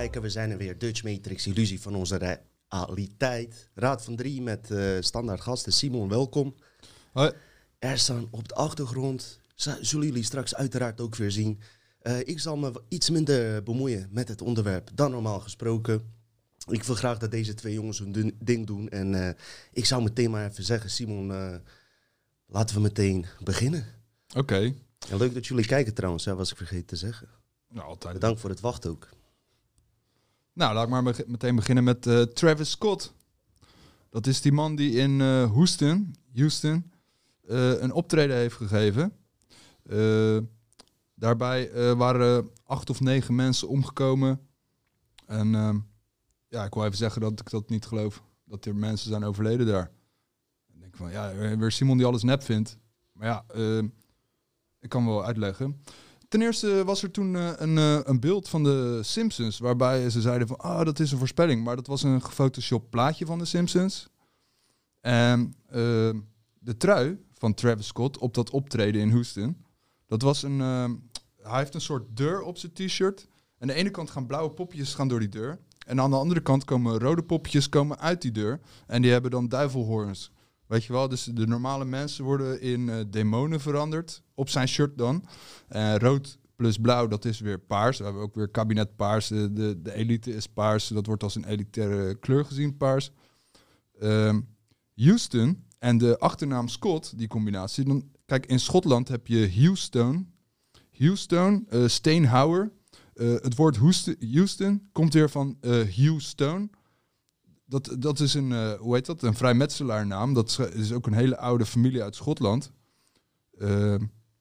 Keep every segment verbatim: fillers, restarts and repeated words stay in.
kijken, we zijn er weer. Dutch Matrix, illusie van onze realiteit. Raad van drie met uh, standaard gasten. Simon, welkom. Hoi. Er staan op de achtergrond, zullen jullie straks uiteraard ook weer zien. Uh, ik zal me iets minder bemoeien met het onderwerp dan normaal gesproken. Ik wil graag dat deze twee jongens hun ding doen. En uh, ik zou meteen maar even zeggen, Simon, uh, laten we meteen beginnen. Oké. Okay. Leuk dat jullie kijken trouwens, hè, was ik vergeten te zeggen. Nou, altijd. Bedankt voor het wachten ook. Nou, laat ik maar be- meteen beginnen met uh, Travis Scott. Dat is die man die in uh, Houston, Houston uh, een optreden heeft gegeven. Uh, daarbij uh, waren uh, acht of negen mensen omgekomen. En uh, ja, ik wil even zeggen dat ik dat niet geloof. Dat er mensen zijn overleden daar. Ik denk van, ja, weer Simon die alles nep vindt. Maar ja, uh, ik kan wel uitleggen. Ten eerste was er toen uh, een, uh, een beeld van de Simpsons, waarbij ze zeiden van, ah, dat is een voorspelling. Maar dat was een gefotoshopt plaatje van de Simpsons. En uh, de trui van Travis Scott op dat optreden in Houston, dat was een, uh, hij heeft een soort deur op zijn t-shirt. Aan de ene kant gaan blauwe popjes gaan door die deur. En aan de andere kant komen rode popjes komen uit die deur. En die hebben dan duivelhoorns. Weet je wel, dus de normale mensen worden in uh, demonen veranderd. Op zijn shirt dan. Uh, rood plus blauw, dat is weer paars. We hebben ook weer kabinet paars. De, de, de elite is paars. Dat wordt als een elitaire kleur gezien, paars. Uh, Houston en de achternaam Scott, die combinatie. Dan, kijk, in Schotland heb je Houston. Houston, uh, Steenhouwer. Uh, het woord Houston, Houston komt weer van uh, Houston. Dat, dat is een, uh, hoe heet dat? Een vrijmetselaarnaam. Dat is ook een hele oude familie uit Schotland. Uh,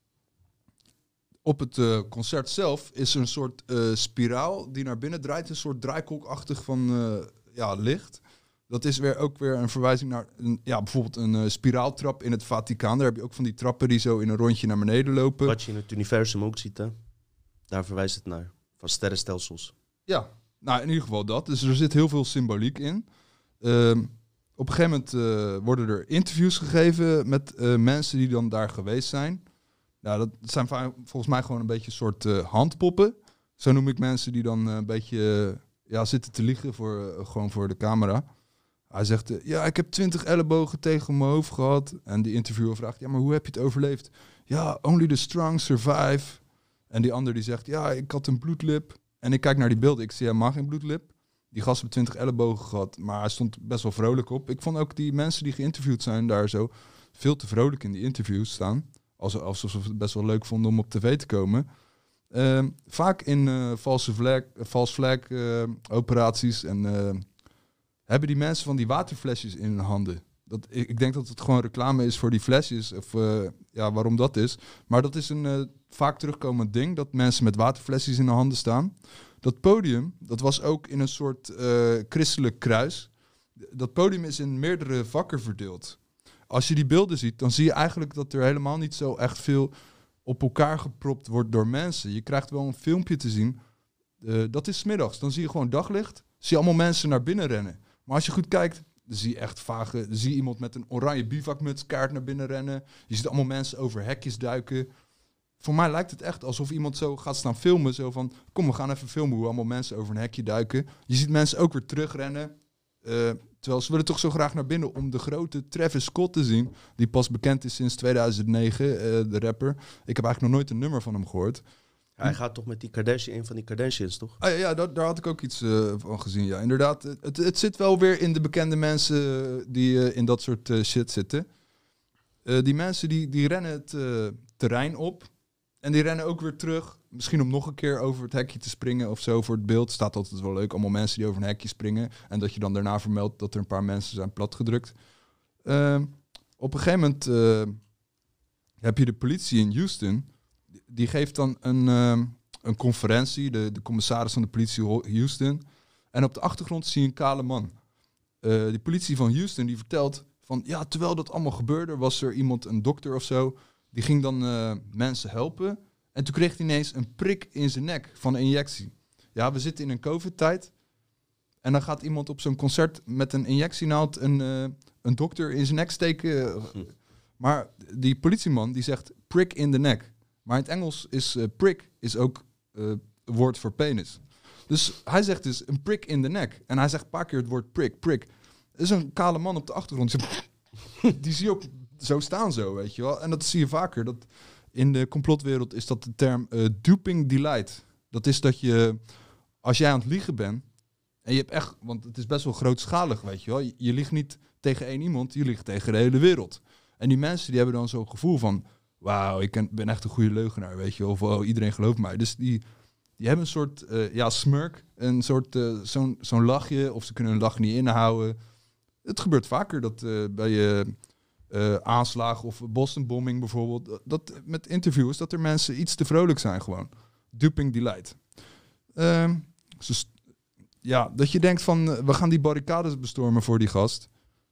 op het uh, concert zelf is er een soort uh, spiraal die naar binnen draait. Een soort draaikolkachtig van uh, ja, licht. Dat is weer ook weer een verwijzing naar een, ja, bijvoorbeeld een uh, spiraaltrap in het Vaticaan. Daar heb je ook van die trappen die zo in een rondje naar beneden lopen. Wat je in het universum ook ziet, hè? Daar verwijst het naar. Van sterrenstelsels. Ja, nou in ieder geval dat. Dus er zit heel veel symboliek in. Uh, op een gegeven moment uh, worden er interviews gegeven met uh, mensen die dan daar geweest zijn. Nou, dat zijn va- volgens mij gewoon een beetje een soort uh, handpoppen. Zo noem ik mensen die dan uh, een beetje uh, ja, zitten te liegen voor, uh, gewoon voor de camera. Hij zegt, uh, ja, ik heb twintig ellebogen tegen mijn hoofd gehad. En die interviewer vraagt, ja, maar hoe heb je het overleefd? Ja, only the strong survive. En die ander die zegt, ja, ik had een bloedlip. En ik kijk naar die beelden, ik zie helemaal geen bloedlip. Die gast heeft twintig ellebogen gehad, maar hij stond best wel vrolijk op. Ik vond ook die mensen die geïnterviewd zijn daar zo veel te vrolijk in die interviews staan. Alsof ze het best wel leuk vonden om op tv te komen. Uh, vaak in uh, false flag, uh, false flag uh, operaties en uh, hebben die mensen van die waterflesjes in hun handen. Dat, ik, ik denk dat het gewoon reclame is voor die flesjes, of uh, ja, waarom dat is. Maar dat is een uh, vaak terugkomend ding, dat mensen met waterflesjes in de handen staan. Dat podium, dat was ook in een soort uh, christelijk kruis. Dat podium is in meerdere vakken verdeeld. Als je die beelden ziet, dan zie je eigenlijk dat er helemaal niet zo echt veel op elkaar gepropt wordt door mensen. Je krijgt wel een filmpje te zien. Uh, dat is 's middags. Dan zie je gewoon daglicht. Zie je allemaal mensen naar binnen rennen. Maar als je goed kijkt, dan zie je echt vage... Dan zie je iemand met een oranje bivakmuts kaart naar binnen rennen. Je ziet allemaal mensen over hekjes duiken. Voor mij lijkt het echt alsof iemand zo gaat staan filmen. Zo van, kom, we gaan even filmen hoe allemaal mensen over een hekje duiken. Je ziet mensen ook weer terugrennen. Uh, terwijl ze willen toch zo graag naar binnen om de grote Travis Scott te zien. Die pas bekend is sinds tweeduizend negen, uh, de rapper. Ik heb eigenlijk nog nooit een nummer van hem gehoord. Ja, hij gaat toch met die Kardashian, een van die Kardashians, toch? Ah, ja, ja daar, daar had ik ook iets uh, van gezien. Ja, inderdaad. Het, het zit wel weer in de bekende mensen die uh, in dat soort uh, shit zitten. Uh, die mensen die, die rennen het uh, terrein op. En die rennen ook weer terug. Misschien om nog een keer over het hekje te springen of zo voor het beeld. Staat altijd wel leuk. Allemaal mensen die over een hekje springen. En dat je dan daarna vermeldt dat er een paar mensen zijn platgedrukt. Uh, op een gegeven moment uh, heb je de politie in Houston. Die geeft dan een, uh, een conferentie. De, de commissaris van de politie Houston. En op de achtergrond zie je een kale man. Uh, die politie van Houston die vertelt van... Ja, terwijl dat allemaal gebeurde was er iemand, een dokter of zo... Die ging dan uh, mensen helpen. En toen kreeg hij ineens een prik in zijn nek van een injectie. Ja, we zitten in een COVID-tijd. En dan gaat iemand op zo'n concert met een injectienaald een, uh, een dokter in zijn nek steken. Maar die politieman die zegt prick in the neck. Maar in het Engels is uh, prick is ook uh, een woord voor penis. Dus hij zegt dus een prik in de nek. En hij zegt een paar keer het woord prik, prik. Er is een kale man op de achtergrond. Die zie je ook zo staan zo, weet je wel. En dat zie je vaker. Dat in de complotwereld is dat de term uh, duping delight. Dat is dat je, als jij aan het liegen bent... En je hebt echt, want het is best wel grootschalig, weet je wel. Je, je liegt niet tegen één iemand, je liegt tegen de hele wereld. En die mensen die hebben dan zo'n gevoel van... Wauw, ik ken, ben echt een goede leugenaar, weet je wel. Of oh, iedereen gelooft mij. Dus die, die hebben een soort uh, ja, smirk, een soort uh, zo'n, zo'n lachje. Of ze kunnen hun lach niet inhouden. Het gebeurt vaker dat uh, bij je uh, aanslagen of Boston-bombing bijvoorbeeld... Dat met interviews, dat er mensen iets te vrolijk zijn gewoon. Duping delight. Uh, ze Ja, dat je denkt van, uh, we gaan die barricades bestormen voor die gast.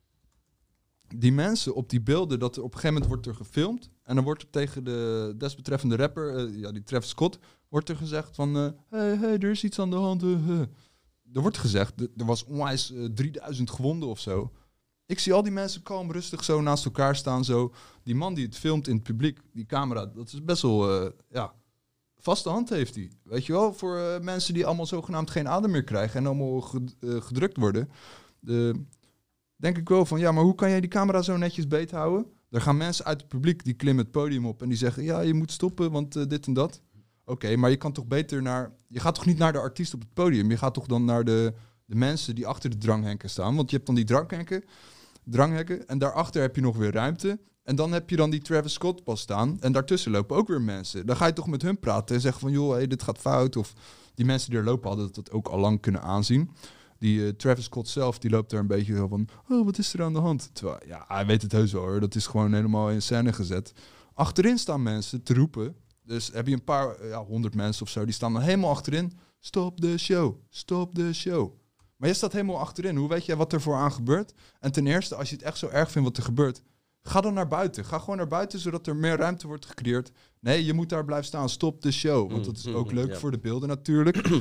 Die mensen op die beelden, dat er op een gegeven moment wordt er gefilmd. En dan wordt er tegen de desbetreffende rapper, uh, ja, die Travis Scott, wordt er gezegd van, uh, hey, hey, er is iets aan de hand. Uh, uh. Er wordt gezegd, d- er was onwijs uh, drieduizend gewonden of zo. Ik zie al die mensen kalm, rustig zo naast elkaar staan. Zo. Die man die het filmt in het publiek, die camera, dat is best wel, uh, ja... Vaste hand heeft hij. Weet je wel, voor uh, mensen die allemaal zogenaamd geen adem meer krijgen en allemaal ged- uh, gedrukt worden. Uh, denk ik wel van, ja, maar hoe kan jij die camera zo netjes beet houden? Er gaan mensen uit het publiek, die klimmen het podium op en die zeggen, ja, je moet stoppen, want uh, dit en dat. Oké, okay, maar je kan toch beter naar... Je gaat toch niet naar de artiest op het podium? Je gaat toch dan naar de, de mensen die achter de dranghekken staan? Want je hebt dan die dranghekken, dranghekken en daarachter heb je nog weer ruimte. En dan heb je dan die Travis Scott pas staan. En daartussen lopen ook weer mensen. Dan ga je toch met hun praten en zeggen van... joh, hey, dit gaat fout. Of die mensen die er lopen hadden dat ook al lang kunnen aanzien. Die uh, Travis Scott zelf, die loopt daar een beetje zo van... oh, wat is er aan de hand? Terwijl, ja, hij weet het heus wel hoor. Dat is gewoon helemaal in scène gezet. Achterin staan mensen te roepen. Dus heb je een paar, ja, honderd mensen of zo... die staan dan helemaal achterin. Stop de show, stop de show. Maar je staat helemaal achterin. Hoe weet jij wat er vooraan gebeurt? En ten eerste, als je het echt zo erg vindt wat er gebeurt... Ga dan naar buiten. Ga gewoon naar buiten, zodat er meer ruimte wordt gecreëerd. Nee, je moet daar blijven staan. Stop de show. Want dat is ook leuk ja. voor de beelden natuurlijk. uh,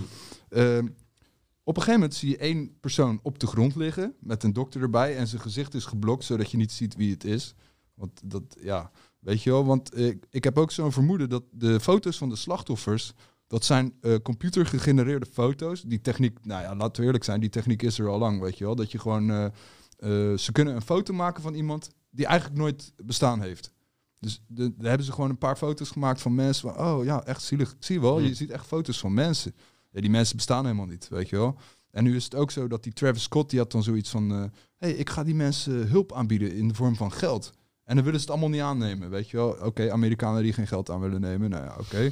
op een gegeven moment zie je één persoon op de grond liggen... met een dokter erbij en zijn gezicht is geblokt... zodat je niet ziet wie het is. Want dat, ja, weet je wel. Want uh, ik heb ook zo'n vermoeden dat de foto's van de slachtoffers... dat zijn uh, computergegenereerde foto's. Die techniek, nou ja, laten we eerlijk zijn... die techniek is er al lang, weet je wel. Dat je gewoon... Uh, uh, ze kunnen een foto maken van iemand... die eigenlijk nooit bestaan heeft. Dus de, daar hebben ze gewoon een paar foto's gemaakt van mensen... Van, oh ja, echt zielig. Zie je wel, je ziet echt foto's van mensen. Ja, die mensen bestaan helemaal niet, weet je wel. En nu is het ook zo dat die Travis Scott... die had dan zoiets van... Uh, hey, ik ga die mensen hulp aanbieden in de vorm van geld. En dan willen ze het allemaal niet aannemen, weet je wel. Oké, okay, Amerikanen die geen geld aan willen nemen. Nou ja, oké. Okay.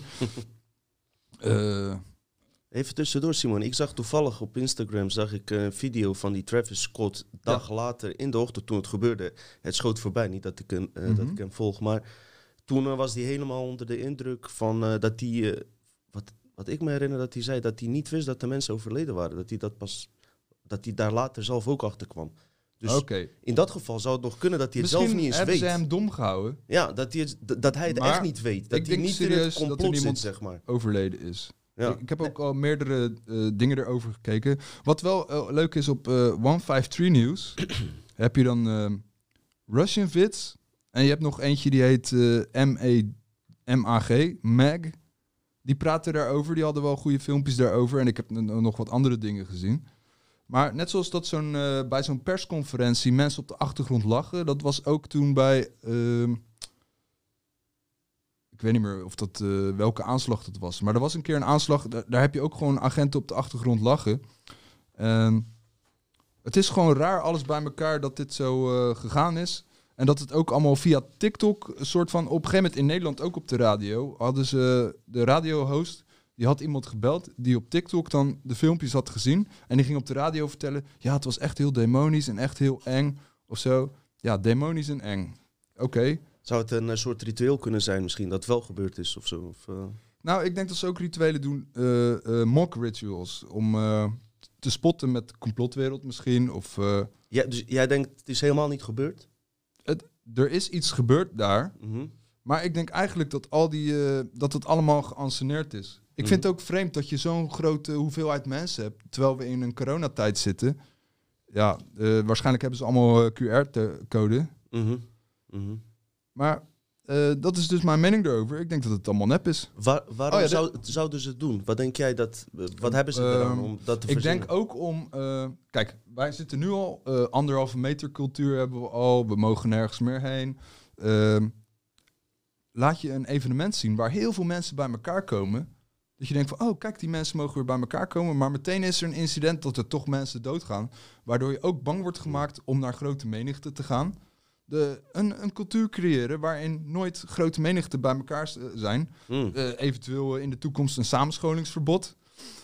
uh, Even tussendoor, Simon. Ik zag toevallig op Instagram zag ik een video van die Travis Scott... dag ja. later in de ochtend toen het gebeurde. Het schoot voorbij, niet dat ik hem, uh, mm-hmm. dat ik hem volg. Maar toen uh, was hij helemaal onder de indruk van uh, dat hij... Uh, wat, wat ik me herinner dat hij zei, dat hij niet wist dat de mensen overleden waren. Dat hij, dat pas, dat hij daar later zelf ook achter kwam. Dus okay. in dat geval zou het nog kunnen dat hij het Misschien zelf niet eens weet. Misschien hebben ze hem dom gehouden. Ja, dat hij het, dat hij het maar echt niet weet. Dat ik hij denk niet serieus in het complot dat er niemand zit, zeg maar. overleden is. Ja. Ik, ik heb ook al meerdere uh, dingen erover gekeken. Wat wel uh, leuk is op uh, honderdvijfentachtig News... heb je dan uh, Russian Vids. En je hebt nog eentje die heet uh, M A G, Mag. Die praten daarover. Die hadden wel goede filmpjes daarover. En ik heb n- nog wat andere dingen gezien. Maar net zoals dat zo'n, uh, bij zo'n persconferentie mensen op de achtergrond lachen... dat was ook toen bij... Uh, ik weet niet meer of dat, uh, welke aanslag dat was. Maar er was een keer een aanslag... Daar, daar heb je ook gewoon agenten op de achtergrond lachen. En het is gewoon raar alles bij elkaar dat dit zo uh, gegaan is. En dat het ook allemaal via TikTok... een soort van... Op een gegeven moment in Nederland ook op de radio... hadden ze de radiohost... Die had iemand gebeld die op TikTok dan de filmpjes had gezien. En die ging op de radio vertellen... Ja, het was echt heel demonisch en echt heel eng. Of zo. Ja, demonisch en eng. Oké. Okay. Zou het een uh, soort ritueel kunnen zijn misschien? Dat wel gebeurd is of zo? Of, uh... Nou, ik denk dat ze ook rituelen doen. Uh, uh, mock rituals. Om uh, te spotten met de complotwereld misschien. Of, uh, ja, dus jij denkt het is helemaal niet gebeurd? Het, er is iets gebeurd daar. Mm-hmm. Maar ik denk eigenlijk dat, al die, uh, dat het allemaal geanceneerd is. Ik mm-hmm. vind het ook vreemd dat je zo'n grote hoeveelheid mensen hebt... terwijl we in een coronatijd zitten. Ja, uh, waarschijnlijk hebben ze allemaal uh, Q R-code. Mm-hmm. Mm-hmm. Maar uh, dat is dus mijn mening erover. Ik denk dat het allemaal nep is. Waar, waarom oh, ja, zou, zouden ze het doen? Wat denk jij dat... Wat hebben ze eraan um, om dat te Ik verzinnen? denk ook om... Uh, kijk, wij zitten nu al... Uh, anderhalve meter cultuur hebben we al. We mogen nergens meer heen. Uh, laat je een evenement zien waar heel veel mensen bij elkaar komen. Dat je denkt van, oh kijk, die mensen mogen weer bij elkaar komen. Maar meteen is er een incident dat er toch mensen doodgaan. Waardoor je ook bang wordt gemaakt om naar grote menigte te gaan. De, een, een cultuur creëren waarin nooit grote menigten bij elkaar zijn. Mm. Uh, eventueel in de toekomst een samenscholingsverbod.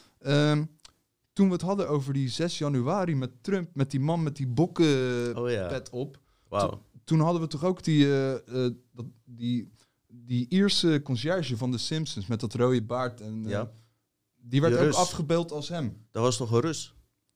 Uh, toen we het hadden over die zes januari met Trump, met die man met die bokkenpet oh, ja. op. Wow. To, toen hadden we toch ook die, uh, uh, dat, die, die Ierse conciërge van de Simpsons met dat rode baard. En, uh, ja. Die werd de ook Rus. afgebeeld als hem. Dat was toch een Rus?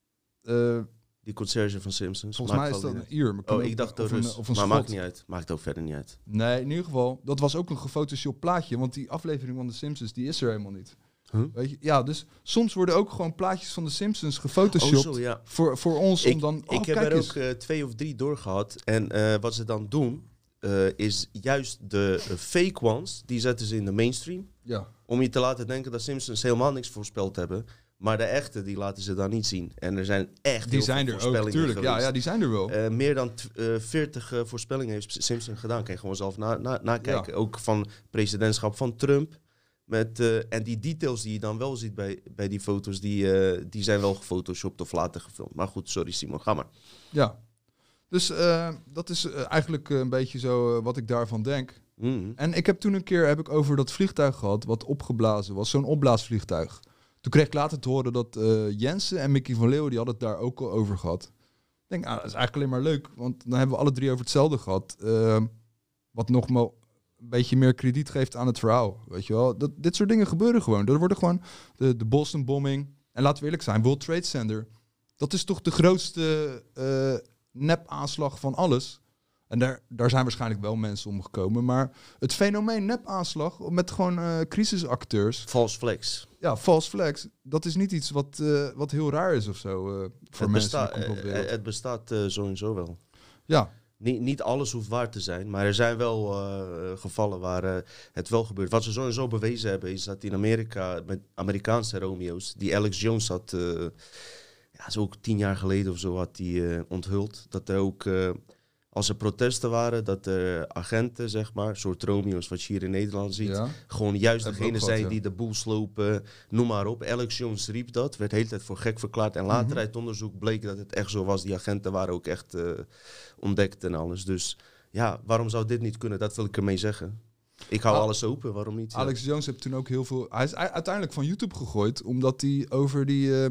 Uh, Die conciërge van Simpsons. Volgens mij is dat een Ier. Maar oh, ik dacht de Rus. Of een, of een maar Schot. maakt niet uit. Maakt ook verder niet uit. Nee, in ieder geval, dat was ook een gefotoshopt plaatje. Want die aflevering van de Simpsons, die is er helemaal niet. Huh? Weet je? Ja, dus soms worden ook gewoon plaatjes van de Simpsons gefotoshopt. Oh, zo, ja. voor, voor ons ik, om dan... Oh, ik heb kijk er eens. ook uh, twee of drie doorgehad. En uh, wat ze dan doen, uh, is juist de uh, fake ones, die zetten ze in de mainstream. Ja. Om je te laten denken dat Simpsons helemaal niks voorspeld hebben. Maar de echte, die laten ze dan niet zien. En er zijn echt Die heel zijn veel er voorspellingen ook, tuurlijk. Ja, geweest. ja, die zijn er wel. Uh, meer dan t- uh, veertig uh, voorspellingen heeft Simpson gedaan. Kan je gewoon zelf na- na- nakijken. Ja. Ook van presidentschap van Trump. Met, uh, en die details die je dan wel ziet bij, bij die foto's, die, uh, die zijn wel gefotoshopt of later gefilmd. Maar goed, sorry Simon, ga maar. Ja, dus uh, dat is uh, eigenlijk uh, een beetje zo uh, wat ik daarvan denk. Mm-hmm. En ik heb toen een keer heb ik over dat vliegtuig gehad wat opgeblazen was. Zo'n opblaasvliegtuig. Toen kreeg ik later te horen dat uh, Jensen en Mickey van Leeuwen, die hadden het daar ook al over gehad. Ik denk, ah, dat is eigenlijk alleen maar leuk. Want dan hebben we alle drie over hetzelfde gehad. Uh, wat nog maar een beetje meer krediet geeft aan het verhaal. Weet je wel? Dat, dit soort dingen gebeuren gewoon. Er worden gewoon de, de Boston-bombing. En laten we eerlijk zijn, World Trade Center. Dat is toch de grootste uh, nep-aanslag van alles. En daar, daar zijn waarschijnlijk wel mensen omgekomen. Maar het fenomeen nep-aanslag met gewoon uh, crisisacteurs. False flags. Ja, false flags. Dat is niet iets wat, uh, wat heel raar is of zo uh, voor het mensen besta- in de complotwereld. uh, Het bestaat uh, sowieso wel. Ja. Niet, niet alles hoeft waar te zijn, maar er zijn wel uh, gevallen waar uh, het wel gebeurt. Wat ze sowieso bewezen hebben is dat in Amerika, met Amerikaanse Romeo's, die Alex Jones had, uh, ja, zo ook tien jaar geleden of zo had die uh, onthuld, dat er ook... Uh, Als er protesten waren, dat er agenten, zeg maar, soort Romeo's wat je hier in Nederland ziet, ja. gewoon juist degene zijn gehad, ja. die de boel slopen, noem maar op. Alex Jones riep dat, werd de hele tijd voor gek verklaard. En later mm-hmm. uit onderzoek bleek dat het echt zo was. Die agenten waren ook echt uh, ontdekt en alles. Dus ja, waarom zou dit niet kunnen? Dat wil ik ermee zeggen. Ik hou Al- alles open, waarom niet? Alex ja. Jones heeft toen ook heel veel... Hij is uiteindelijk van YouTube gegooid, omdat hij over die, uh,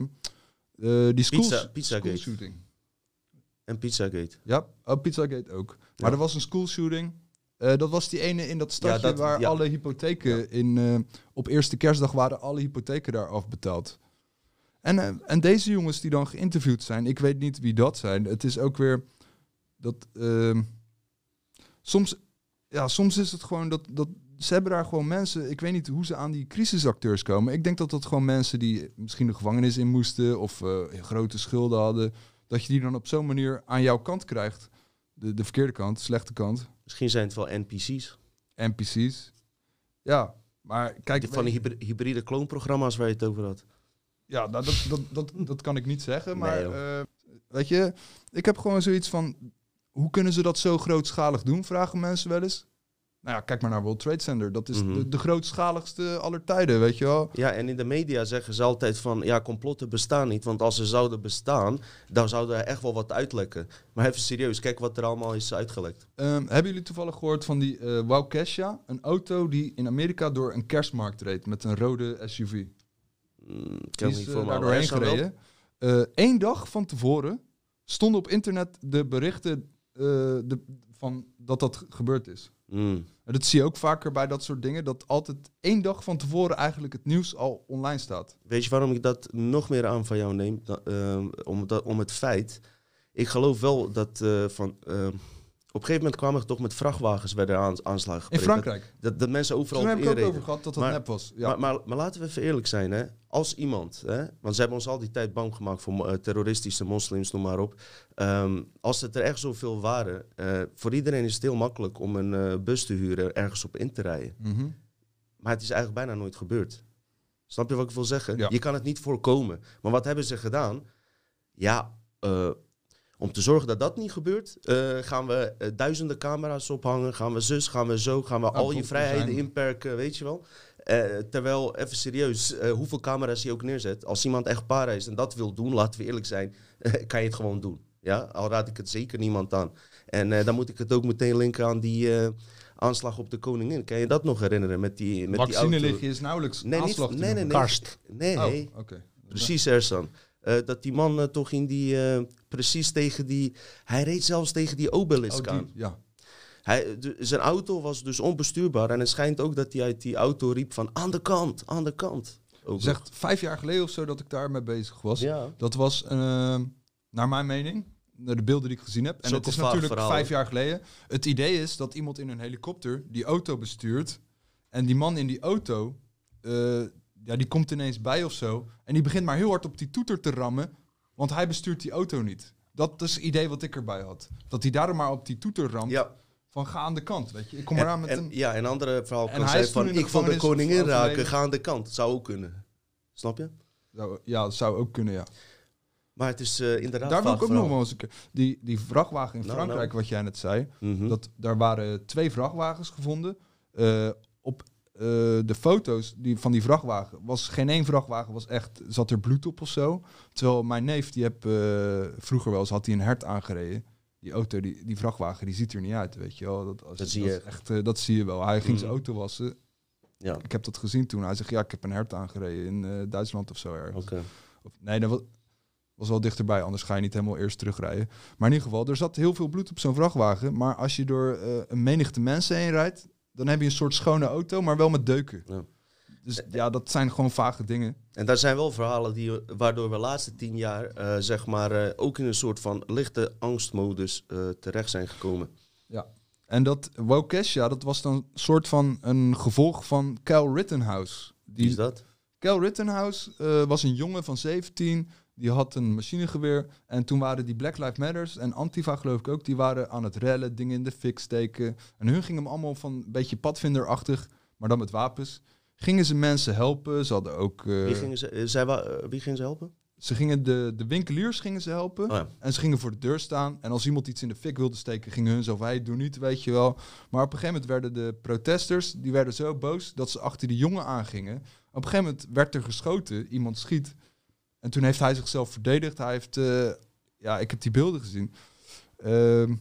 uh, die school, Pizza, Pizza school Gate. shooting... En Pizzagate. Ja, oh, Pizzagate ook. Maar ja. er was een school shooting. Uh, dat was die ene in dat stadje ja, dat, waar ja. alle hypotheken ja. in... Uh, op eerste kerstdag waren alle hypotheken daar afbetaald. En, uh, en deze jongens die dan geïnterviewd zijn, ik weet niet wie dat zijn. Het is ook weer dat... Uh, soms, ja, soms is het gewoon dat... dat ze hebben daar gewoon mensen... Ik weet niet hoe ze aan die crisisacteurs komen. Ik denk dat dat gewoon mensen die misschien de gevangenis in moesten... of uh, grote schulden hadden... dat je die dan op zo'n manier aan jouw kant krijgt. De, de verkeerde kant, de slechte kant. Misschien zijn het wel N P C's. N P C's. Ja, maar kijk... Van die hybride, hybride kloonprogramma's waar je het over had. Ja, nou, dat, dat, dat, dat kan ik niet zeggen. Maar nee, uh, weet je, ik heb gewoon zoiets van... Hoe kunnen ze dat zo grootschalig doen, vragen mensen wel eens. Nou ja, kijk maar naar World Trade Center. Dat is mm-hmm. de, de grootschaligste aller tijden, weet je wel. Ja, en in de media zeggen ze altijd van... ja, complotten bestaan niet. Want als ze zouden bestaan, dan zouden er echt wel wat uitlekken. Maar even serieus, kijk wat er allemaal is uitgelekt. Um, hebben jullie toevallig gehoord van die uh, Waukesha? Een auto die in Amerika door een kerstmarkt reed met een rode S U V. Mm, die is uh, daar doorheen gereden. Eén uh, dag van tevoren stonden op internet de berichten uh, de, van dat dat gebeurd is. Mm. En dat zie je ook vaker bij dat soort dingen, dat altijd één dag van tevoren eigenlijk het nieuws al online staat. Weet je waarom ik dat nog meer aan van jou neem? Da, uh, om, dat, om het feit, ik geloof wel dat uh, van, uh, Op een gegeven moment kwamen er toch met vrachtwagens werden aan, aanslagen In gepleegd. Frankrijk. Dat, dat mensen overal Toen op heb ik ook inreden. over gehad dat dat Maar- nep was. Ja. Maar, maar, maar laten we even eerlijk zijn, hè. Als iemand, hè, want ze hebben ons al die tijd bang gemaakt voor uh, terroristische moslims, noem maar op. Um, als het er echt zoveel waren, uh, voor iedereen is het heel makkelijk om een uh, bus te huren, ergens op in te rijden. Mm-hmm. Maar het is eigenlijk bijna nooit gebeurd. Snap je wat ik wil zeggen? Ja. Je kan het niet voorkomen. Maar wat hebben ze gedaan? Ja, uh, om te zorgen dat dat niet gebeurt, uh, gaan we uh, duizenden camera's ophangen. Gaan we zus, gaan we zo, gaan we Ja, al je top, vrijheden zijn. inperken, weet je wel. Uh, terwijl, even serieus, uh, hoeveel camera's je ook neerzet. Als iemand echt para is en dat wil doen, laten we eerlijk zijn, uh, kan je het gewoon doen. Ja? Al raad ik het zeker niemand aan. En uh, dan moet ik het ook meteen linken aan die uh, aanslag op de koningin. Kan je dat nog herinneren? Met die, met die auto? Vaccineliggen is nauwelijks Nee, niet, aanslag te nee, nee, noemen. nee. Karst. Nee, Oh, nee. oké. Precies, Ersan. Uh, dat die man uh, toch in die, uh, precies tegen die, hij reed zelfs tegen die obelisk Oh, aan. die, ja. Hij, de, zijn auto was dus onbestuurbaar en het schijnt ook dat hij uit die auto riep van aan de kant, aan de kant. Ook Zegt vijf jaar geleden of zo dat ik daarmee bezig was. nog. Ja. Dat was, uh, naar mijn mening, de beelden die ik gezien heb. En Zulke het is vaag natuurlijk verhalen. vijf jaar geleden. Het idee is dat iemand in een helikopter die auto bestuurt. En die man in die auto, uh, ja, die komt ineens bij of zo. En die begint maar heel hard op die toeter te rammen. Want hij bestuurt die auto niet. Dat is het idee wat ik erbij had. Dat hij daarom maar op die toeter ramt. Ja. Van ga aan de kant, weet je. Ik kom En, eraan met en, een... ja, een andere verhaal En kan hij zijn is toen van in de ik wil de gevangenis koningin raken, overleden. ga aan de kant. Zou ook kunnen. Snap je? Zou- Ja, dat zou ook kunnen, ja. Maar het is uh, inderdaad Daar wil ik vaag ook nog verhaal. wel eens een keer... Die, die vrachtwagen in Nou, Frankrijk, nou. wat jij net zei... Mhm. Dat, daar waren twee vrachtwagens gevonden. Uh, op uh, de foto's die, van die vrachtwagen was geen één vrachtwagen was echt zat er bloed op of zo. Terwijl mijn neef die heb uh, vroeger wel eens had hij een hert aangereden. Die auto, die, die vrachtwagen, die ziet er niet uit, weet je wel. Dat, als, Dat zie je. is echt, uh, dat zie je wel. Hij ging Mhm. zijn auto wassen. Ja, Ik heb dat gezien toen. Hij zegt ja, ik heb een hert aangereden in uh, Duitsland of zo ergens. oké. Of, nee, dat was, was wel dichterbij, anders ga je niet helemaal eerst terugrijden. Maar in ieder geval, er zat heel veel bloed op zo'n vrachtwagen. Maar als je door uh, een menigte mensen heen rijdt, dan heb je een soort schone auto, maar wel met deuken. Ja. Dus ja, dat zijn gewoon vage dingen. En daar zijn wel verhalen die, waardoor we de laatste tien jaar uh, zeg maar, uh, ook in een soort van lichte angstmodus uh, terecht zijn gekomen. En dat Waukesha, dat was dan een soort van een gevolg van Kyle Rittenhouse. Wie is dat? Kyle Rittenhouse uh, was een jongen van zeventien, die had een machinegeweer. En toen waren die Black Lives Matters en Antifa geloof ik ook, die waren aan het rellen, dingen in de fik steken. En hun gingen hem allemaal van een beetje padvinderachtig, maar dan met wapens. Gingen ze mensen helpen, ze hadden ook... Uh, Wie gingen ze, uh, zij, uh, wie gingen ze helpen? Ze gingen de, de winkeliers gingen ze helpen. Oh ja. En ze gingen voor de deur staan. En als iemand iets in de fik wilde steken, gingen hun zo van, hey, doe niet, weet je wel. Maar op een gegeven moment werden de protesters, die werden zo boos dat ze achter die jongen aangingen. Op een gegeven moment werd er geschoten, iemand schiet. En toen heeft hij zichzelf verdedigd. Hij heeft, uh, ja, ik heb die beelden gezien. Uh,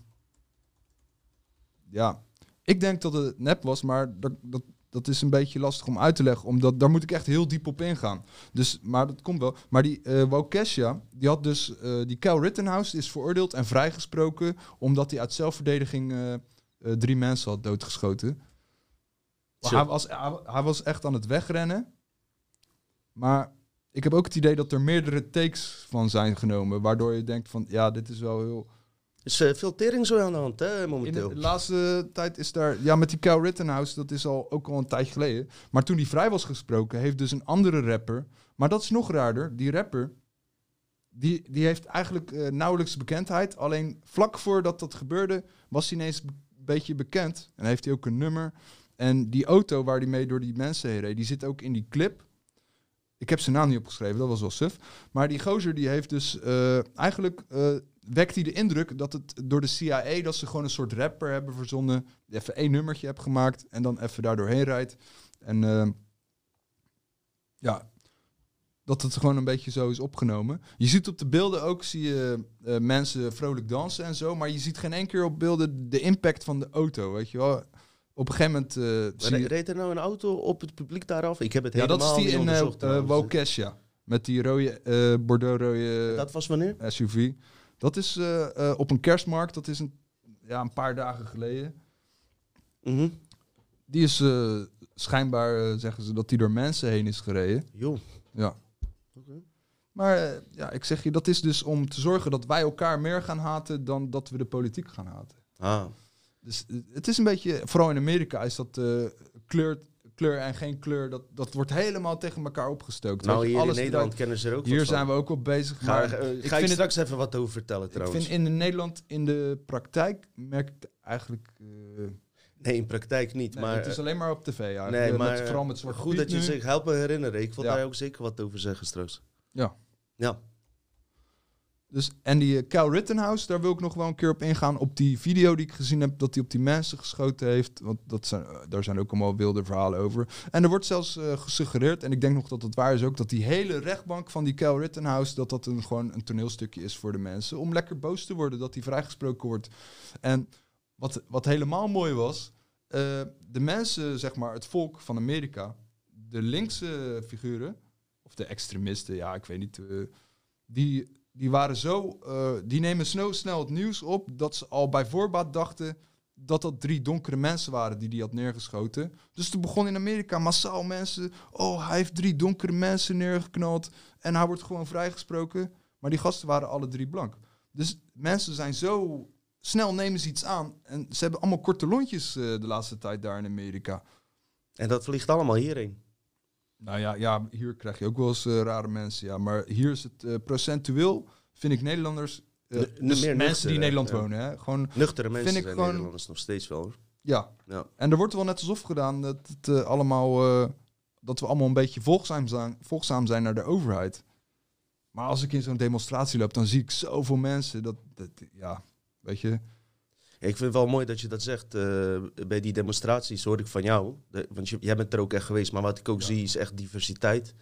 ja, ik denk dat het nep was, maar dat, dat, dat is een beetje lastig om uit te leggen. Omdat daar moet ik echt heel diep op ingaan. Dus, maar dat komt wel. Maar die uh, Waukesha, die had dus, uh, die Kyle Rittenhouse is veroordeeld en vrijgesproken omdat hij uit zelfverdediging uh, uh, drie mensen had doodgeschoten. Hij was, hij, hij was echt aan het wegrennen. Maar ik heb ook het idee dat er meerdere takes van zijn genomen, waardoor je denkt van, ja, dit is wel heel... Er is uh, veel tering zo aan de hand, hè, momenteel. In de laatste tijd is daar... Ja, met die Kyle Rittenhouse, dat is al ook al een tijdje geleden. Maar toen die vrij was gesproken, heeft dus een andere rapper... Maar dat is nog raarder. Die rapper, die, die heeft eigenlijk uh, nauwelijks bekendheid. Alleen vlak voordat dat gebeurde, was hij ineens een beetje bekend. En heeft hij ook een nummer. En die auto waar hij mee door die mensen heen reed, die zit ook in die clip. Ik heb zijn naam niet opgeschreven, dat was wel suf. Maar die gozer die heeft dus uh, eigenlijk... Uh, wekt hij de indruk dat het door de C I A... dat ze gewoon een soort rapper hebben verzonnen... die even één nummertje heeft gemaakt... en dan even daar doorheen rijdt. En uh, ja... dat het gewoon een beetje zo is opgenomen. Je ziet op de beelden ook... zie je uh, mensen vrolijk dansen en zo... maar je ziet geen één keer op beelden... de impact van de auto, weet je wel... Op een gegeven moment... Uh, zie Re- je... Reed er nou een auto op het publiek daaraf? Ik heb het Ja, helemaal dat is die niet in uh, onderzocht. uh, trouwens. Waukesha. Met die rode, uh, bordeaux-rode Dat was wanneer? S U V. Dat is uh, uh, op een kerstmarkt. Dat is een, ja, een paar dagen geleden. Mm-hmm. Die is uh, schijnbaar, uh, zeggen ze, dat die door mensen heen is gereden. Jo. Ja. Okay. Maar uh, ja, ik zeg je, dat is dus om te zorgen dat wij elkaar meer gaan haten dan dat we de politiek gaan haten. Ah. Dus uh, het is een beetje, vooral in Amerika is dat uh, kleur, kleur en geen kleur, dat, dat wordt helemaal tegen elkaar opgestookt. Nou, Weet je, hier alles in Nederland eruit, kennen ze er ook hier wat van. zijn we ook op bezig. Ga, Maar uh, ga ik ik, vind straks het, even wat over vertellen ik trouwens. vind in Nederland, in de praktijk, merk ik eigenlijk... Uh, Nee, in praktijk niet. nee, maar, het is alleen maar op tv eigenlijk. Nee, Uh, maar met, vooral met Zwarte goed Piet dat je nu. zegt, help me herinneren. Ik wil Ja. daar ook zeker wat over zeggen straks. Ja. Ja. Dus, en die uh, Kyle Rittenhouse, daar wil ik nog wel een keer op ingaan. Op die video die ik gezien heb, dat hij op die mensen geschoten heeft. Want dat zijn, uh, daar zijn ook allemaal wilde verhalen over. En er wordt zelfs uh, gesuggereerd, en ik denk nog dat het waar is ook, dat die hele rechtbank van die Kyle Rittenhouse, dat dat een, gewoon een toneelstukje is voor de mensen. Om lekker boos te worden, dat hij vrijgesproken wordt. En wat, wat helemaal mooi was, uh, de mensen, zeg maar, het volk van Amerika, de linkse figuren, of de extremisten, ja, ik weet niet, uh, die... Die waren zo, uh, die nemen snel, snel het nieuws op dat ze al bij voorbaat dachten dat dat drie donkere mensen waren die die had neergeschoten. Dus toen begon in Amerika massaal mensen, oh, hij heeft drie donkere mensen neergeknald en hij wordt gewoon vrijgesproken. Maar die gasten waren alle drie blank. Dus mensen zijn zo, snel nemen ze iets aan en ze hebben allemaal korte lontjes uh, de laatste tijd daar in Amerika. En dat vliegt allemaal hierheen. Nou ja, ja, hier krijg je ook wel eens uh, rare mensen, ja. Maar hier is het uh, procentueel, vind ik Nederlanders... Uh, N- dus meer mensen nuchter, die in Nederland ja. wonen, hè. Gewoon, Nuchtere mensen vind ik zijn gewoon- Nederlanders nog steeds wel. Hoor. ja. Ja. En er wordt wel net alsof gedaan dat, het, uh, allemaal, uh, dat we allemaal een beetje volgzaam zijn, volgzaam zijn naar de overheid. Maar als ik in zo'n demonstratie loop, dan zie ik zoveel mensen. Dat, dat ja, weet je... Ik vind het wel mooi dat je dat zegt. Uh, bij die demonstraties hoor ik van jou. De, want je, jij bent er ook echt geweest. Maar wat ik ook Ja. zie is echt diversiteit.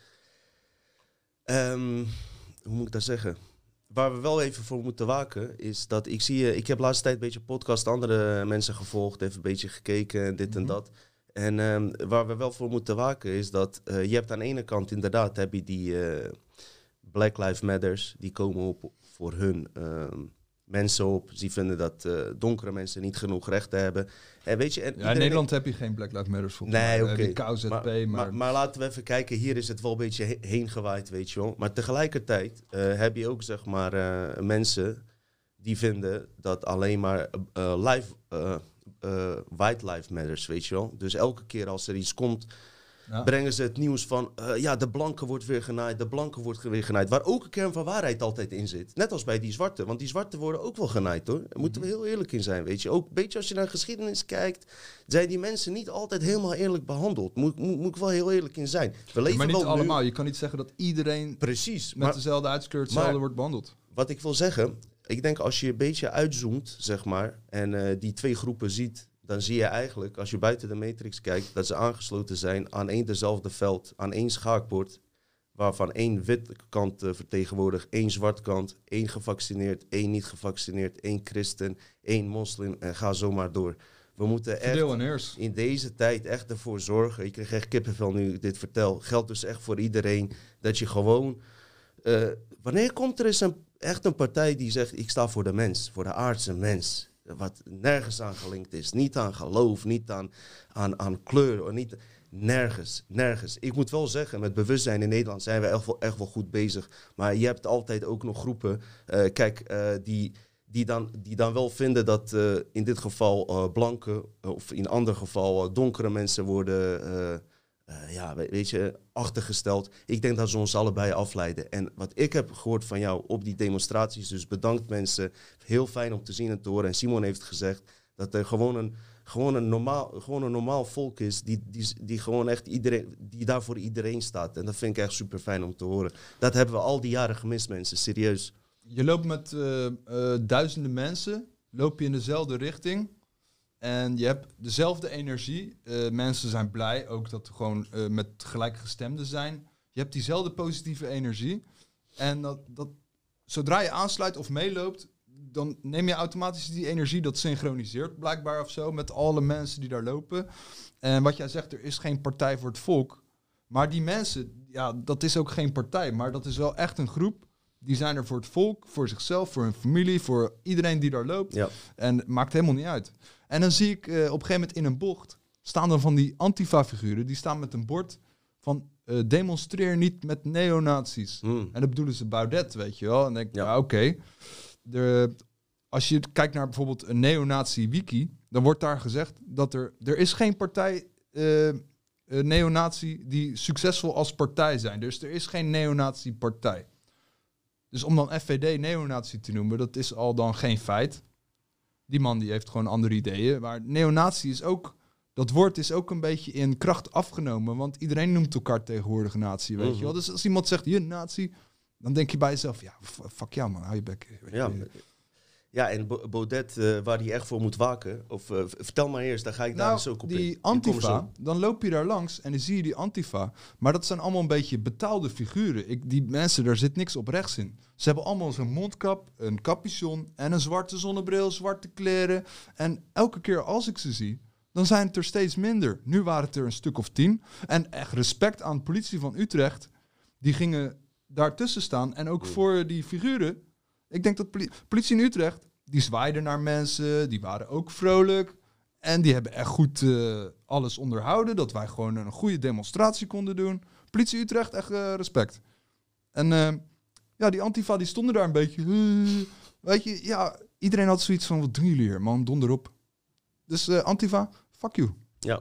Um, hoe moet ik dat zeggen? Waar we wel even voor moeten waken is dat ik zie... Uh, ik heb de laatste tijd een beetje podcast andere mensen gevolgd. Even een beetje gekeken en dit Mhm. en dat. En um, waar we wel voor moeten waken is dat... Uh, je hebt aan de ene kant inderdaad heb je die uh, Black Lives Matters. Die komen op voor hun... Um, mensen op. Die vinden dat uh, donkere mensen niet genoeg rechten hebben. En weet je, en Ja, in iedereen Nederland heb je geen Black Lives Matters volgens Nee, mij. oké. Dan heb je K Z P, maar, maar... maar, maar laten we even kijken. Hier is het wel een beetje he- heen gewaaid, weet je wel. Maar tegelijkertijd uh, heb je ook, zeg maar, uh, mensen die vinden dat alleen maar uh, life, uh, uh, white life matters, weet je wel. Dus elke keer als er iets komt, Ja. brengen ze het nieuws van... Uh, ja, de blanke wordt weer genaaid, de blanke wordt weer genaaid. Waar ook een kern van waarheid altijd in zit. Net als bij die zwarte. Want die zwarte worden ook wel genaaid, hoor. Daar moeten we heel eerlijk in zijn, weet je. Ook een beetje als je naar geschiedenis kijkt... zijn die mensen niet altijd helemaal eerlijk behandeld. Moet, moet, moet ik wel heel eerlijk in zijn. We leven maar niet wel nu- allemaal. Je kan niet zeggen dat iedereen Precies. met Maar dezelfde uitskleur hetzelfde maar- wordt behandeld. wat ik wil zeggen... Ik denk als je een beetje uitzoomt, zeg maar... en uh, die twee groepen ziet... dan zie je eigenlijk, als je buiten de matrix kijkt... dat ze aangesloten zijn aan één dezelfde veld, aan één schaakbord... waarvan één wit kant uh, vertegenwoordigt, één zwart kant... één gevaccineerd, één niet gevaccineerd... één christen, één moslim en ga zo maar door. We moeten echt Verdeel en heers. in deze tijd echt ervoor zorgen... ik krijg echt kippenvel nu ik dit vertel... geldt dus echt voor iedereen dat je gewoon... Uh, wanneer komt er eens een, echt een partij die zegt... ik sta voor de mens, voor de aardse mens... Wat nergens aan gelinkt is. Niet aan geloof, niet aan, aan, aan kleur. Of niet, nergens, nergens. Ik moet wel zeggen, met bewustzijn in Nederland zijn we echt wel, echt wel goed bezig. Maar je hebt altijd ook nog groepen, uh, kijk, uh, die, die, dan, die dan wel vinden dat uh, in dit geval uh, blanke... Uh, of in ander geval uh, donkere mensen worden... Uh, Uh, ja, weet je, achtergesteld. Ik denk dat ze ons allebei afleiden. En wat ik heb gehoord van jou op die demonstraties, dus bedankt mensen. Heel fijn om te zien en te horen. En Simon heeft gezegd dat er gewoon een, gewoon een, normaal, gewoon een normaal volk is die, die, die gewoon echt iedereen, die daar voor iedereen staat. En dat vind ik echt super fijn om te horen. Dat hebben we al die jaren gemist, mensen, serieus. Je loopt met uh, uh, duizenden mensen, loop je in dezelfde richting... En je hebt dezelfde energie. Uh, mensen zijn blij ook dat we gewoon uh, met gelijkgestemden zijn. Je hebt diezelfde positieve energie. En dat, dat, zodra je aansluit of meeloopt, dan neem je automatisch die energie, dat synchroniseert blijkbaar of zo, met alle mensen die daar lopen. En wat jij zegt, er is geen partij voor het volk. Maar die mensen, ja, dat is ook geen partij. Maar dat is wel echt een groep. Die zijn er voor het volk, voor zichzelf, voor hun familie, voor iedereen die daar loopt. Ja. En het maakt helemaal niet uit. En dan zie ik uh, op een gegeven moment in een bocht staan dan van die Antifa-figuren. Die staan met een bord van uh, demonstreer niet met neonazies. Mm. En dat bedoelen ze Baudet, weet je wel. En dan denk ik, Ja. ja, oké. Okay. als je kijkt naar bijvoorbeeld een neonazi-wiki, dan wordt daar gezegd dat er... Er is geen partij uh, uh, neonazi die succesvol als partij zijn. Dus er is geen neonazi-partij. Dus om dan F V D neonazi te noemen, dat is al dan geen feit. Die man die heeft gewoon andere ideeën. Maar neonazi is ook... Dat woord is ook een beetje in kracht afgenomen. Want iedereen noemt elkaar tegenwoordig nazi, weet mm-hmm. je wel. Dus als iemand zegt, je nazi, dan denk je bij jezelf... Ja, fuck jou man, hou je bek. Weet ja, je. ja, en Baudet, uh, waar hij echt voor moet waken... Of uh, vertel maar eerst, daar ga ik nou, daar eens ook op die in. Die Antifa, dan loop je daar langs en dan zie je die Antifa. Maar dat zijn allemaal een beetje betaalde figuren. Ik, die mensen, daar zit niks op rechts in. Ze hebben allemaal zo'n mondkap, een capuchon en een zwarte zonnebril, zwarte kleren. En elke keer als ik ze zie... dan zijn het er steeds minder. Nu waren het er een stuk of tien. En echt respect aan de politie van Utrecht. Die gingen daartussen staan. En ook voor die figuren. Ik denk dat poli- politie in Utrecht... die zwaaiden naar mensen. Die waren ook vrolijk. En die hebben echt goed uh, alles onderhouden. Dat wij gewoon een goede demonstratie konden doen. Politie Utrecht, echt uh, respect. En uh, ja, die Antifa die stonden daar een beetje... Uh, weet je, ja, iedereen had zoiets van... wat doen jullie hier, man? Donder op. Dus uh, Antifa, fuck you. Ja.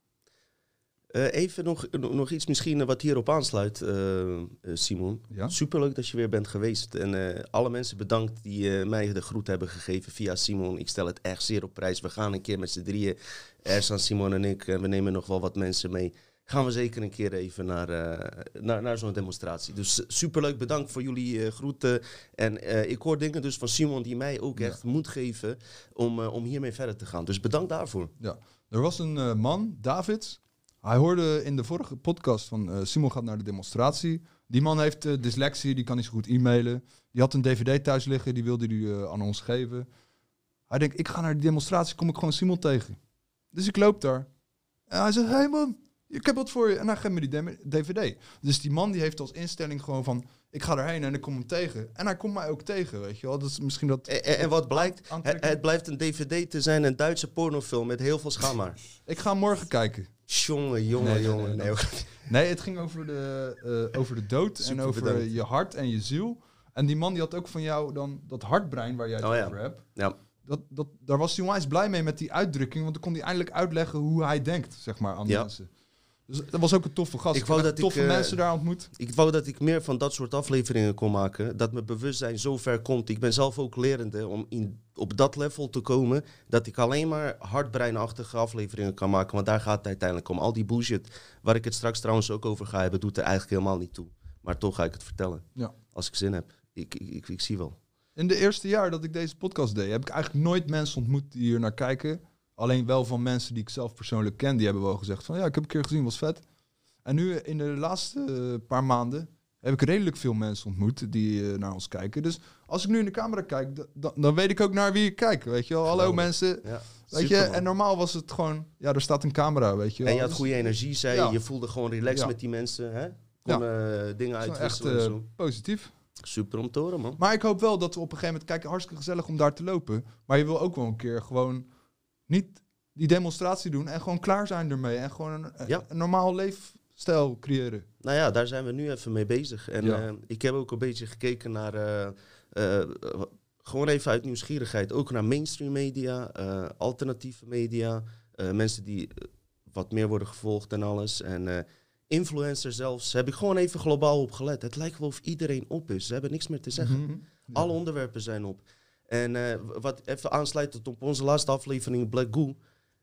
Uh, even nog, nog iets misschien wat hierop aansluit, uh, Simon. Ja? Superleuk dat je weer bent geweest. En uh, alle mensen bedankt die uh, mij de groet hebben gegeven via Simon. Ik stel het echt zeer op prijs. We gaan een keer met z'n drieën, Ersan, Simon en ik, uh, we nemen nog wel wat mensen mee. Gaan we zeker een keer even naar, uh, naar, naar zo'n demonstratie. Dus uh, superleuk, bedankt voor jullie uh, groeten. En uh, ik hoor dingen dus van Simon die mij ook echt ja. moed geven om, uh, om hiermee verder te gaan. Dus bedankt daarvoor. Ja, er was een uh, man, David. Hij hoorde in de vorige podcast van uh, Simon gaat naar de demonstratie. Die man heeft uh, dyslexie, die kan niet zo goed e-mailen. Die had een dvd thuis liggen, die wilde die uh, aan ons geven. Hij denkt, ik ga naar die demonstratie, kom ik gewoon Simon tegen. Dus ik loop daar. En hij zegt, hey man, ik heb wat voor je. En hij geeft me die dvd. Dus die man die heeft als instelling gewoon van... ik ga erheen en ik kom hem tegen. En hij komt mij ook tegen, weet je wel. Dat is misschien dat... En, en wat blijkt? Het, het blijft een dvd te zijn, een Duitse pornofilm met heel veel schaamhaar. Ik ga morgen kijken. Jongen, jongen, nee, jongen. Nee, nee, nee. nee, het ging over de, uh, over de dood Super en over bedankt. Je hart en je ziel. En die man die had ook van jou dan dat hartbrein waar jij het oh, over ja. hebt. Ja. Dat, dat, daar was hij onwijs blij mee met die uitdrukking. Want dan kon hij eindelijk uitleggen hoe hij denkt, zeg maar, aan ja. mensen. Dus dat was ook een toffe gast. Ik, ik heb toffe ik, uh, mensen daar ontmoet. Ik wou dat ik meer van dat soort afleveringen kon maken. Dat mijn bewustzijn zo ver komt. Ik ben zelf ook lerende om in, op dat level te komen. Dat ik alleen maar hardbreinachtige afleveringen kan maken. Want daar gaat het uiteindelijk om. Al die bullshit, waar ik het straks trouwens ook over ga hebben, doet er eigenlijk helemaal niet toe. Maar toch ga ik het vertellen. Ja. Als ik zin heb. Ik, ik, ik, ik zie wel. In de eerste jaar dat ik deze podcast deed, heb ik eigenlijk nooit mensen ontmoet die hier naar kijken. Alleen wel van mensen die ik zelf persoonlijk ken. Die hebben wel gezegd van ja, ik heb een keer gezien, was vet. En nu in de laatste uh, paar maanden heb ik redelijk veel mensen ontmoet die uh, naar ons kijken. Dus als ik nu in de camera kijk, d- d- dan weet ik ook naar wie ik kijk. Weet je wel, hallo oh, mensen. Ja, weet je, en normaal was het gewoon, ja, er staat een camera, weet je wel. En je had goede energie, zei je. Ja. Je voelde gewoon relaxed ja. met die mensen. Hè? Kon ja. uh, dingen uitwisselen echt, uh, en zo. Positief. Super om te horen, man. Maar ik hoop wel dat we op een gegeven moment kijken, hartstikke gezellig om daar te lopen. Maar je wil ook wel een keer gewoon niet die demonstratie doen en gewoon klaar zijn ermee. En gewoon een, ja. een normaal leefstijl creëren. Nou ja, daar zijn we nu even mee bezig. En ja. uh, ik heb ook een beetje gekeken naar... Uh, uh, gewoon even uit nieuwsgierigheid. Ook naar mainstream media, uh, alternatieve media. Uh, mensen die uh, wat meer worden gevolgd en alles. En uh, influencers zelfs. Heb ik gewoon even globaal op gelet. Het lijkt wel of iedereen op is. Ze hebben niks meer te zeggen. Mm-hmm. Ja. Alle onderwerpen zijn op. En uh, wat even aansluitend op onze laatste aflevering Black Goo.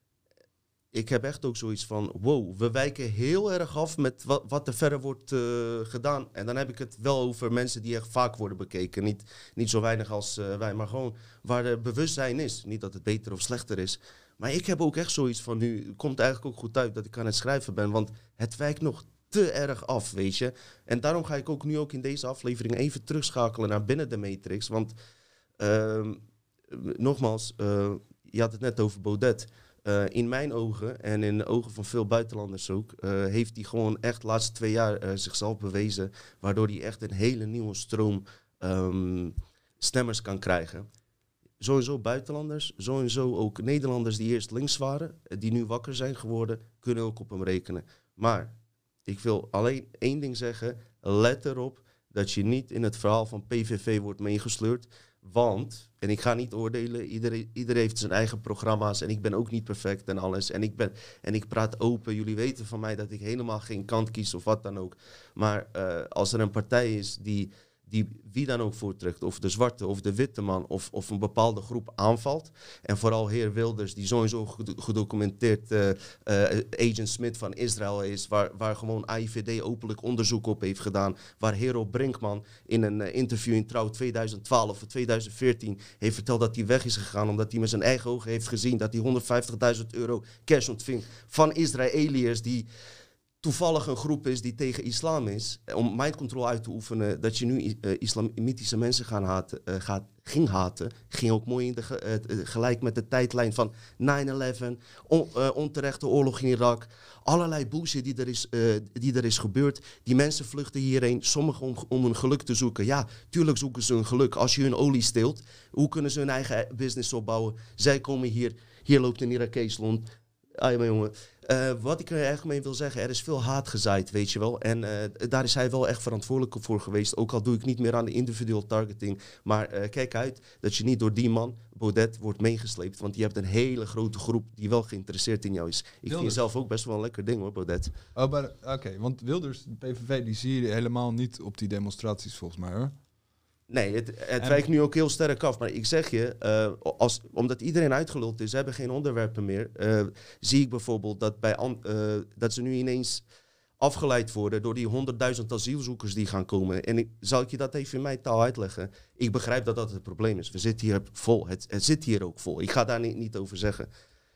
Ik heb echt ook zoiets van, wow, we wijken heel erg af met wat, wat er verder wordt uh, gedaan. En dan heb ik het wel over mensen die echt vaak worden bekeken. Niet, niet zo weinig als uh, wij, maar gewoon waar er bewustzijn is. Niet dat het beter of slechter is. Maar ik heb ook echt zoiets van, nu komt eigenlijk ook goed uit dat ik aan het schrijven ben. Want het wijkt nog te erg af, weet je. En daarom ga ik ook nu ook in deze aflevering even terugschakelen naar binnen de Matrix. Want uh, nogmaals, uh, je had het net over Baudet. Uh, in mijn ogen en in de ogen van veel buitenlanders ook, uh, heeft hij gewoon echt de laatste twee jaar uh, zichzelf bewezen, waardoor hij echt een hele nieuwe stroom um, stemmers kan krijgen. Sowieso buitenlanders, sowieso ook Nederlanders die eerst links waren, die nu wakker zijn geworden, kunnen ook op hem rekenen. Maar ik wil alleen één ding zeggen, let erop dat je niet in het verhaal van P V V wordt meegesleurd. Want, en ik ga niet oordelen, iedereen, iedereen heeft zijn eigen programma's en ik ben ook niet perfect en alles. En ik, ben, en ik praat open, jullie weten van mij dat ik helemaal geen kant kies of wat dan ook. Maar uh, als er een partij is die, die wie dan ook voortrekt, of de zwarte of de witte man of, of een bepaalde groep aanvalt. En vooral heer Wilders, die sowieso gedocumenteerd uh, uh, Agent Smith van Israël is, waar, waar gewoon A I V D openlijk onderzoek op heeft gedaan. Waar Hero Brinkman in een uh, interview in Trouw tweeduizend twaalf of tweeduizend veertien heeft verteld dat hij weg is gegaan omdat hij met zijn eigen ogen heeft gezien dat hij honderdvijftigduizend euro cash ontving van Israëliërs die toevallig een groep is die tegen islam is, om mind control uit te oefenen, dat je nu uh, islamitische mensen gaan haten, uh, gaat, ging haten, ging ook mooi in de ge, uh, gelijk met de tijdlijn van nine eleven, on, uh, onterechte oorlog in Irak, allerlei bullshit die er is, uh, die er is gebeurd. Die mensen vluchten hierheen, sommigen om, om hun geluk te zoeken. Ja, tuurlijk zoeken ze hun geluk. Als je hun olie steelt, hoe kunnen ze hun eigen business opbouwen? Zij komen hier, hier loopt een Irakees rond. Ah, ja, mijn jongen. Uh, wat ik er eigenlijk mee wil zeggen, er is veel haat gezaaid, weet je wel. En uh, daar is hij wel echt verantwoordelijk voor geweest. Ook al doe ik niet meer aan de individual targeting. Maar uh, kijk uit dat je niet door die man, Baudet, wordt meegesleept. Want je hebt een hele grote groep die wel geïnteresseerd in jou is. Ik Wilders. vind zelf ook best wel een lekker ding hoor, Baudet. Oh, oké, okay, want Wilders, de P V V, die zie je helemaal niet op die demonstraties volgens mij hoor. Nee, het, het wijkt nu ook heel sterk af. Maar ik zeg je, uh, als, omdat iedereen uitgeluld is, ze hebben geen onderwerpen meer. Uh, zie ik bijvoorbeeld dat, bij an, uh, dat ze nu ineens afgeleid worden door die honderdduizend asielzoekers die gaan komen. En ik, zal ik je dat even in mijn taal uitleggen? Ik begrijp dat dat het probleem is. We zitten hier vol. Het, het zit hier ook vol. Ik ga daar niet, niet over zeggen.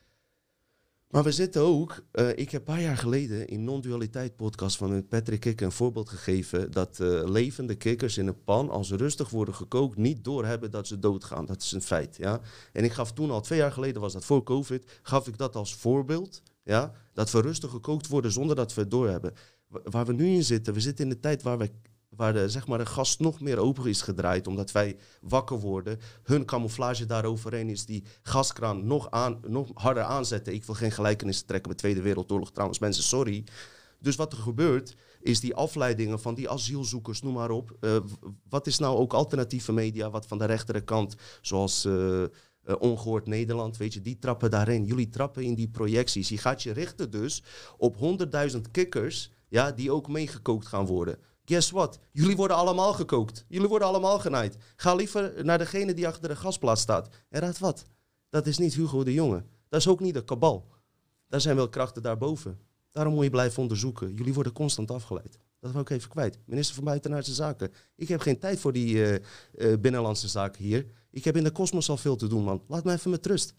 Maar we zitten ook, uh, ik heb een paar jaar geleden in Non-Dualiteit podcast van Patrick Kikker een voorbeeld gegeven dat uh, levende kikkers in een pan, als ze rustig worden gekookt, niet doorhebben dat ze doodgaan. Dat is een feit. Ja? En ik gaf toen al, twee jaar geleden was dat voor COVID, gaf ik dat als voorbeeld. Ja? Dat we rustig gekookt worden zonder dat we het doorhebben. Waar we nu in zitten, we zitten in de tijd waar we... waar de, zeg maar, de gas nog meer open is gedraaid, omdat wij wakker worden. Hun camouflage daaroverheen is die gaskraan nog, aan, nog harder aanzetten. Ik wil geen gelijkenissen trekken met Tweede Wereldoorlog trouwens, mensen, sorry. Dus wat er gebeurt, is die afleidingen van die asielzoekers, noem maar op. Uh, wat is nou ook alternatieve media, wat van de rechtere kant, zoals uh, uh, Ongehoord Nederland, weet je, die trappen daarin. Jullie trappen in die projecties. Je gaat je richten dus op honderdduizend kikkers, ja, die ook meegekookt gaan worden. Guess what? Jullie worden allemaal gekookt. Jullie worden allemaal genaaid. Ga liever naar degene die achter de gasplaat staat. En raad wat? Dat is niet Hugo de Jonge. Dat is ook niet de kabal. Daar zijn wel krachten daarboven. Daarom moet je blijven onderzoeken. Jullie worden constant afgeleid. Dat wil ik even kwijt. Minister van Buitenlandse Zaken. Ik heb geen tijd voor die uh, uh, binnenlandse zaken hier. Ik heb in de kosmos al veel te doen, man. Laat me even met rust.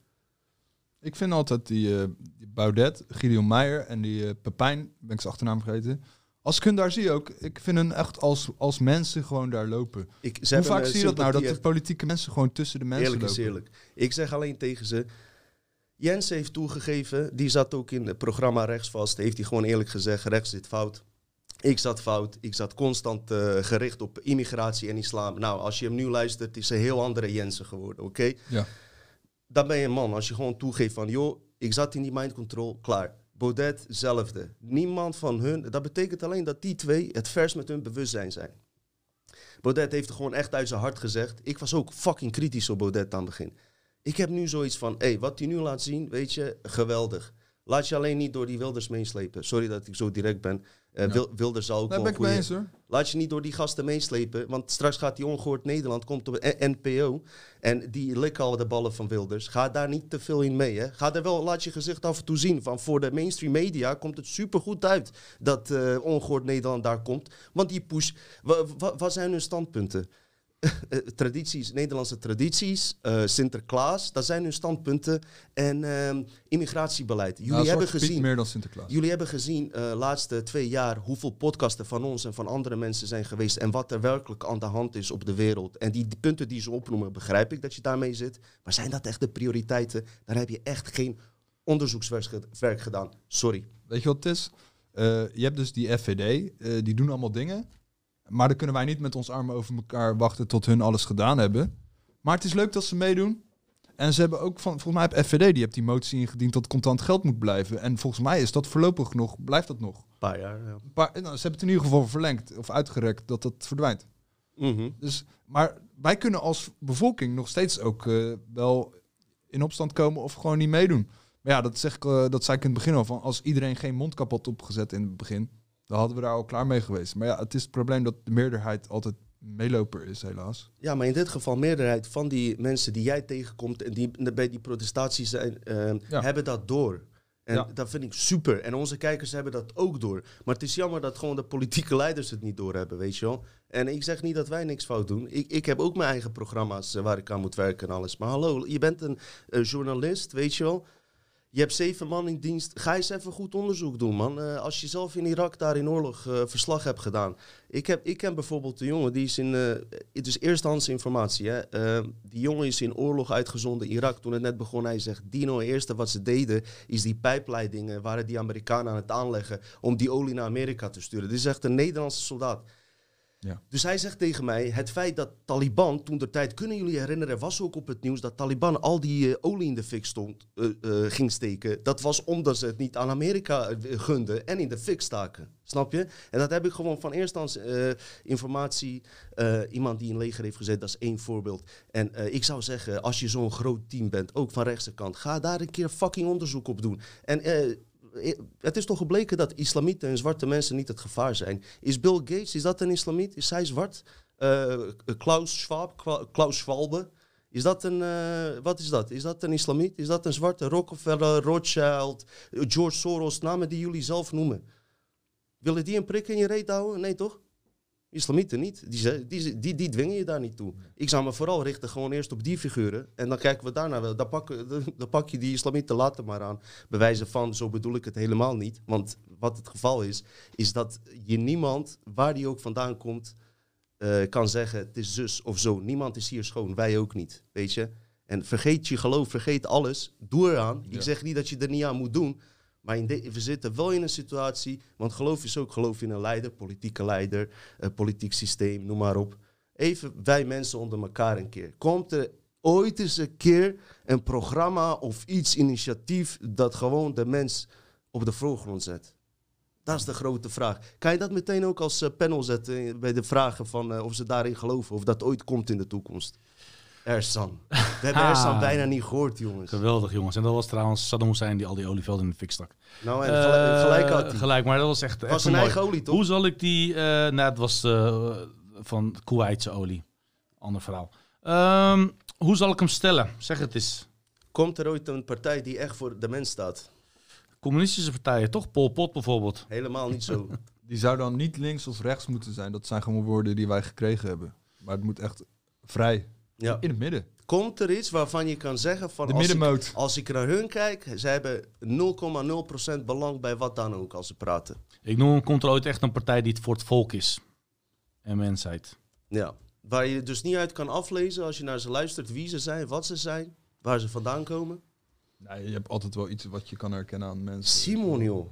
Ik vind altijd die, uh, die Baudet, Gideon Meijer en die uh, Pepijn, ben ik zijn achternaam vergeten. Als ik hun daar zie ook, ik vind hen echt als, als mensen gewoon daar lopen. Ik, Hoe vaak zie je dat nou, dat de politieke mensen gewoon tussen de mensen eerlijk lopen? Eerlijk is eerlijk. Ik zeg alleen tegen ze, Jens heeft toegegeven, die zat ook in het programma Rechtsvast, heeft hij gewoon eerlijk gezegd, rechts zit fout. Ik zat fout, ik zat constant uh, gericht op immigratie en islam. Nou, als je hem nu luistert, is een heel andere Jensen geworden, oké? Okay? Ja. Dan ben je een man, als je gewoon toegeeft van, joh, ik zat in die mind control, klaar. Baudet, hetzelfde. Niemand van hun... Dat betekent alleen dat die twee het vers met hun bewustzijn zijn. Baudet heeft er gewoon echt uit zijn hart gezegd. Ik was ook fucking kritisch op Baudet aan het begin. Ik heb nu zoiets van... Hé, hey, wat hij nu laat zien, weet je, geweldig. Laat je alleen niet door die Wilders meeslepen. Sorry dat ik zo direct ben. Uh, ja. Wil, Wilders zal ook wel een goeie... eens, hoor. Laat je niet door die gasten meeslepen. Want straks gaat die Ongehoord Nederland, komt op N P O. En die likken al de ballen van Wilders. Ga daar niet te veel in mee. Hè. Ga er wel, laat je gezicht af en toe zien. Van voor de mainstream media komt het supergoed uit dat uh, Ongehoord Nederland daar komt. Want die push... Wat zijn hun standpunten? tradities, Nederlandse tradities, uh, Sinterklaas, dat zijn hun standpunten en uh, immigratiebeleid. Jullie, nou, hebben gezien, meer dan Sinterklaas. jullie hebben gezien de uh, laatste twee jaar hoeveel podcasten van ons en van andere mensen zijn geweest en wat er werkelijk aan de hand is op de wereld. En die, die punten die ze opnoemen, begrijp ik dat je daarmee zit. Maar zijn dat echt de prioriteiten? Dan heb je echt geen onderzoekswerk gedaan. Sorry. Weet je wat het is? Uh, je hebt dus die F V D, uh, die doen allemaal dingen. Maar dan kunnen wij niet met ons armen over elkaar wachten tot hun alles gedaan hebben. Maar het is leuk dat ze meedoen. En ze hebben ook, van, volgens mij heb F V D, die heeft die motie ingediend dat contant geld moet blijven. En volgens mij is dat voorlopig nog, blijft dat nog. Een paar jaar, ja. Een paar, nou, ze hebben het in ieder geval verlengd of uitgerekt dat dat verdwijnt. Mm-hmm. Dus, maar wij kunnen als bevolking nog steeds ook uh, wel in opstand komen of gewoon niet meedoen. Maar ja, dat, zeg ik, uh, dat zei ik in het begin al. Van als iedereen geen mondkap had opgezet in het begin, dan hadden we daar al klaar mee geweest. Maar ja, het is het probleem dat de meerderheid altijd meeloper is, helaas. Ja, maar in dit geval meerderheid van die mensen die jij tegenkomt en die bij die protestaties zijn, uh, ja. hebben dat door. En ja. dat vind ik super. En onze kijkers hebben dat ook door. Maar het is jammer dat gewoon de politieke leiders het niet doorhebben, weet je wel. En ik zeg niet dat wij niks fout doen. Ik, ik heb ook mijn eigen programma's uh, waar ik aan moet werken en alles. Maar hallo, je bent een uh, journalist, weet je wel. Je hebt zeven man in dienst. Ga eens even goed onderzoek doen, man. Uh, als je zelf in Irak daar in oorlog uh, verslag hebt gedaan. Ik, heb, ik ken bijvoorbeeld de jongen, die is in... Uh, het is eerstehands informatie, hè. Uh, die jongen is in oorlog uitgezonden in Irak. Toen het net begon, hij zegt... Dino, het eerste wat ze deden, is die pijpleidingen... waren die Amerikanen aan het aanleggen... om die olie naar Amerika te sturen. Dit is echt een Nederlandse soldaat. Ja. Dus hij zegt tegen mij, het feit dat Taliban toen de tijd, kunnen jullie herinneren, was ook op het nieuws dat Taliban al die uh, olie in de fik stond, uh, uh, ging steken. Dat was omdat ze het niet aan Amerika uh, gunden en in de fik staken. Snap je? En dat heb ik gewoon van eersthands uh, informatie, uh, iemand die in leger heeft gezet, dat is één voorbeeld. En uh, ik zou zeggen, als je zo'n groot team bent, ook van rechtse kant, ga daar een keer fucking onderzoek op doen. En... Uh, het is toch gebleken dat islamieten en zwarte mensen niet het gevaar zijn. Is Bill Gates, is dat een islamiet? Is hij zwart? Uh, Klaus Schwab, Klaus Schwalbe? Is dat een, uh, wat is dat? Is dat een islamiet? Is dat een zwarte? Rockefeller, Rothschild, George Soros, namen die jullie zelf noemen. Willen die een prik in je reet houden? Nee, toch? Islamieten niet. Die, die, die, die dwingen je daar niet toe. Ik zou me vooral richten gewoon eerst op die figuren. En dan kijken we daarna wel. Dan, pakken, dan pak je die islamieten later maar aan. Bewijzen van, zo bedoel ik het helemaal niet. Want wat het geval is, is dat je niemand, waar die ook vandaan komt, uh, kan zeggen, het is zus of zo. Niemand is hier schoon. Wij ook niet. Weet je? En vergeet je geloof, vergeet alles. Doe eraan. Ja. Ik zeg niet dat je er niet aan moet doen. Maar in de, we zitten wel in een situatie, want geloof is ook geloof in een leider, politieke leider, uh, politiek systeem, noem maar op. Even wij mensen onder elkaar een keer. Komt er ooit eens een keer een programma of iets, initiatief, dat gewoon de mens op de voorgrond zet? Dat is de grote vraag. Kan je dat meteen ook als uh, panel zetten bij de vragen van uh, of ze daarin geloven, of dat ooit komt in de toekomst? Ersan. We hebben ah. Ersan bijna niet gehoord, jongens. Geweldig, jongens. En dat was trouwens Saddam Hussein die al die olievelden in de fik stak. Nou, en gelijk, uh, gelijk had hij. Gelijk, maar dat was echt... Het was zijn eigen olie, toch? Hoe zal ik die... Uh, nou, het was uh, van Koeweitse olie. Ander verhaal. Um, hoe zal ik hem stellen? Zeg het eens. Komt er ooit een partij die echt voor de mens staat? Communistische partijen, toch? Pol Pot bijvoorbeeld. Helemaal niet zo. Die zou dan niet links of rechts moeten zijn. Dat zijn gewoon woorden die wij gekregen hebben. Maar het moet echt vrij... Ja. In het midden. Komt er iets waarvan je kan zeggen van... De als middenmoot. Ik, als ik naar hun kijk, ze hebben nul komma nul procent belang bij wat dan ook als ze praten. Ik noem, komt er ooit echt een partij die het voor het volk is. En mensheid. Ja. Waar je dus niet uit kan aflezen als je naar ze luistert wie ze zijn, wat ze zijn, waar ze vandaan komen. Nee, je hebt altijd wel iets wat je kan herkennen aan mensen. Simon, joh.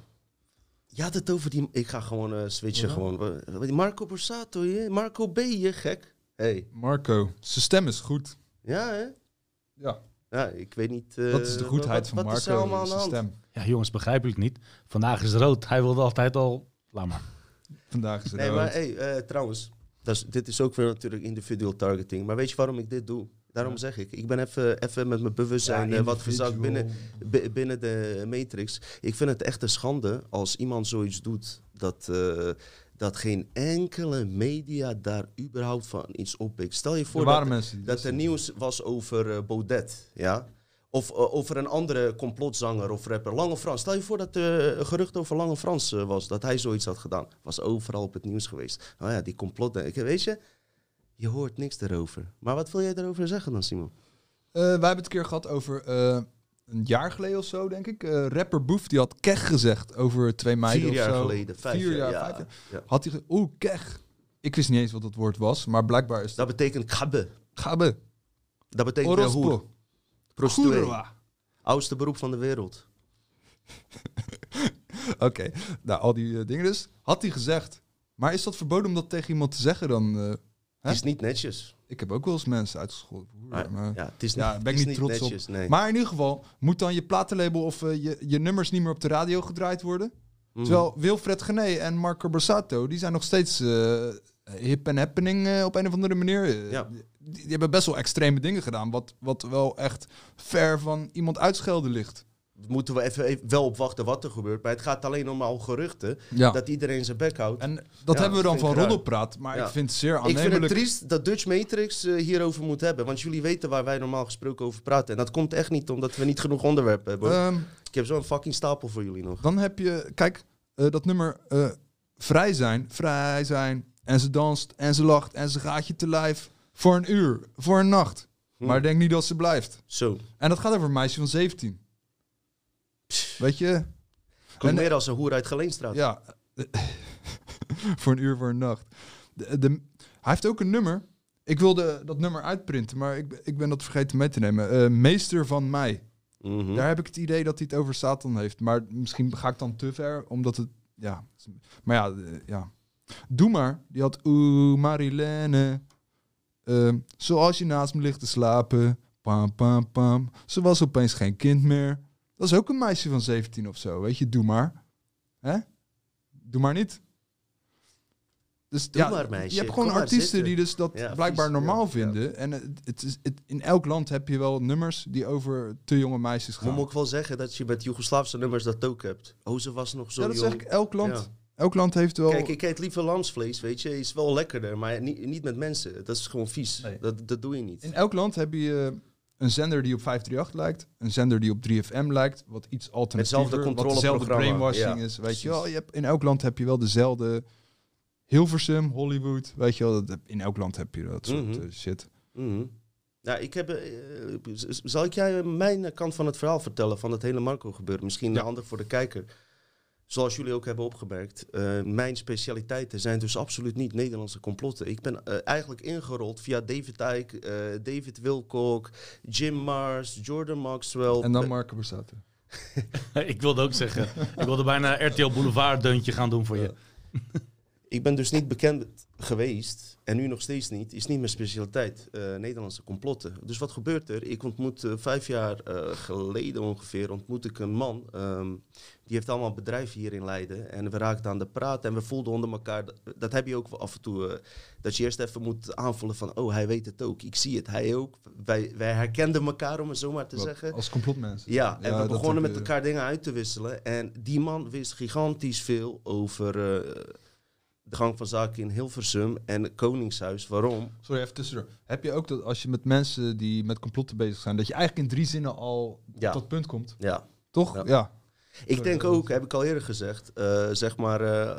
Je had het over die... Ik ga gewoon uh, switchen. Ja. Gewoon. Marco Borsato, je? Marco B, je gek. Hey. Marco, zijn stem is goed. Ja, hè? Ja. Ja, ik weet niet... Uh, dat is de goedheid wat, van wat Marco, zijn stem. Ja, jongens, begrijpelijk niet. Vandaag is rood. Hij wilde altijd al... Laat maar. Vandaag is nee, rood. Maar hey, uh, trouwens, dat is, dit is ook weer natuurlijk individual targeting. Maar weet je waarom ik dit doe? Daarom ja. zeg ik, ik ben even, even met mijn bewustzijn ja, uh, wat verzakt binnen, b- binnen de matrix. Ik vind het echt een schande als iemand zoiets doet dat... Uh, dat geen enkele media daar überhaupt van iets oppikt. Stel je voor er dat, dat er nieuws was over uh, Baudet, ja? Of uh, over een andere complotzanger of rapper, Lange Frans. Stel je voor dat er uh, een gerucht over Lange Frans uh, was, dat hij zoiets had gedaan. Was overal op het nieuws geweest. Nou ja, die complot... Weet je, je hoort niks erover. Maar wat wil jij erover zeggen dan, Simon? Uh, wij hebben het een keer gehad over... Uh, een jaar geleden of zo, denk ik. Uh, rapper Boef, die had kech gezegd over twee meiden Vier of zo. jaar geleden, vijf Vier jaar, jaar, vijf jaar. Ja. Had hij gezegd, oeh, kech. Ik wist niet eens wat dat woord was, maar blijkbaar is dat... Dat betekent gabbe. Gabbe. Dat betekent Orospo. hoer. Prostituee. Oudste beroep van de wereld. Oké, okay. Nou, al die uh, dingen dus. Had hij gezegd. Maar is dat verboden om dat tegen iemand te zeggen dan? Uh, het is niet netjes. Ik heb ook wel eens mensen uitgescholden. Maar, maar, ja, het is niet, ja, ben ik niet, niet trots netjes, op. Nee. Maar in ieder geval, moet dan je platenlabel of uh, je, je nummers niet meer op de radio gedraaid worden? Mm. Terwijl Wilfred Gené en Marco Borsato, die zijn nog steeds uh, hip en happening uh, op een of andere manier. Uh, Ja. die, die hebben best wel extreme dingen gedaan, wat, wat wel echt ver van iemand uitschelden ligt. Moeten we even, even wel op wachten wat er gebeurt. Maar het gaat alleen om al geruchten. Ja. Dat iedereen zijn bek houdt. En dat Ja, hebben we dan vind ik van raar. roddelpraat, maar Ja. ik vind het zeer Ik vind aannemelijk. het triest dat Dutch Matrix uh, hierover moet hebben. Want jullie weten waar wij normaal gesproken over praten. En dat komt echt niet omdat we niet genoeg onderwerpen hebben. hoor. Um, Ik heb zo'n fucking stapel voor jullie nog. dan heb je, kijk, uh, dat nummer uh, vrij zijn, vrij zijn. En ze danst en ze lacht en ze gaat je te lijf voor een uur, voor een nacht. Hm. Maar denk niet dat ze blijft. Zo. En dat gaat over een meisje van zeventien. Weet je? Komt En- meer als een hoer uit Geleenstraat. Ja. voor een uur, voor een nacht. De, de, hij heeft ook een nummer. Ik wilde dat nummer uitprinten, maar ik, ik ben dat vergeten mee te nemen. Uh, Meester van mij. Mhm. Daar heb ik het idee dat hij het over Satan heeft. Maar misschien ga ik dan te ver, omdat het... Ja. Maar ja, uh, ja. Doe maar. Die had... Oeh, Marilene. Uh, zoals je naast me ligt te slapen. Pam, pam, pam. Ze was opeens geen kind meer. Dat is ook een meisje van zeventien of zo. Weet je, doe maar. Hè? Doe maar niet. Dus Doe ja, maar, meisje. je hebt gewoon Kom maar artiesten zitten. die dus dat Ja, blijkbaar vies, normaal ja, vinden. ja. En het, het is, het, in elk land heb je wel nummers die over te jonge meisjes gaan. Maar moet ik wel zeggen dat je met Joegoslavische nummers dat ook hebt. Oh, ze was nog zo ja, dat jong. zeg ik. Elk land, Ja. elk land heeft wel... Kijk, ik eet liever lamsvlees, weet je. Is wel lekkerder, maar niet, niet met mensen. Dat is gewoon vies. Nee. Dat, dat doe je niet. In elk land heb je uh, een zender die op vijf drie acht lijkt. Een zender die op drie F M lijkt. Wat iets alternatiever. Hetzelfde Wat dezelfde controleprogramma. brainwashing Ja, is. Weet precies. je wel. Je hebt, in elk land heb je wel dezelfde... Hilversum, Hollywood. Weet je wel. Dat, in elk land heb je dat soort Mhm. uh, shit. Mhm. Ja, ik heb, eh, z- z- zal ik jij mijn kant van het verhaal vertellen van het hele Marco gebeuren? Misschien Ja. handig voor de kijker. Zoals jullie ook hebben opgemerkt, eh, mijn specialiteiten zijn dus absoluut niet Nederlandse complotten. Ik ben eh, eigenlijk ingerold via David Icke, eh, David Wilcock, Jim Mars, Jordan Maxwell. En dan Eh, Marco Borsato. Ik wilde ook zeggen, ik wilde bijna R T L Boulevard deuntje gaan doen voor je. Ik ben dus niet bekend geweest, en nu nog steeds niet, is niet mijn specialiteit, eh, Nederlandse complotten. Dus wat gebeurt er? Ik ontmoet uh, vijf jaar uh, geleden ongeveer, ontmoet ik een man, um, die heeft allemaal bedrijven hier in Leiden. En we raakten aan de praat en we voelden onder elkaar, dat, dat heb je ook af en toe, uh, dat je eerst even moet aanvoelen van, oh, hij weet het ook, ik zie het, hij ook. Wij, wij herkenden elkaar, om het zo maar te Wat, zeggen. als complotmensen. Ja, en Ja, we dat begonnen heb met je- elkaar dingen uit te wisselen. En die man wist gigantisch veel over uh, de gang van zaken in Hilversum en het Koningshuis. Waarom? Sorry, even tussendoor. Heb je ook dat als je met mensen die met complotten bezig zijn, dat je eigenlijk in drie zinnen al Ja. op dat punt komt? Ja. Toch? Ja. Ja. Ik denk ook, heb ik al eerder gezegd, uh, zeg maar, uh,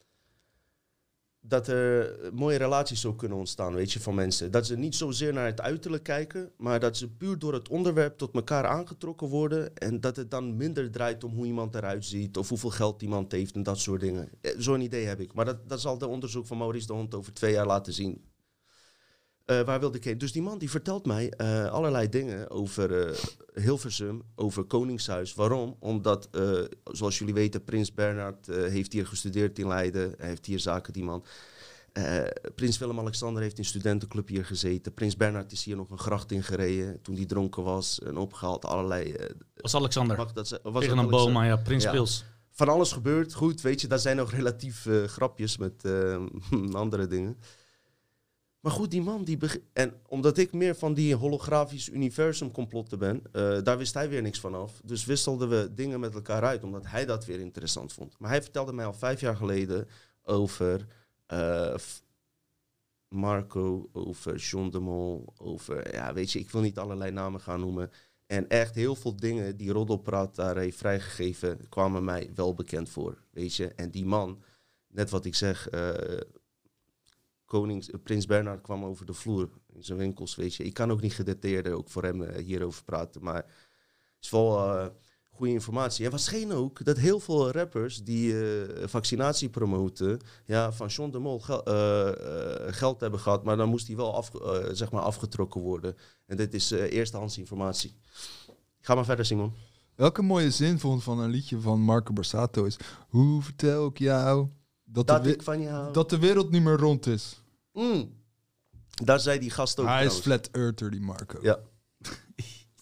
dat er mooie relaties zo kunnen ontstaan, weet je, van mensen. Dat ze niet zozeer naar het uiterlijk kijken, maar dat ze puur door het onderwerp tot elkaar aangetrokken worden en dat het dan minder draait om hoe iemand eruit ziet of hoeveel geld iemand heeft en dat soort dingen. Eh, Zo'n idee heb ik. Maar dat, dat zal de onderzoek van Maurice de Hond over twee jaar laten zien. Uh, waar wilde ik heen? Dus die man die vertelt mij uh, allerlei dingen over uh, Hilversum, over Koningshuis. Waarom? Omdat, uh, zoals jullie weten, Prins Bernhard uh, heeft hier gestudeerd in Leiden. Hij heeft hier zaken, die man. Uh, Prins Willem-Alexander heeft in studentenclub hier gezeten. Prins Bernhard is hier nog een gracht in gereden toen hij dronken was en opgehaald. Allerlei... Uh, Was Alexander. mag dat, was Tegen dat een boom, Alexander? maar ja, Prins Ja. Pils. Van alles gebeurt, goed, weet je. Daar zijn nog relatief uh, grapjes met uh, andere dingen. Maar goed, die man, die beg- en omdat ik meer van die holografisch universum complotten ben, uh, daar wist hij weer niks van af. Dus wisselden we dingen met elkaar uit, omdat hij dat weer interessant vond. Maar hij vertelde mij al vijf jaar geleden over uh, f- Marco, over John de Mol, over, ja, weet je, ik wil niet allerlei namen gaan noemen. En echt heel veel dingen die Roddelpraat daar heeft vrijgegeven, kwamen mij wel bekend voor, weet je. En die man, net wat ik zeg, uh, Konings, uh, Prins Bernhard kwam over de vloer in zijn winkels, weet je. Ik kan ook niet gedetailleerder ook voor hem uh, hierover praten, maar het is wel uh, goede informatie. En wat scheen ook, dat heel veel rappers die uh, vaccinatie promoten, ja, van John de Mol gel- uh, uh, geld hebben gehad, maar dan moest hij wel af, uh, zeg maar afgetrokken worden. En dit is uh, eerstehands informatie. Ga maar verder, Simon. Welke mooie zin vond van een liedje van Marco Borsato is: hoe vertel ik jou dat, Dat de, wi- ik van jou... dat de wereld niet meer rond is? Mm. Daar zei die gast ook Hij is trouwens. flat earther, die Marco. Ja.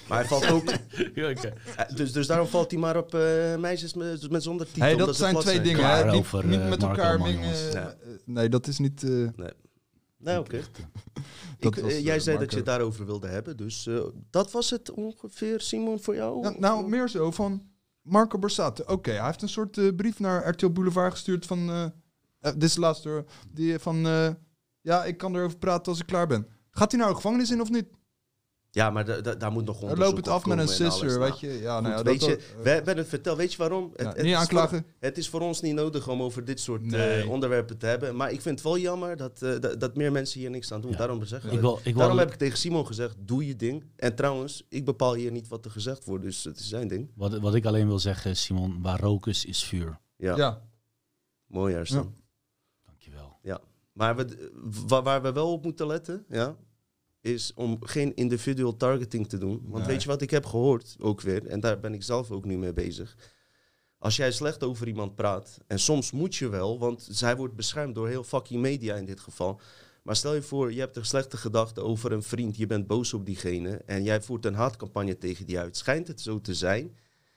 Maar hij valt ook... Ja, oké. eh, dus, dus daarom valt hij maar op eh, meisjes met, met zonder titel. Hey, omdat dat ze zijn plat twee dingen, Klaar hè? Niet, over, niet eh, met Marco, elkaar man, mengen. jongens. Ja. eh, Nee, dat is niet... eh, Nee, oké. Dat Ik, was, eh, jij eh, zei dat Marco. je het daarover wilde hebben. Dus eh, dat was het ongeveer, Simon, voor jou? Ja, nou, meer zo van Marco Borsato. Oké, hij heeft een soort eh, brief naar R T L Boulevard gestuurd van... eh, eh, dit is de laatste hoor. Die van... eh, ja, ik kan erover praten als ik klaar ben. Gaat hij nou de gevangenis in of niet? Ja, maar da- da- daar moet nog Dan onderzoek loopt het af op met een komen en sisser, alles. weet Nou, je. Ja, goed, nou ja, weet dat, je, dat, we hebben het verteld. Weet je waarom? ja, Het, het niet is aanklagen. voor, het is voor ons niet nodig om over dit soort Nee. eh, onderwerpen te hebben. Maar ik vind het wel jammer dat, eh, dat, dat meer mensen hier niks aan doen. Ja. Daarom zeggen we Ik het. wil, ik wil, Daarom heb ik tegen Simon gezegd, doe je ding. En trouwens, ik bepaal hier niet wat er gezegd wordt. Dus het is zijn ding. wat, wat ik alleen wil zeggen, Simon, waar rook is, is vuur. Ja, Ja. mooi Arslan. Dankjewel. Maar we, wa- waar we wel op moeten letten, ja, is om geen individual targeting te doen. Want Nee. weet je wat ik heb gehoord, ook weer, en daar ben ik zelf ook nu mee bezig. Als jij slecht over iemand praat, en soms moet je wel, want zij wordt beschermd door heel fucking media in dit geval. Maar stel je voor, je hebt een slechte gedachte over een vriend, je bent boos op diegene en jij voert een haatcampagne tegen die uit. Schijnt het zo te zijn,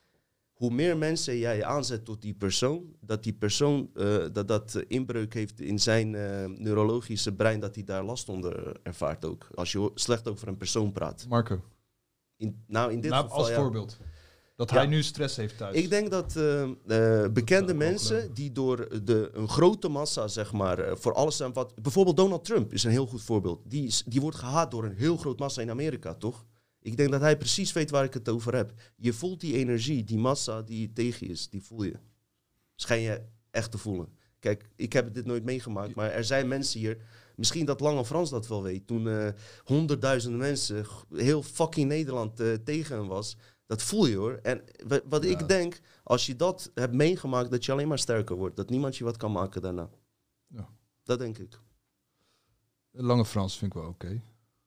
hoe meer mensen jij aanzet tot die persoon, dat die persoon eh, dat, dat eh, inbreuk heeft in zijn eh, neurologische brein, dat hij daar last onder eh, ervaart ook. Als je ho- slecht over een persoon praat. Marco. In, nou, in dit Nou, geval, als ja. voorbeeld. Dat Ja. hij nu stress heeft thuis. Ik denk dat eh, eh, bekende zou ik wel mensen geloven. die door de, een grote massa, zeg maar, eh, voor alles en wat... Bijvoorbeeld Donald Trump is een heel goed voorbeeld. Die, is, die wordt gehaat door een heel groot massa in Amerika, toch? Ik denk dat hij precies weet waar ik het over heb. Je voelt die energie, die massa die tegen je is, die voel je. Schijn je echt te voelen. Kijk, ik heb dit nooit meegemaakt, maar er zijn mensen hier... Misschien dat Lange Frans dat wel weet. Toen eh, honderdduizenden mensen, g- heel fucking Nederland eh, tegen hem was... Dat voel je hoor. En wa- wat Ja. ik denk, als je dat hebt meegemaakt, dat je alleen maar sterker wordt. Dat niemand je wat kan maken daarna. Ja. Dat denk ik. Lange Frans vind ik wel oké.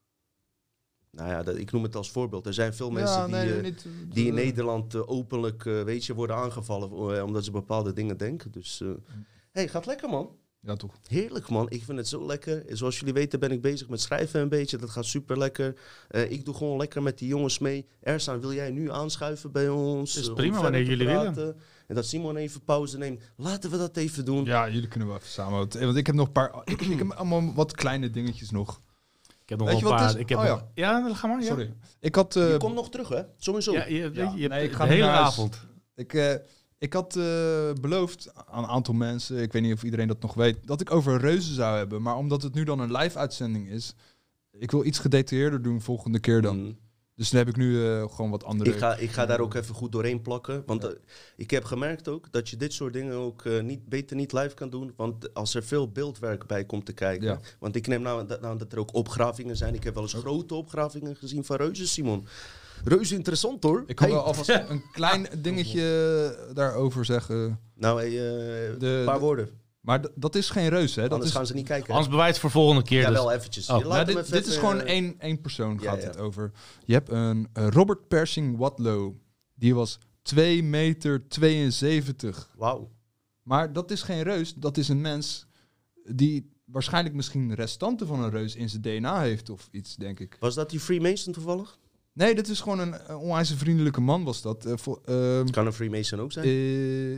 Nou ja, dat, ik noem het als voorbeeld. Er zijn veel mensen Ja, die, nee, eh, niet, die in eh, Nederland eh, openlijk eh, weet je, worden aangevallen eh, omdat ze bepaalde dingen denken. Dus, eh hey, gaat lekker man. Ja, toch. Heerlijk man, ik vind het zo lekker. Zoals jullie weten ben ik bezig met schrijven een beetje. Dat gaat super lekker. ik doe gewoon lekker met die jongens mee. Ersan, wil jij nu aanschuiven bij ons? Is eh, om prima, verder wanneer te jullie praten? En dat Simon even pauze neemt. Laten we dat even doen. Ja, jullie kunnen wel even samen. Want want ik heb nog een paar... Ik, ik heb allemaal wat kleine dingetjes nog. Ik heb nog Weet wel je een wat paar... het is? Ik heb Oh, nog, ja. dan ga maar. Ja. Sorry. Ik had... eh, Je komt nog terug, hè? Sowieso. Ja, je, weet je, Ja, je hebt nee, ik de ga hele naar huis. avond. Ik, eh, ik had eh, beloofd aan een aantal mensen, ik weet niet of iedereen dat nog weet, dat ik over reuzen zou hebben. Maar omdat het nu dan een live-uitzending is, ik wil iets gedetailleerder doen volgende keer dan. Mm. Dus dan heb ik nu eh, gewoon wat andere... Ik ga, ik ga daar ook even goed doorheen plakken. Want eh, ik heb gemerkt ook dat je dit soort dingen ook eh, niet, beter niet live kan doen. Want als er veel beeldwerk bij komt te kijken. Ja. Want ik neem nou dat, nou dat er ook opgravingen zijn. Ik heb wel eens grote opgravingen gezien van reuzen, Simon. Reuze interessant hoor. Ik kan Hey. wel alvast een klein dingetje daarover zeggen. Nou, hey, eh, De- een paar de- woorden. Maar d- dat is geen reus, hè? Dat Anders is, gaan ze niet kijken. Anders bewijs voor volgende keer. Ja, dus. wel eventjes. Oh. Je laat nou, hem dit, even dit is even, gewoon eh, één, één persoon ja, gaat ja. het over. Je hebt een eh, Robert Pershing Wadlow. Die was twee meter tweeënzeventig. Wauw. Maar dat is geen reus, dat is een mens die waarschijnlijk misschien restanten van een reus in zijn D N A heeft of iets, denk ik. Was dat die Freemason toevallig? Nee, dit is gewoon een uh, onwijs vriendelijke man was dat. Uh, vol- ehm, Kan een Freemason ook zijn. eh,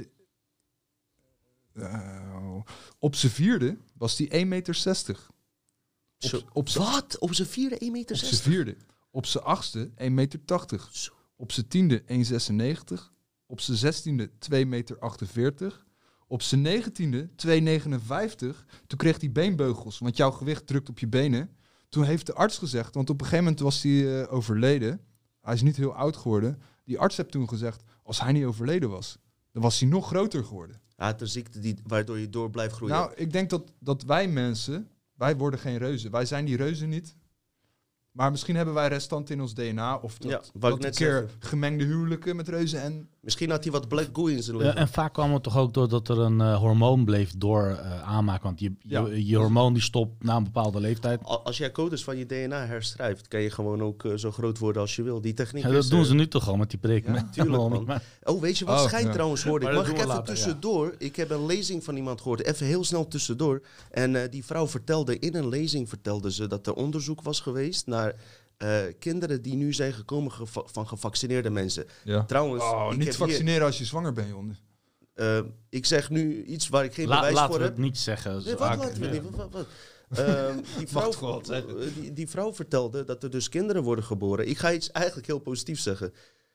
uh, op zijn vierde was hij één meter zestig. Zo. Op, op zijn Wat? Op zijn vierde één meter op zijn zestig? vierde. Op zijn achtste één meter tachtig. Zo. Op zijn tiende één meter zesennegentig. Op zijn zestiende twee meter achtenveertig. Op zijn negentiende twee meter negenenvijftig. Toen kreeg hij beenbeugels, want jouw gewicht drukt op je benen. Toen heeft de arts gezegd, want op een gegeven moment was hij eh, overleden. Hij is niet heel oud geworden. Die arts heeft toen gezegd, als hij niet overleden was, dan was hij nog groter geworden. Hij had een ziekte die, waardoor je door blijft groeien. Nou, ik denk dat, dat wij mensen, wij worden geen reuzen. Wij zijn die reuzen niet. Maar misschien hebben wij restanten in ons D N A. Of dat, Ja, wou ik dat een net keer zeggen. gemengde huwelijken met reuzen en... Misschien had hij wat black goo in zijn Ja, leven. en vaak kwam het toch ook doordat er een uh, hormoon bleef door uh, aanmaken. Want je, Ja. je, je hormoon die stopt na een bepaalde leeftijd. Al- Als jij codes van je D N A herschrijft, kan je gewoon ook eh, zo groot worden als je wil. Die techniek Ja, is, dat doen eh, ze nu toch al met die prik. Ja, met- tuurlijk, helemaal man. niet, maar- Oh, weet je wat Oh, schijnt ja. trouwens hoorde ik? Maar Mag dat ik doen we even later, tussendoor? Ik heb een lezing van iemand gehoord. Even heel snel tussendoor. En eh, die vrouw vertelde, in een lezing vertelde ze dat er onderzoek was geweest naar Uh, kinderen die nu zijn gekomen geva- van gevaccineerde mensen. Ja. Trouwens, Oh, ik niet heb vaccineren als je zwanger bent, jongen. Hier, uh, ik zeg nu iets waar ik geen La- bewijs laten voor we heb. het niet zeggen. Nee, wat vaak. laten we Ja. niet? Wat, wat, wat? Um, die, vrouw, Wacht God, zeg. die, die vrouw vertelde dat er dus kinderen worden geboren. Ik ga iets eigenlijk heel positiefs zeggen.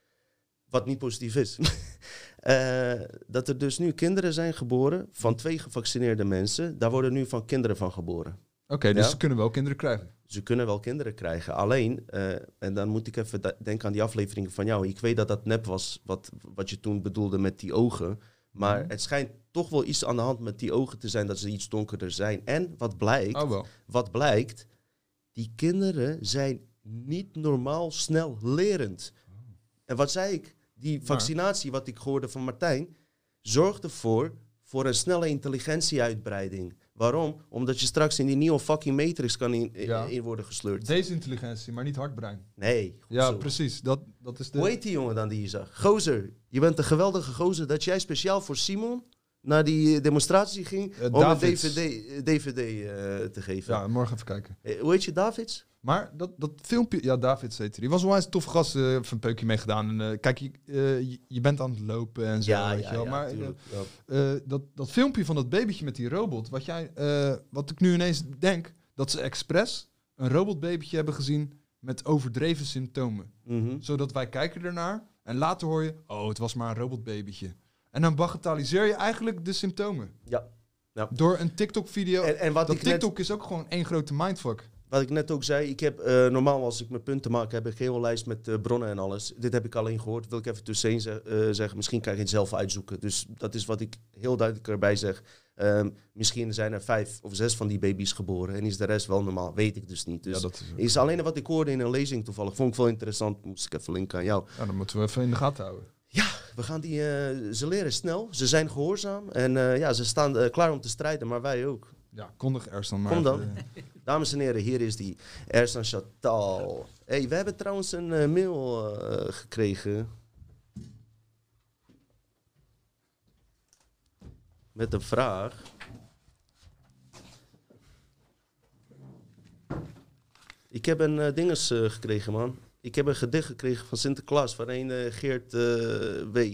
Wat niet positief is. uh, dat er dus nu kinderen zijn geboren van twee gevaccineerde mensen. Daar worden nu van kinderen van geboren. Oké, okay, dus Ja? ze kunnen wel kinderen krijgen. Ze kunnen wel kinderen krijgen. Alleen, uh, en dan moet ik even da- denken aan die aflevering van jou. Ik weet dat dat nep was, wat, wat je toen bedoelde met die ogen. Maar Mm-hmm. het schijnt toch wel iets aan de hand met die ogen te zijn, dat ze iets donkerder zijn. En wat blijkt, Oh wel. wat blijkt, die kinderen zijn niet normaal snel lerend. En wat zei ik? Die vaccinatie, wat ik hoorde van Martijn, zorgt ervoor voor een snelle intelligentieuitbreiding. Waarom? Omdat je straks in die nieuwe fucking matrix kan in, in, Ja. in worden gesleurd. Deze intelligentie, maar niet hardbrein. Nee. Ja, zo. precies. Dat, dat is de... Hoe heet die jongen dan die je zag? Gozer, je bent een geweldige gozer dat jij speciaal voor Simon naar die demonstratie ging Uh, om Davids. een D V D, D V D uh, te geven. Ja, morgen even kijken. Eh, hoe heet je, Davids? Maar dat, dat filmpje... Ja, David heette die. Was wel eens een tof gast. Uh, even een peukje mee gedaan. En, uh, kijk, je, uh, je, je bent aan het lopen en zo. Ja, weet ja, je wel. ja, maar tuurlijk, uh, ja. uh, dat, dat filmpje van dat babytje met die robot. Wat, jij, uh, wat ik nu ineens denk... Dat ze expres een robotbabytje hebben gezien met overdreven symptomen. Mm-hmm. Zodat wij kijken ernaar en later hoor je... Oh, het was maar een robotbabytje. En dan bagatelliseer je eigenlijk de symptomen. Ja. Ja. Door een TikTok-video. En, en wat, Dat ik net, TikTok is ook gewoon één grote mindfuck. wat ik net ook zei, ik heb uh, normaal als ik mijn punten maak, heb ik een hele lijst met uh, bronnen en alles. Dit heb ik alleen gehoord, wil ik even tussenin zeg, uh, zeggen. Misschien kan je het zelf uitzoeken. Dus dat is wat ik heel duidelijk erbij zeg. Um, misschien zijn er vijf of zes van die baby's geboren en is de rest wel normaal, weet ik dus niet. Dus Ja, dat is, is alleen wat ik hoorde in een lezing toevallig, vond ik wel interessant, moest ik even linken aan jou. ja, dan moeten we even in de gaten houden. Ja, we gaan die, uh, ze leren snel, ze zijn gehoorzaam en uh, ja, ze staan uh, klaar om te strijden, maar wij ook. Ja, kondig Ersan maar. Kom dan. Even, Dames en heren, hier is die Ersan Chatal. Hey, we hebben trouwens een uh, mail uh, gekregen. Met een vraag. Ik heb een uh, dinges uh, gekregen, man. Ik heb een gedicht gekregen van Sinterklaas van een uh, Geert uh, W.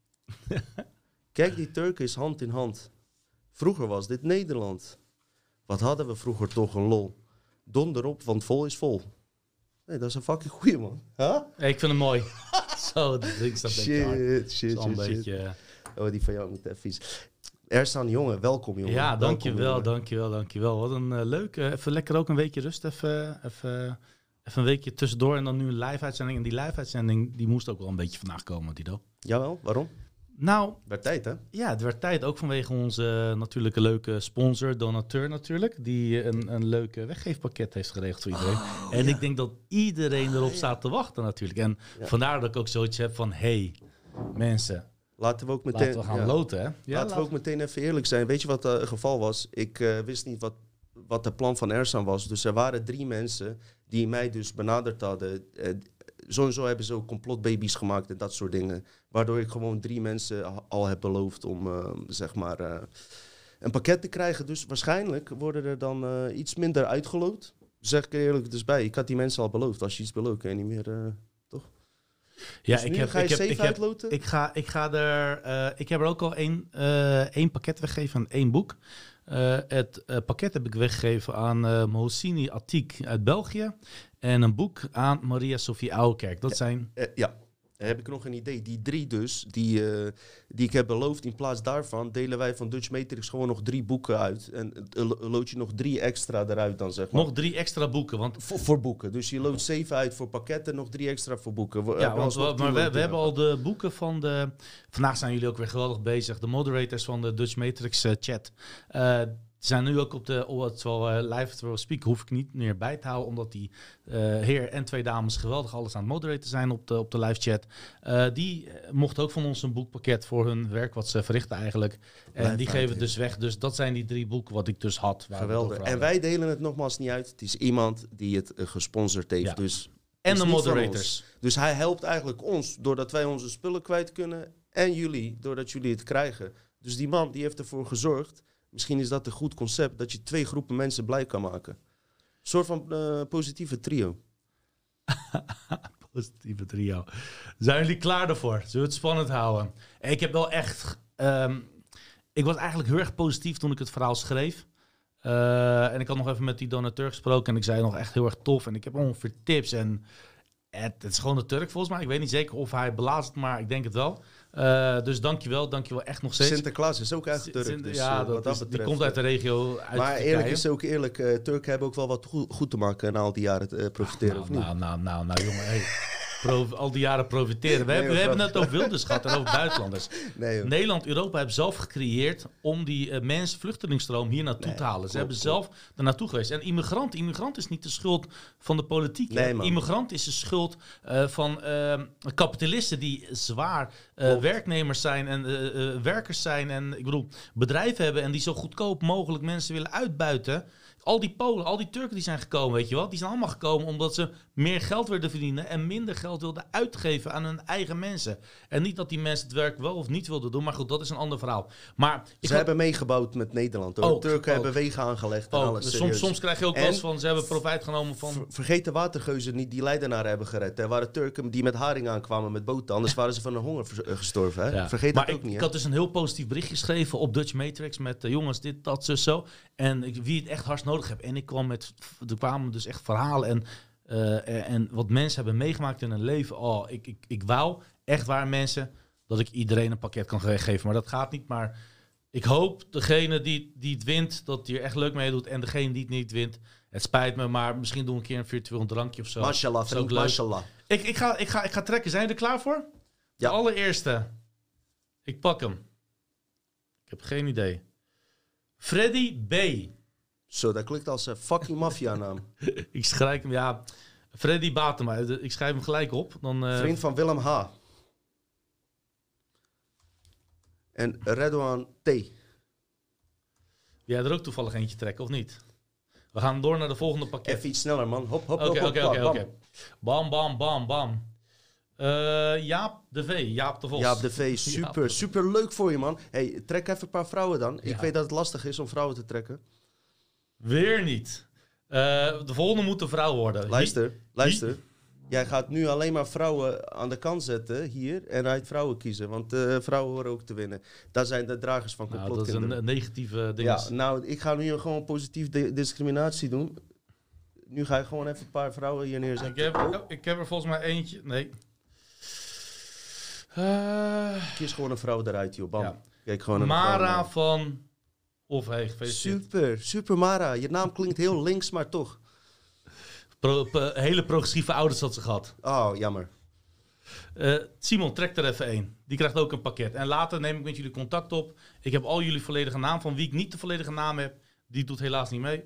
Kijk, die Turken is hand in hand. Vroeger was dit Nederland. Wat hadden we vroeger toch een lol. Donder op, want vol is vol. Nee, dat is een fucking goeie, man. Huh? Hey, ik vind hem mooi. Zo, dat is dat Shit, shit, shit, een shit. beetje... Oh, die van jou moet even vies. Ersan, jongen, welkom, jongen. Ja, Welkom, dankjewel, jongen. dankjewel, dankjewel. Wat een uh, leuk. Uh, even lekker ook een weekje rust. Even, even, even een weekje tussendoor en dan nu een live-uitzending. En die live-uitzending, die moest ook wel een beetje vandaag komen, Dido. Jawel, waarom? Nou, Werd tijd, hè? ja, het werd tijd ook vanwege onze uh, natuurlijke leuke sponsor, donateur natuurlijk. Die een, een leuk uh, weggeefpakket heeft geregeld voor iedereen. Oh, en ja. ik denk dat iedereen erop staat te wachten natuurlijk. En Ja. vandaar dat ik ook zoiets heb van, hey, mensen, Laten we ook meteen, laten we gaan ja. loten, hè? Ja, Laten we laten- ook meteen even eerlijk zijn. Weet je wat het uh, geval was? Ik uh, wist niet wat, wat het plan van Ersan was. Dus er waren drie mensen die mij dus benaderd hadden. Uh, sowieso hebben ze ook complotbaby's gemaakt en dat soort dingen. Waardoor ik gewoon drie mensen al heb beloofd om uh, zeg maar uh, een pakket te krijgen. Dus waarschijnlijk worden er dan uh, iets minder uitgeloot. Zeg ik er eerlijk dus bij. Ik had die mensen al beloofd. Als je iets belooft, kun je niet meer... Uh, Ja, dus ik nu heb, ga je ik heb, safe ik heb, uitloten? ik ga, ik ga er, uh, ik heb er ook al één, uh, één pakket weggegeven aan één boek. Uh, het uh, pakket heb ik weggegeven aan uh, Mohsini Atik uit België en een boek aan Maria Sophie Ouwerkerk. Dat Ja. zijn... Uh, ja, dan heb ik nog een idee. Die drie dus, die, uh, die ik heb beloofd, in plaats daarvan delen wij van Dutch Matrix gewoon nog drie boeken uit. En uh, lood je nog drie extra eruit dan, zeg maar. Nog drie extra boeken, want... Voor, voor boeken. Dus je loopt zeven uit voor pakketten, nog drie extra voor boeken. We, Ja, hebben want alsnog we, maar tien we, we loten. hebben al de boeken van de... Vandaag zijn jullie ook weer geweldig bezig. De moderators van de Dutch Matrix uh, chat. Uh, zijn nu ook op de... Oh, terwijl uh, live terwijl we speak hoef ik niet meer bij te houden. Omdat die uh, heer en twee dames geweldig alles aan het moderaten zijn op de, op de live chat. Uh, die uh, mochten ook van ons een boekpakket voor hun werk wat ze verrichten eigenlijk. En Live die geven uit, dus weg. Dus dat zijn die drie boeken wat ik dus had. waar we het Geweldig. over En hadden. wij delen het nogmaals niet uit. Het is iemand die het uh, gesponsord heeft. Ja. Dus, En is de niet van moderators. dus hij helpt eigenlijk ons doordat wij onze spullen kwijt kunnen. En jullie, doordat jullie het krijgen. Dus die man die heeft ervoor gezorgd. Misschien is dat een goed concept. Dat je twee groepen mensen blij kan maken. Een soort van uh, positieve trio. Positieve trio. Zijn jullie klaar daarvoor? Zullen we het spannend houden? Ik heb wel echt... Um, ik was eigenlijk heel erg positief toen ik het verhaal schreef. Uh, en ik had nog even met die donateur gesproken en ik zei nog echt heel erg tof. En ik heb ongeveer tips en het, het is gewoon de Turk volgens mij. Ik weet niet zeker of hij belazert, maar ik denk het wel. Uh, dus dankjewel, dankjewel echt nog steeds. Sinterklaas is ook echt Turk. Sint- dus, ja, uh, dat wat dat is, betreft, die komt uit de regio. Uit maar Turkije. eerlijk is ook eerlijk, uh, Turken hebben ook wel wat goed, goed te maken na al die jaren uh, profiteren. Nou, of niet? nou, nou, nou, nou, jongen, hey. Pro, al die jaren profiteren. We, Nee, hebben, we hebben grap. het over Wilders gehad en over buitenlanders. Nee, joh. Nederland, Europa hebben zelf gecreëerd om die uh, mensen, vluchtelingsstroom hier naartoe Nee, te halen. Ze klopt, hebben klopt. zelf er naartoe geweest. En immigrant, immigrant is niet de schuld van de politiek. hè. Nee, man. Immigrant is de schuld uh, van uh, kapitalisten die zwaar uh, Klopt. werknemers zijn en uh, uh, werkers zijn. En ik bedoel, bedrijven hebben en die zo goedkoop mogelijk mensen willen uitbuiten. Al die Polen, al die Turken die zijn gekomen, weet je wel. Die zijn allemaal gekomen omdat ze meer geld wilden verdienen en minder geld wilden uitgeven aan hun eigen mensen. En niet dat die mensen het werk wel of niet wilden doen, maar goed, dat is een ander verhaal. Maar ik Ze had- hebben meegebouwd met Nederland. Hoor. Ook, Turken ook. hebben wegen aangelegd en ook, alles. dus soms, serieus. soms krijg je ook En- wel eens van, ze hebben profijt genomen van... Ver- Vergeet de watergeuzen niet die Leidenaar hebben gered. Er waren Turken die met haring aankwamen met boten. Anders waren ze van de honger vers- uh, gestorven. Hè? Ja. Vergeet maar dat ook ik, niet. ik Hè? had dus een heel positief bericht geschreven op Dutch Matrix met uh, jongens, dit, dat, zo, zo. En ik, wie het echt hard nodig heeft. En ik kwam met, er kwamen dus echt verhalen en, uh, en wat mensen hebben meegemaakt in hun leven. Oh, ik, ik, ik wou echt waar mensen dat ik iedereen een pakket kan ge- geven. Maar dat gaat niet. Maar ik hoop degene die, die het wint, dat die er echt leuk mee doet. En degene die het niet wint, het spijt me, maar misschien doen we een keer een virtueel drankje of zo. Mashallah, Dat is ook vriend, leuk. mashallah. Ik, ik, ga, ik, ga, ik ga trekken. Zijn jullie er klaar voor? Ja. De allereerste. Ik pak hem. Ik heb geen idee. Freddy B. Zo, dat klinkt als een fucking maffia-naam. Ik schrijf hem, ja. Freddy Batema. Ik schrijf hem gelijk op. Dan, uh, Vriend van Willem H. En Redouan T. jij er ook toevallig eentje trekken, of niet? We gaan door naar de volgende pakket. Even iets sneller, man. Hop, hop, Oké, hop, hop. oké, bam, oké, bam. oké. Bam, bam, bam, bam. Uh, Jaap de V. Jaap de Vos. Ja, op de V. Super, super leuk voor je, man. Hey, trek even een paar vrouwen dan. Ik Ja. weet dat het lastig is om vrouwen te trekken. Weer niet. Uh, de volgende moet een vrouw worden. Luister, luister. Jij gaat nu alleen maar vrouwen aan de kant zetten hier en uit vrouwen kiezen. Want uh, vrouwen horen ook te winnen. Daar zijn de dragers van Nou, dat is complotkinderen. een, een negatieve ding. Ja, nou, ik ga nu gewoon positief de- discriminatie doen. Nu ga ik gewoon even een paar vrouwen hier Ik neerzetten. heb, oh, ik heb er volgens mij eentje. Nee. Uh, Kies gewoon een vrouw eruit, joh. Bam. Ja. Kijk gewoon naar de Mara vrouwen. van... Of hey, gefeliciteerd. Super, super Mara. Je naam klinkt heel links, maar toch. Pro, pro- hele progressieve ouders had ze gehad. Oh, jammer. Uh, Simon, trek er even één. Die krijgt ook een pakket. En later neem ik met jullie contact op. Ik heb al jullie volledige naam. Van wie ik niet de volledige naam heb, die doet helaas niet mee.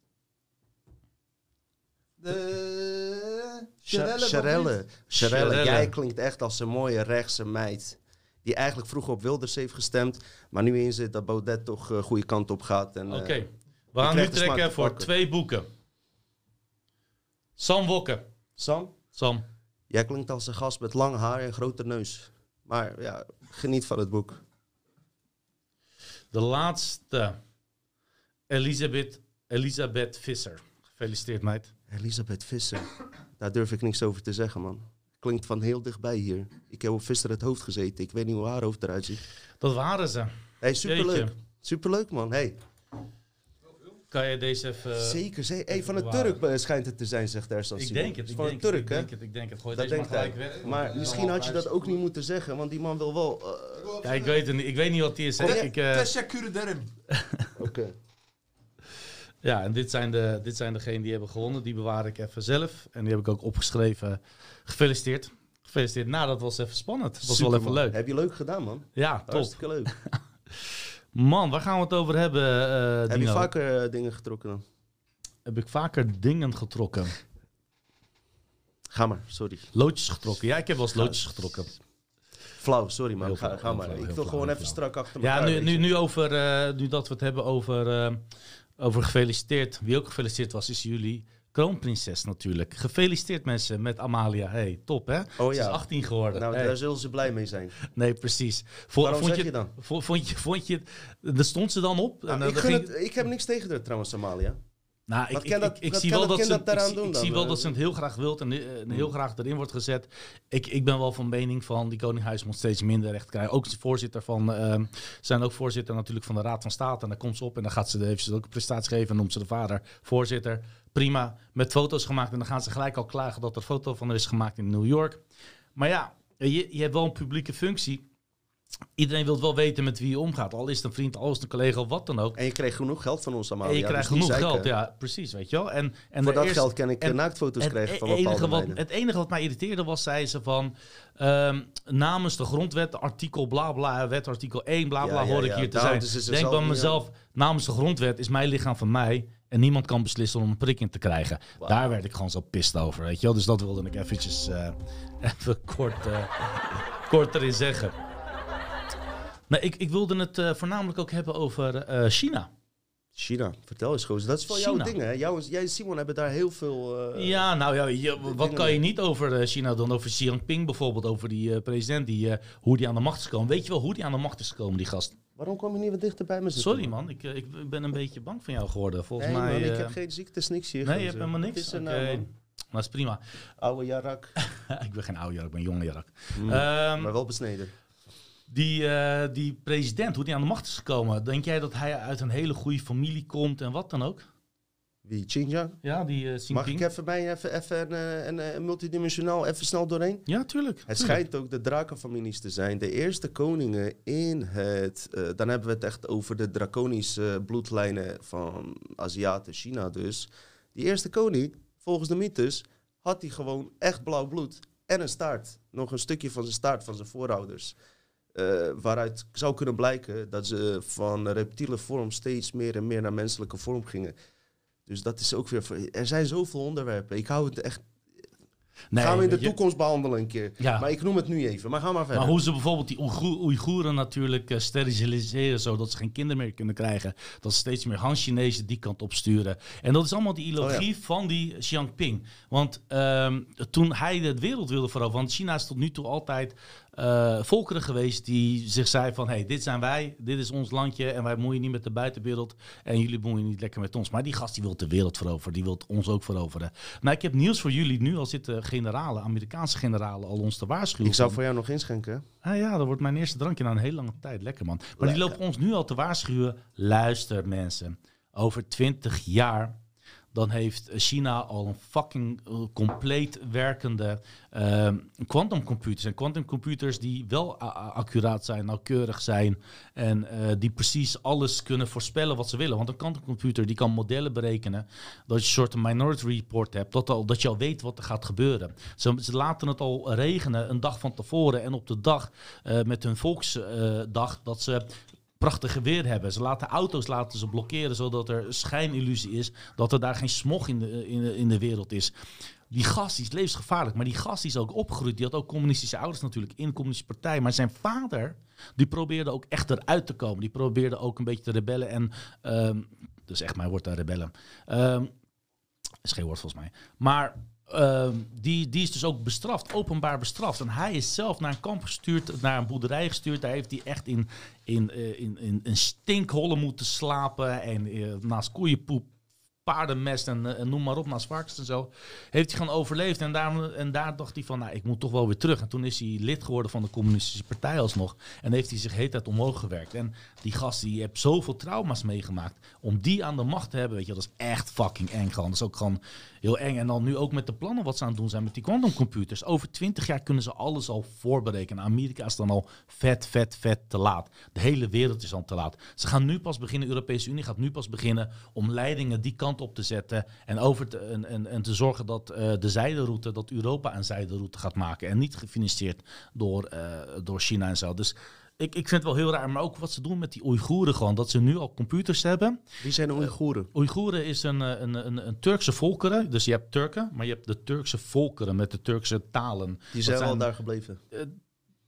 De... Sharelle. Sharelle. Sharelle, jij klinkt echt als een mooie rechtse meid. Die eigenlijk vroeger op Wilders heeft gestemd. Maar nu inzit dat Baudet toch uh, goede kant op gaat. En, Oké. uh, Okay. We gaan nu krijgt de smaak trekken te voor pakken. twee boeken. Sam Wokke. Sam, Sam. jij klinkt als een gast met lang haar en grote neus. Maar ja, geniet van het boek. De laatste. Elisabeth, Elisabeth Visser. Gefeliciteerd, meid. Elisabeth Visser. Daar durf ik niks over te zeggen, man. Klinkt van heel dichtbij hier. Ik heb op Visser het hoofd gezeten. Ik weet niet hoe haar hoofd eruit ziet. Dat waren ze. Hey, superleuk. Jeetje. Superleuk, man. Hey. Kan je deze even... Zeker, zeker. Hey, van een bewaren. Turk eh, schijnt het te zijn, zegt Ersan Ik Simon. denk het, ik Van denk een het, Turk, ik hè? denk het, ik denk het. Gooi Dat deze maar denkt gelijk hij. weg. Maar misschien had je dat ook niet moeten zeggen, want die man wil wel... eh, Ja, ik weet het niet. Ik weet niet wat die is. hè. Kom je- Ik, eh, Teşekkür ederim. Oké. ja, en dit zijn, de, dit zijn degenen die hebben gewonnen. Die bewaar ik even zelf. En die heb ik ook opgeschreven. Gefeliciteerd. Gefeliciteerd. Nou, dat was even spannend. Dat was Super, wel even man. leuk. Heb je leuk gedaan, man. Ja, top. Hartstikke leuk. Man, waar gaan we het over hebben, eh Heb je Dino? vaker eh, dingen getrokken dan? Heb ik vaker dingen getrokken? Ga maar, sorry. Loodjes getrokken. Ja, ik heb wel eens loodjes getrokken. Flauw, sorry man. Heel Ga, flauw, ga heel maar. flauw, Ik heel wil flauw, gewoon heel even flauw. strak achter Ja, elkaar. nu, weet nu, je. nu, over, eh, nu dat we het hebben over, eh, over gefeliciteerd. Wie ook gefeliciteerd was, is jullie kroonprinses natuurlijk. Gefeliciteerd mensen met Amalia. Hey, top hè? Oh Ze is ja. achttien geworden. Nou, Hey. daar zullen ze blij mee zijn. Nee, precies. Vo- Waarom vond zeg je, je dan? vo- Vond je, vond je, daar stond ze dan op? Nou, en, ik, dan gun ging- het, ik heb niks tegen haar trouwens, Amalia. Nou, ik, Wat ik, kan dat- ik, ik wat zie kan wel dat dat, kind ze, dat daaraan ik, zie- doen ik dan? zie wel Eh, dat ze het heel graag wilt en, eh, en heel graag erin wordt gezet. Ik, ik ben wel van mening van die Koninghuis moet steeds minder recht krijgen. Ook de voorzitter van, ehm zijn ook voorzitter natuurlijk van de Raad van State. En dan komt ze op en dan gaat ze, heeft ze ook een prestatie geven en noemt ze de vader voorzitter. Prima, met foto's gemaakt en dan gaan ze gelijk al klagen dat er foto van er is gemaakt in New York. Maar ja, je, je hebt wel een publieke functie. Iedereen wil wel weten met wie je omgaat. Al is het een vriend, al is het een collega of wat dan ook. En je kreeg genoeg geld van ons allemaal. En je ja, krijgt dus niet genoeg zeiken. geld, ja, precies, weet je wel. En, en Voor de dat eerste- geld kan ik en- naaktfoto's het krijgen van e- bepaalde enige wat, meiden. Het enige wat mij irriteerde was, zei ze van... ehm, namens de grondwet, artikel bla bla, wet artikel één, bla bla, Ja, ja, hoor ik ja. hier te Nou, zijn. dus is er Denk zelf bij niet mezelf, namens de grondwet is mijn lichaam van mij... en niemand kan beslissen om een prik in te krijgen. Wow. Daar werd ik gewoon zo pist over, weet je wel. Dus dat wilde ik eventjes eh, even kort, eh, kort erin zeggen. Nou, ik, ik wilde het eh, voornamelijk ook hebben over eh, China. China, vertel eens gozer. Dat is wel jouw China. ding, hè? Jou, jij en Simon hebben daar heel veel... eh, Ja, nou ja, je- wat dingen kan je mee. niet over eh, China doen? Over Xi Jinping bijvoorbeeld, over die eh, president, die, eh, hoe die aan de macht is gekomen. Weet je wel hoe die aan de macht is gekomen, die gast? Waarom kom je niet wat dichter bij me zitten? Sorry man, ik, eh, ik ben een beetje bang van jou geworden. Volgens Nee, mij... man, ik eh, heb geen ziektes, niks hier. nee, je gozer. hebt helemaal Wat niks? is er Oké, nou, man? dat is prima. Oude jarak. Ik ben geen oude jarak, ik ben jonge jarak. Mm, Ehm, maar wel besneden. die, eh, die president, hoe die aan de macht is gekomen. Denk jij dat hij uit een hele goede familie komt en wat dan ook? Wie, Xinjiang? Ja, die uh, Mag ik even bij even, even een, eh, een, eh, een multidimensionaal even snel doorheen? Ja, tuurlijk. Het tuurlijk. schijnt ook de drakenfamilies te zijn. De eerste koningen in het... eh, dan hebben we het echt over de draconische bloedlijnen van Aziaten, China dus. Die eerste koning, volgens de mythes, had hij gewoon echt blauw bloed. En een staart. Nog een stukje van zijn staart, van zijn voorouders. Eh, waaruit zou kunnen blijken dat ze van reptiele vorm steeds meer en meer naar menselijke vorm gingen. Dus dat is ook weer... voor- Er zijn zoveel onderwerpen. Ik hou het echt... Nee, gaan we in de weet je- toekomst behandelen een keer. Ja. Maar ik noem het nu even. Maar ga maar verder. Maar hoe ze bijvoorbeeld die Oeigoe- Oeigoeren natuurlijk uh, steriliseren, zodat ze geen kinderen meer kunnen krijgen. Dat ze steeds meer Han-Chinezen die kant op sturen. En dat is allemaal die ideologie Oh van die Xi Jinping. Want ehm, toen hij de wereld wilde veroveren, want China is tot nu toe altijd uh, volkeren geweest die zich zeiden van, hey, dit zijn wij, dit is ons landje en wij bemoeien niet met de buitenwereld en jullie bemoeien niet lekker met ons. Maar die gast die wil de wereld veroveren, die wil ons ook veroveren. Nou, ik heb nieuws voor jullie nu, al zitten generalen, Amerikaanse generalen al ons te waarschuwen. Ik zou voor jou nog inschenken. Ah ja, dat wordt mijn eerste drankje na een hele lange tijd. Lekker man. Maar die Lekker. lopen ons nu al te waarschuwen. Luister mensen, over twintig jaar dan heeft China al een fucking uh, compleet werkende uh, quantumcomputers. En quantumcomputers die wel a- a- accuraat zijn, nauwkeurig zijn en uh, die precies alles kunnen voorspellen wat ze willen. Want een quantumcomputer die kan modellen berekenen dat je een soort minority report hebt, dat, al, dat je al weet wat er gaat gebeuren. Ze, ze laten het al regenen een dag van tevoren en op de dag uh, met hun volksdag uh, dat ze prachtige weer hebben. Ze laten auto's laten ze blokkeren, zodat er schijnillusie is dat er daar geen smog in de, in de, in de wereld is. Die gast die is levensgevaarlijk, maar die gast die is ook opgegroeid. Die had ook communistische ouders natuurlijk in de communistische partij. Maar zijn vader, die probeerde ook echt eruit te komen. Die probeerde ook een beetje te rebellen. En, um, dus echt mijn woord, rebellen. Um, is geen woord volgens mij. Maar Uh, die, die is dus ook bestraft, openbaar bestraft. En hij is zelf naar een kamp gestuurd, naar een boerderij gestuurd. Daar heeft hij echt in, in, uh, in, in een stinkholle moeten slapen. En uh, naast koeienpoep, paardenmest en, uh, en noem maar op, naast varkens en zo. Heeft hij gewoon overleefd. En daar, en daar dacht hij van, nou, ik moet toch wel weer terug. En toen is hij lid geworden van de communistische partij alsnog. En heeft hij zich de hele tijd omhoog gewerkt. En die gast, die heeft zoveel trauma's meegemaakt. Om die aan de macht te hebben, weet je, dat is echt fucking eng gewoon. Dat is ook gewoon heel eng. En dan nu ook met de plannen wat ze aan het doen zijn met die quantumcomputers. Over twintig jaar kunnen ze alles al voorberekenen. Amerika is dan al vet, vet, vet te laat. De hele wereld is al te laat. Ze gaan nu pas beginnen, de Europese Unie gaat nu pas beginnen om leidingen die kant op te zetten. En, over te, en, en, en te zorgen dat uh, de zijderoute, dat Europa een zijderoute gaat maken. En niet gefinancierd door, uh, door China en zo. Dus ik, ik vind het wel heel raar. Maar ook wat ze doen met die Oeigoeren gewoon. Dat ze nu al computers hebben. Wie zijn de Oeigoeren? Uh, Oeigoeren is een, een, een, een Turkse volkeren. Dus je hebt Turken, maar je hebt de Turkse volkeren met de Turkse talen. Die zijn, zijn al daar gebleven. Uh,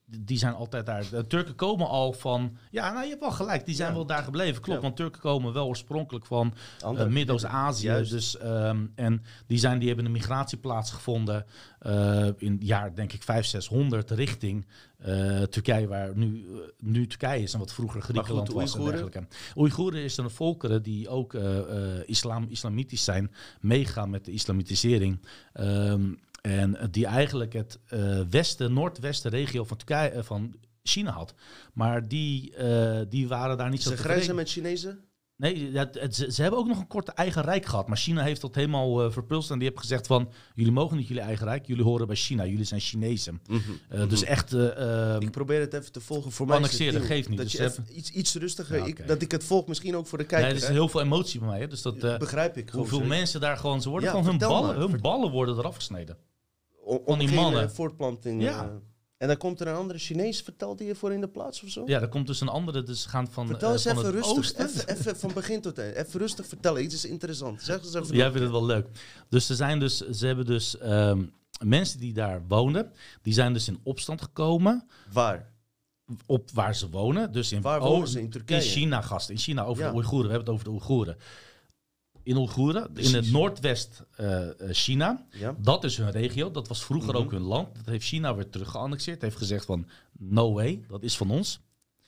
die zijn altijd daar. De Turken komen al van... Ja, nou, je hebt wel gelijk. Die zijn Ja. wel daar gebleven. Klopt, Ja. want Turken komen wel oorspronkelijk van Ander- uh, Midden-Azië. Juist. Dus, um, en die, zijn, die hebben een migratie plaatsgevonden uh, in het jaar, denk ik, vijf zeshonderd richting uh, Turkije, waar nu, uh, nu Turkije is en wat vroeger Griekenland goed, was en Oeigoeren? dergelijke. Oeigoeren is een volkeren die ook uh, uh, islam, islamitisch zijn, meegaan met de islamitisering. Um, En die eigenlijk het uh, westen, noordwesten regio van Turkije, uh, van China had. Maar die, uh, die waren daar niet zo Ze tevreden. grenzen met Chinezen? Nee, het, het, ze, ze hebben ook nog een korte eigen rijk gehad. Maar China heeft dat helemaal uh, verpulst. En die heeft gezegd van, jullie mogen niet jullie eigen rijk. Jullie horen bij China. Jullie zijn Chinezen. Mm-hmm. Uh, dus echt... Uh, uh, Ik probeer het even te volgen. Voor mij is het annexeren, nieuw. geeft niet. Dat Dus je even- even iets, iets rustiger... Ja, oké. ik, dat ik het volg misschien ook voor de kijker. nee, er is hè? heel veel emotie bij mij. Hè? Dus dat, uh, Begrijp ik. hoeveel gozer. mensen daar gewoon... Ze worden Ja, gewoon hun vertel ballen, maar. hun ballen worden eraf gesneden. Om, van om die geen mannen. eh, voortplanting... Ja. eh, en dan komt er een andere Chinees, vertelt hij je voor in de plaats of zo? Ja, er komt dus een andere... Dus gaan van, Vertel uh, eens van even het rustig, oosten. even, even van begin tot eind. Even rustig vertellen, iets is interessant. Zeg eens even. Jij vindt het wel leuk. Dus, ze, zijn dus ze hebben dus um, mensen die daar wonen, die zijn dus in opstand gekomen Waar? op waar ze wonen. Dus in, Waar wonen ze? In Turkije? In China, gast. In China, over Ja. de Oeigoeren. We hebben het over de Oeigoeren. In Oeigoeren, in het Precies. noordwest uh, China. Ja. Dat is hun regio. Dat was vroeger Mhm. ook hun land. Dat heeft China weer terug geannexeerd. Heeft gezegd van, no way, dat is van ons.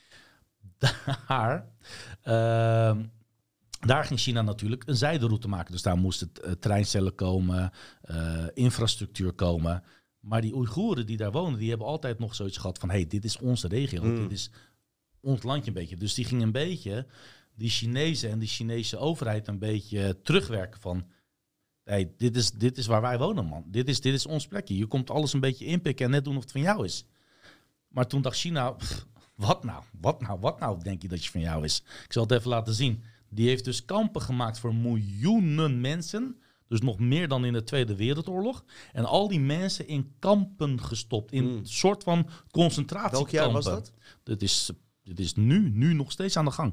Daar... Uh, Daar ging China natuurlijk een zijderoute maken. Dus daar moesten uh, treincellen komen, uh, infrastructuur komen. Maar die Oeigoeren die daar wonen, die hebben altijd nog zoiets gehad van... hé, hey, dit is onze regio, Mm. dit is ons landje een beetje. Dus die gingen een beetje die Chinezen en die Chinese overheid een beetje terugwerken van... hey, dit is, dit is waar wij wonen, man. Dit is, dit is ons plekje. Je komt alles een beetje inpikken en net doen of het van jou is. Maar toen dacht China, pff, wat nou, wat nou, wat nou denk je dat je van jou is? Ik zal het even laten zien. Die heeft dus kampen gemaakt voor miljoenen mensen. Dus nog meer dan in de Tweede Wereldoorlog. En al die mensen in kampen gestopt. In Mm. een soort van concentratiekampen. Welk jaar was dat? Dit is, dit is nu, nu nog steeds aan de gang.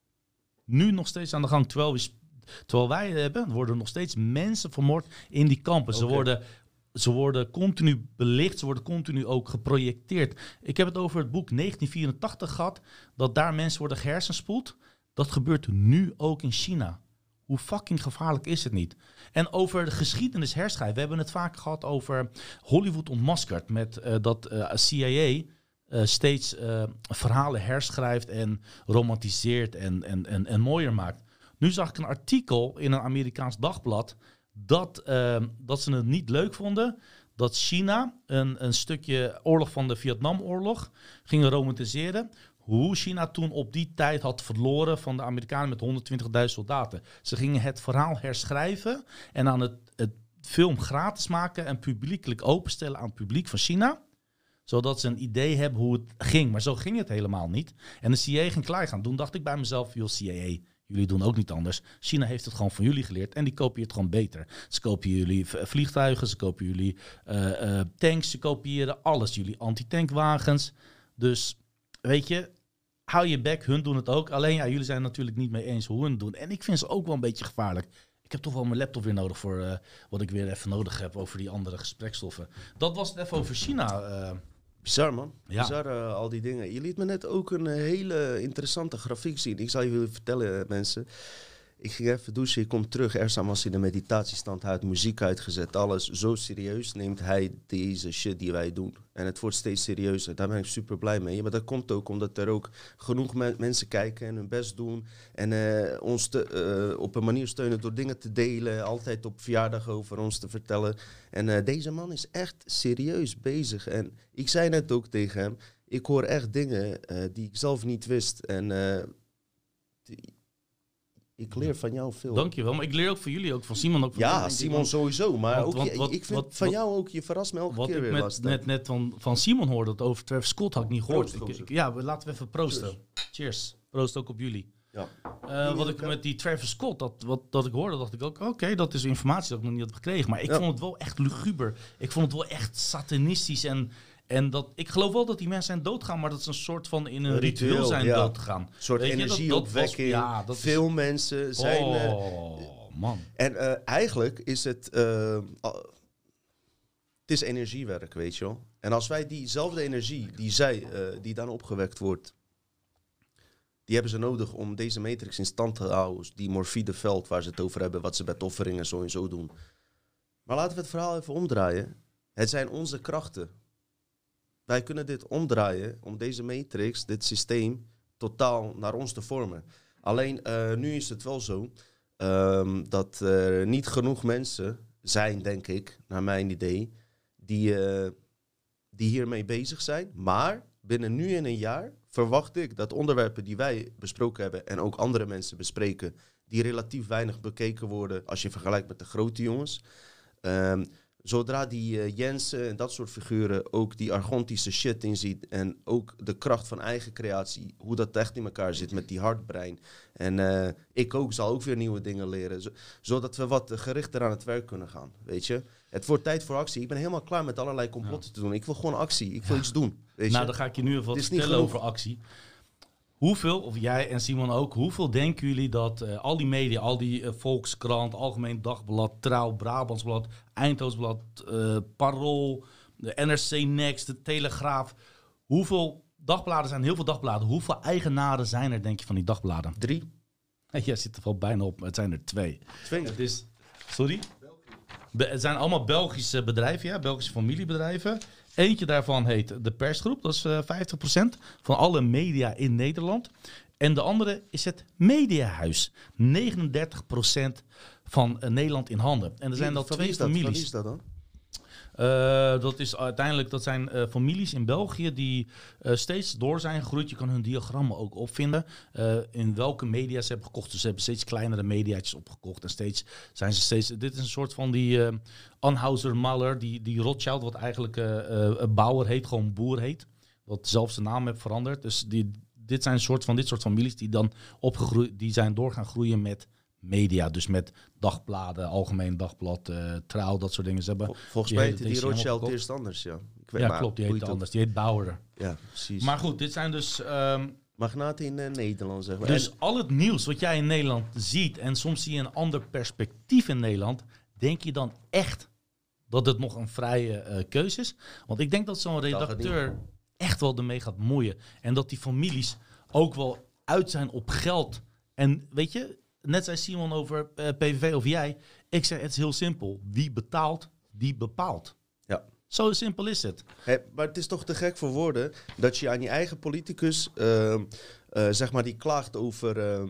Nu nog steeds aan de gang. Terwijl, we, terwijl wij hebben, worden nog steeds mensen vermoord in die kampen. Ze Oké. worden... Ze worden continu belicht, ze worden continu ook geprojecteerd. Ik heb het over het boek negentien vierentachtig gehad, dat daar mensen worden gehersenspoeld. Dat gebeurt nu ook in China. Hoe fucking gevaarlijk is het niet? En over de geschiedenis herschrijven. We hebben het vaak gehad over Hollywood ontmaskerd. Met uh, dat uh, C I A uh, steeds uh, verhalen herschrijft en romantiseert en, en, en, en mooier maakt. Nu zag ik een artikel in een Amerikaans dagblad... Dat, uh, dat ze het niet leuk vonden dat China een, een stukje oorlog van de Vietnamoorlog ging romantiseren. Hoe China toen op die tijd had verloren van de Amerikanen met honderdtwintigduizend soldaten. Ze gingen het verhaal herschrijven en aan het, het film gratis maken en publiekelijk openstellen aan het publiek van China. Zodat ze een idee hebben hoe het ging. Maar zo ging het helemaal niet. En de C I A ging klaar gaan. Toen dacht ik bij mezelf, joh, C I A... Jullie doen ook niet anders. China heeft het gewoon van jullie geleerd en die kopieert gewoon beter. Ze kopen jullie vliegtuigen, ze kopen jullie uh, uh, tanks, ze kopiëren alles. Jullie anti-tankwagens. Dus weet je, hou je bek, hun doen het ook. Alleen ja, jullie zijn het natuurlijk niet mee eens hoe hun het doen. En ik vind ze ook wel een beetje gevaarlijk. Ik heb toch wel mijn laptop weer nodig voor uh, wat ik weer even nodig heb over die andere gesprekstoffen. Dat was het even over China. Uh, Bizar, man. Ja. Bizar, uh, al die dingen. Je liet me net ook een uh, hele interessante grafiek zien. Ik zal je willen vertellen, uh, mensen. Ik ging even douchen, ik kom terug. Ersan was in de meditatiestand, hij had muziek uitgezet, alles. Zo serieus neemt hij deze shit die wij doen. En het wordt steeds serieuzer. Daar ben ik super blij mee. Maar dat komt ook omdat er ook genoeg me- mensen kijken en hun best doen. En uh, ons te, uh, op een manier steunen door dingen te delen. Altijd op verjaardag over ons te vertellen. En uh, deze man is echt serieus bezig. En ik zei net ook tegen hem, ik hoor echt dingen uh, die ik zelf niet wist. En... Uh, die, Ik leer van jou veel. Dankjewel, maar ik leer ook van jullie, ook van Simon. Ook van Ja, jullie. Simon sowieso. Maar Want- ook want je- wat- ik vind wat- van wat- jou ook, je verrast me elke Wat keer ik weer met, lastig. net, net van, van Simon hoorde, dat over Travis Scott had ik niet gehoord. Proost, Ik, gozer. ik- ja, we- laten we even proosten. Cheers. Proost ook op jullie. Ja. Uh, wat ik met die Travis Scott, dat, wat, dat ik hoorde, dacht ik ook, oké, okay, dat is informatie dat ik nog niet had gekregen. Maar ik Ja. vond het wel echt luguber. Ik vond het wel echt satanistisch. En, en dat, ik geloof wel dat die mensen zijn doodgaan, maar dat ze een soort van in een Een ritueel, ritueel, zijn ja. doodgaan. Een soort Weet je, dat- dat energieopwekking. was- ja, dat is- Veel mensen zijn... eh, Oh, man. en uh, eigenlijk is het... Uh, al- het is energiewerk, weet je wel. En als wij diezelfde energie die zij, uh, die dan opgewekt wordt, die hebben ze nodig om deze matrix in stand te houden. Die morfide veld waar ze het over hebben, wat ze bij offeringen zo en zo doen. Maar laten we het verhaal even omdraaien. Het zijn onze krachten. Wij kunnen dit omdraaien om deze matrix, dit systeem, totaal naar ons te vormen. Alleen, uh, nu is het wel zo um, dat er niet genoeg mensen zijn, denk ik, naar mijn idee, die, uh, die hiermee bezig zijn. Maar binnen nu en een jaar verwacht ik dat onderwerpen die wij besproken hebben en ook andere mensen bespreken, die relatief weinig bekeken worden als je vergelijkt met de grote jongens. Um, Zodra die uh, Jensen en dat soort figuren ook die argontische shit inziet en ook de kracht van eigen creatie, hoe dat echt in elkaar zit met die hartbrein. En uh, ik ook zal ook weer nieuwe dingen leren, zo, zodat we wat gerichter aan het werk kunnen gaan, weet je. Het wordt tijd voor actie. Ik ben helemaal klaar met allerlei complotten ja. te doen. Ik wil gewoon actie. Ik wil ja. iets doen, weet nou, je. Dan ga ik je nu even wat vertellen over actie. Hoeveel, of jij en Simon ook, hoeveel denken jullie dat uh, al die media, al die uh, Volkskrant, Algemeen Dagblad, Trouw, Brabantsblad, Eindhovenblad, uh, Parool, de N R C Next, de Telegraaf, hoeveel dagbladen zijn, heel veel dagbladen, hoeveel eigenaren zijn er, denk je, van die dagbladen? Drie. Hey, jij zit er wel bijna op, maar het zijn er twee. Twee? Het is, sorry? Be- het zijn allemaal Belgische bedrijven, ja, Belgische familiebedrijven. Eentje daarvan heet de Persgroep, dat is uh, vijftig procent van alle media in Nederland. En de andere is het Mediahuis, negenendertig procent van uh, Nederland in handen. En er zijn al twee families. Wat is dat dan? Uh, dat is uiteindelijk, dat zijn uh, families in België die uh, steeds door zijn gegroeid. Je kan hun diagrammen ook opvinden. Uh, in welke media ze hebben gekocht. Dus ze hebben steeds kleinere mediaatjes opgekocht. En steeds zijn ze steeds. Dit is een soort van die uh, Anheuser-Maller, die, die Rothschild, wat eigenlijk uh, uh, Bauer heet, gewoon boer heet. Wat zelfs de naam heeft veranderd. Dus die, dit zijn een soort van dit soort families die dan opgegroeid, die zijn door gaan groeien met media, dus met dagbladen, Algemeen Dagblad, uh, Trouw, dat soort dingen. Ze hebben Volgens mij heet die Rothschild eerst anders, ja. Ik weet ja, maar, klopt, die heet anders. Die heet Bauer. Ja, precies. Maar goed, dit zijn dus Um, magnaten in uh, Nederland, zeg maar. Dus en al het nieuws wat jij in Nederland ziet, en soms zie je een ander perspectief in Nederland, denk je dan echt dat het nog een vrije uh, keuze is? Want ik denk dat zo'n redacteur echt wel ermee gaat moeien. En dat die families ook wel uit zijn op geld. En weet je, net zei Simon over uh, P V V of jij. Ik zeg, het is heel simpel. Wie betaalt, die bepaalt. Ja. Zo simpel is het. Hey, maar het is toch te gek voor woorden dat je aan je eigen politicus, uh, uh, zeg maar, die klaagt over uh,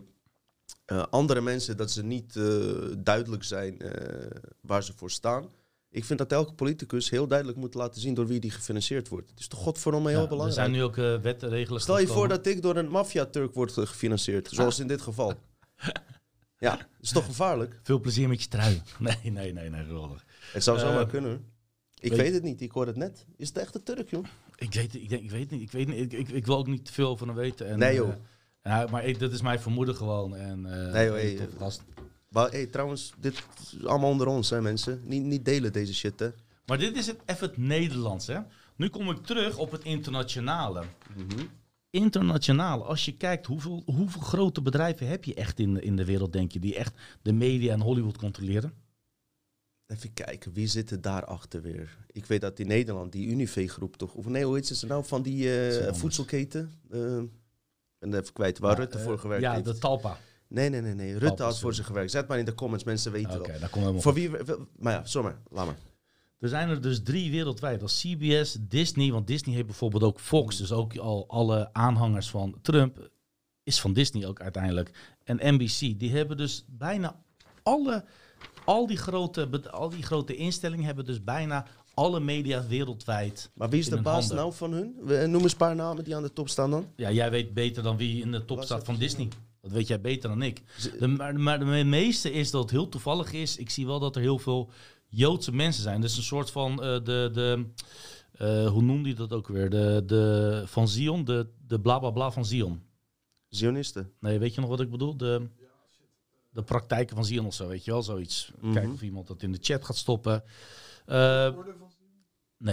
uh, andere mensen, dat ze niet uh, duidelijk zijn uh, waar ze voor staan. Ik vind dat elke politicus heel duidelijk moet laten zien door wie die gefinancierd wordt. Het is toch godverdomme heel ja, belangrijk. Er zijn nu ook uh, wetten, regels. Stel je voor dat ik door een maffia-Turk word gefinancierd, zoals in dit geval. Ja, dat is toch gevaarlijk? Veel plezier met je trui. Nee, nee, nee, nee, geweldig. Het zou zomaar uh, kunnen. Ik weet, weet het niet, ik hoor het net. Is het echt een Turk, joh? Ik weet, ik, denk, ik weet niet, ik weet niet, ik, ik, ik wil ook niet te veel van hem weten. En, nee, joh. Uh, ja, maar ik, dat is mijn vermoeden gewoon. En, uh, nee, joh, hey, uh, gast. Maar hey, trouwens, dit is allemaal onder ons, hè, mensen. Niet, niet delen deze shit, hè. Maar dit is het, even het Nederlands, hè. Nu kom ik terug op het internationale. Mm-hmm. Internationale, als je kijkt, hoeveel, hoeveel grote bedrijven heb je echt in, in de wereld, denk je, die echt de media en Hollywood controleren? Even kijken, wie zit er daarachter weer? Ik weet dat in Nederland, die Unive-groep toch, of nee, hoe heet ze nou, van die uh, voedselketen? Uh, en even kwijt, waar ja, Rutte uh, voor gewerkt ja, heeft. Ja, de Talpa. Nee, nee, nee, nee. Rutte Talpa, had voor ze gewerkt. Zet maar in de comments, mensen weten okay, wel. Daar we voor wie, maar ja, sorry, laat maar. Er zijn er dus drie wereldwijd. Als C B S, Disney, want Disney heeft bijvoorbeeld ook Fox, dus ook al alle aanhangers van Trump, is van Disney ook uiteindelijk. En N B C, die hebben dus bijna alle, al die grote, al die grote instellingen hebben dus bijna alle media wereldwijd. Maar wie is de baas handen. nou van hun? Noem eens een paar namen die aan de top staan dan. Ja, jij weet beter dan wie in de top staat van Disney. Dat weet jij beter dan ik. De, maar, maar de meeste is dat het heel toevallig is. Ik zie wel dat er heel veel Joodse mensen zijn. Dus een soort van uh, de, de uh, hoe noemde hij dat ook weer? De, de van Zion, de, de bla bla bla van Zion. Zionisten. Nee, weet je nog wat ik bedoel? De, de praktijken van Zion of zo, weet je wel, zoiets. Mm-hmm. Kijken of iemand dat in de chat gaat stoppen. Uh, nee.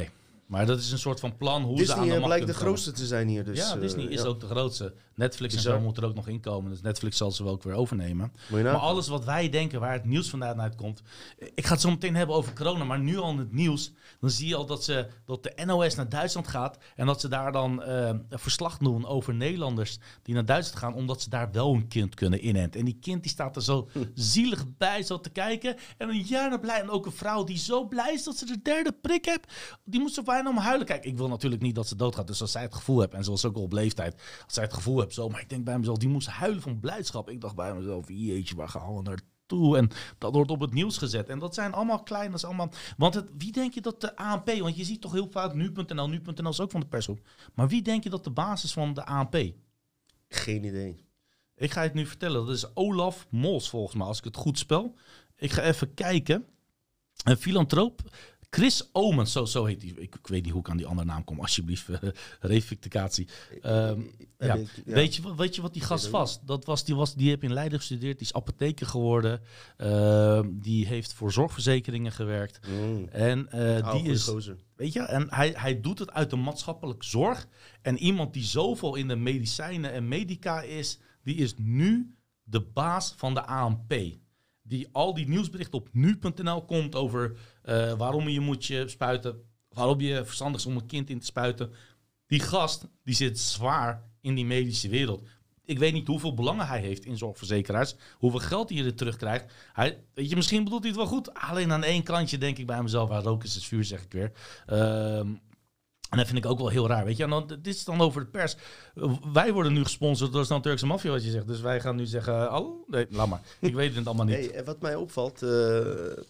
Maar dat is een soort van plan hoe ze Disney aan de eh, macht blijkt de kunnen komen. grootste te zijn hier. Dus, ja, eh, Disney is ja. ook de grootste. Netflix en Bizar. zo moet er ook nog inkomen. Dus Netflix zal ze wel ook weer overnemen. Moet je Maar nagaan. alles wat wij denken, waar het nieuws vandaan uitkomt. Ik ga het zo meteen hebben over corona, maar nu al in het nieuws. Dan zie je al dat, ze, dat de N O S naar Duitsland gaat. En dat ze daar dan uh, een verslag doen over Nederlanders die naar Duitsland gaan. Omdat ze daar wel een kind kunnen inenten. En die kind die staat er zo hm. zielig bij zo te kijken. En een jaar naar blij. En ook een vrouw die zo blij is dat ze de derde prik heeft. Die moet zo bijna om huilen. Kijk, ik wil natuurlijk niet dat ze doodgaat. Dus als zij het gevoel heeft, en zoals ook al op leeftijd. Als zij het gevoel heeft zo. Maar ik denk bij mezelf, die moest huilen van blijdschap. Ik dacht bij mezelf, jeetje, waar gaan we naartoe? En dat wordt op het nieuws gezet. En dat zijn allemaal klein, dat is allemaal... Want het, wie denk je dat de A N P... Want je ziet toch heel vaak nu punt n l, nu punt n l is ook van de persgroep. Maar wie denk je dat de basis van de A N P? Geen idee. Ik ga het nu vertellen. Dat is Olaf Mols volgens mij, als ik het goed spel. Ik ga even kijken. Een filantroop... Chris Omens, zo, zo heet hij. Ik, ik weet niet hoe ik aan die andere naam kom. Alsjeblieft, uh, rectificatie. Um, ja. Ja. Weet, je, weet je wat die gast was? Dat was die, was, die heeft in Leiden gestudeerd. Die is apotheker geworden. Uh, die heeft voor zorgverzekeringen gewerkt. Mm. En uh, die is... Gozer. Weet je, en hij, hij doet het uit de maatschappelijke zorg. En iemand die zoveel in de medicijnen en medica is... die is nu de baas van de A N P. Die al die nieuwsberichten op nu punt n l komt over uh, waarom je moet je spuiten, waarom je verstandig is om een kind in te spuiten. Die gast, die zit zwaar in die medische wereld. Ik weet niet hoeveel belangen hij heeft in zorgverzekeraars, hoeveel geld hij er terugkrijgt. Hij, weet je, misschien bedoelt hij het wel goed. Alleen aan één kantje denk ik bij mezelf, waar rook is het vuur, zeg ik weer. Um, En dat vind ik ook wel heel raar, weet je. En dan, dit is dan over de pers. Uh, wij worden nu gesponsord door zo'n Turkse maffia, wat je zegt. Dus wij gaan nu zeggen, hallo? Nee, laat maar. Ik weet het allemaal niet. Hey, en wat mij opvalt, uh,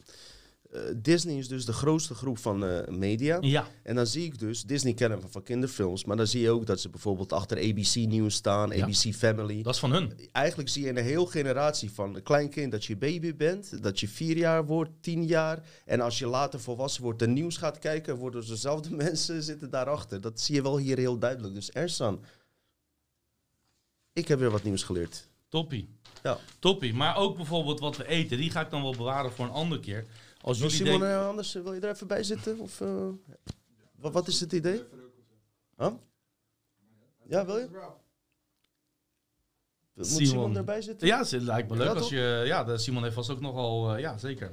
uh, Disney is dus de grootste groep van uh, media. Ja. En dan zie ik dus, Disney kennen we van kinderfilms, maar dan zie je ook dat ze bijvoorbeeld achter A B C Nieuws staan, ja. A B C Family. Dat is van hun. Eigenlijk zie je een hele generatie van een klein kind dat je baby bent, dat je vier jaar wordt, tien jaar. En als je later volwassen wordt en nieuws gaat kijken, worden dezelfde mensen zitten daarachter. Dat zie je wel hier heel duidelijk. Dus Ersan, ik heb weer wat nieuws geleerd. Toppie. Ja. Toppie. Maar ook bijvoorbeeld wat we eten, die ga ik dan wel bewaren voor een andere keer. Als Wil jullie Simon denken... er anders, wil je er even bij zitten? Of, uh, wat, wat is het idee? Huh? Ja, wil je? Moet Simon, Simon erbij zitten? Ja, het lijkt me leuk. Ja, als je, ja, de Simon heeft vast ook nogal... Uh, ja, zeker.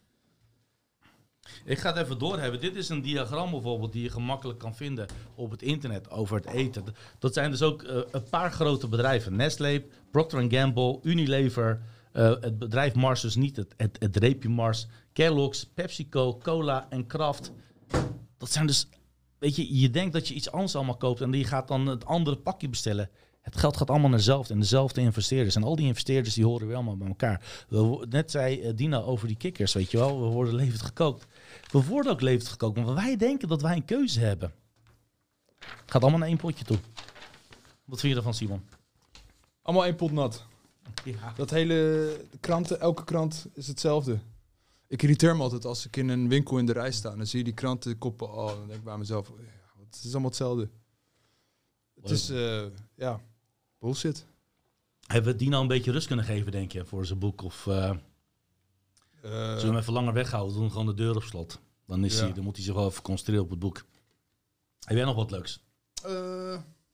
Ik ga het even doorhebben. Dit is een diagram bijvoorbeeld die je gemakkelijk kan vinden op het internet over het eten. Dat zijn dus ook uh, een paar grote bedrijven. Nestlé, Procter and Gamble, Unilever, uh, het bedrijf Mars, dus niet het, het, het reepje Mars, Kellogg's, PepsiCo, Cola en Kraft. Dat zijn dus, weet je, je denkt dat je iets anders allemaal koopt en je gaat dan het andere pakje bestellen. Het geld gaat allemaal naar dezelfde en dezelfde investeerders. En al die investeerders die horen weer allemaal bij elkaar. We, net zei uh, Dina over die kikkers, weet je wel. We worden levend gekookt. We worden ook levend gekookt, maar wij denken dat wij een keuze hebben. Gaat allemaal naar één potje toe. Wat vind je ervan, Simon? Allemaal één pot nat. Ja. Dat hele de kranten, elke krant is hetzelfde. Ik irriteer me altijd als ik in een winkel in de rij sta. En dan zie je die krantenkoppen. Oh, dan denk ik bij mezelf, ja, het is allemaal hetzelfde. Het is, uh, ja, bullshit. Hebben we Dina een beetje rust kunnen geven, denk je, voor zijn boek? Of uh, uh, zullen we hem even langer weghouden? Doen gewoon de deur op slot. Dan, is ja. hij, dan moet hij zich wel even concentreren op het boek. Heb jij nog wat leuks? Uh,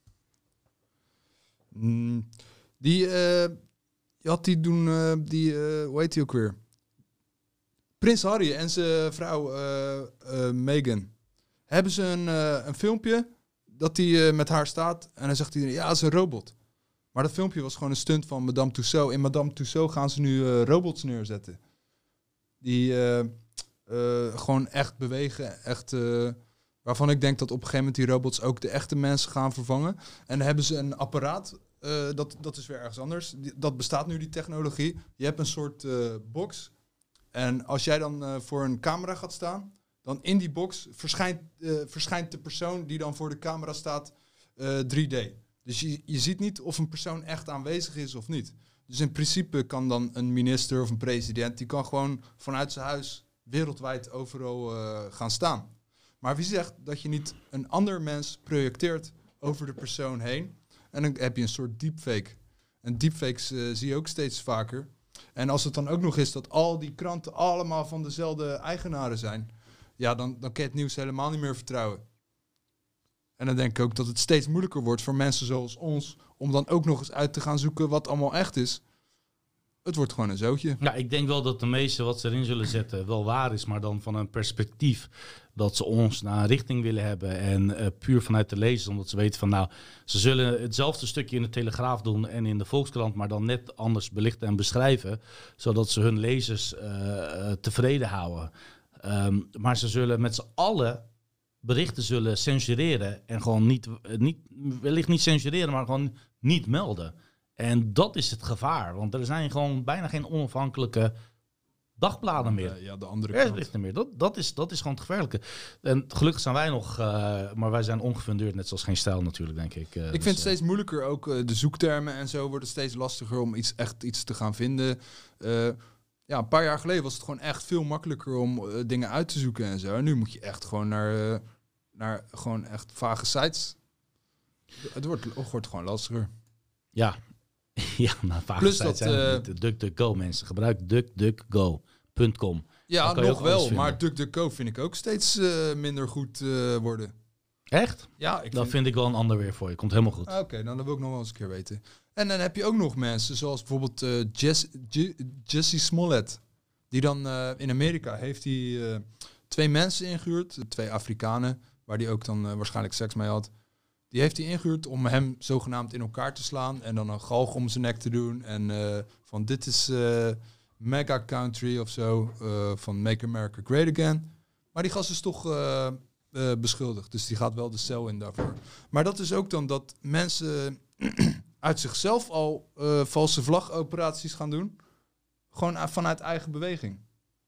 mm, die, uh, je had die doen, uh, die, uh, hoe heet die ook weer? Prins Harry en zijn vrouw uh, uh, Meghan. Hebben ze een, uh, een filmpje dat hij uh, met haar staat en dan zegt hij, ja, het is een robot. Maar dat filmpje was gewoon een stunt van Madame Tussauds. In Madame Tussauds gaan ze nu uh, robots neerzetten. Die uh, uh, gewoon echt bewegen. Echt, uh, waarvan ik denk dat op een gegeven moment die robots ook de echte mensen gaan vervangen. En dan hebben ze een apparaat. Uh, dat, dat is weer ergens anders. Die, dat bestaat nu, die technologie. Je hebt een soort uh, box. En als jij dan uh, voor een camera gaat staan, dan in die box verschijnt, uh, verschijnt de persoon die dan voor de camera staat uh, drie D. Dus je, je ziet niet of een persoon echt aanwezig is of niet. Dus in principe kan dan een minister of een president, die kan gewoon vanuit zijn huis wereldwijd overal uh, gaan staan. Maar wie zegt dat je niet een ander mens projecteert over de persoon heen? En dan heb je een soort deepfake. En deepfakes uh, zie je ook steeds vaker. En als het dan ook nog is dat al die kranten allemaal van dezelfde eigenaren zijn, ja, dan, dan kan je het nieuws helemaal niet meer vertrouwen. En dan denk ik ook dat het steeds moeilijker wordt voor mensen zoals ons... om dan ook nog eens uit te gaan zoeken wat allemaal echt is. Het wordt gewoon een zootje. Ja, ik denk wel dat de meeste wat ze erin zullen zetten wel waar is, maar dan van een perspectief dat ze ons naar een richting willen hebben en uh, puur vanuit de lezers, omdat ze weten van nou, ze zullen hetzelfde stukje in de Telegraaf doen en in de Volkskrant, maar dan net anders belichten en beschrijven, zodat ze hun lezers uh, uh, tevreden houden. Um, maar ze zullen met z'n allen berichten zullen censureren en gewoon niet, niet, wellicht niet censureren, maar gewoon niet melden. En dat is het gevaar, want er zijn gewoon bijna geen onafhankelijke dagbladen meer. Ja, de andere kant. Meer. Dat, dat, is, dat is gewoon het gevaarlijke. En gelukkig zijn wij nog, uh, maar wij zijn ongefundeerd, net zoals geen stijl natuurlijk, denk ik. Uh, ik dus, vind het steeds moeilijker, ook uh, de zoektermen en zo worden steeds lastiger om iets, echt iets te gaan vinden. Uh, ja, een paar jaar geleden was het gewoon echt veel makkelijker om uh, dingen uit te zoeken en zo. En nu moet je echt gewoon naar, uh, naar gewoon echt vage sites. Het wordt, het wordt gewoon lastiger. Ja. Ja, nou, vaak Plus dat uh, DuckDuckGo, mensen. Gebruik duck duck go punt com. Ja, nog wel, maar DuckDuckGo vind ik ook steeds uh, minder goed uh, worden. Echt? Ja, ik dan vind... vind ik wel een ander weer voor je. Komt helemaal goed. Ah, Oké, okay, nou, dan wil ik nog wel eens een keer weten. En dan heb je ook nog mensen, zoals bijvoorbeeld uh, Jess, J- Jesse Smollett. Die dan uh, in Amerika heeft hij uh, twee mensen ingehuurd, twee Afrikanen, waar hij ook dan uh, waarschijnlijk seks mee had. Die heeft hij ingehuurd om hem zogenaamd in elkaar te slaan en dan een galg om zijn nek te doen. En uh, van dit is uh, mega country of zo, uh, van Make America Great Again. Maar die gast is toch uh, uh, beschuldigd, dus die gaat wel de cel in daarvoor. Maar dat is ook dan dat mensen uit zichzelf al uh, valse vlagoperaties gaan doen. Gewoon vanuit eigen beweging.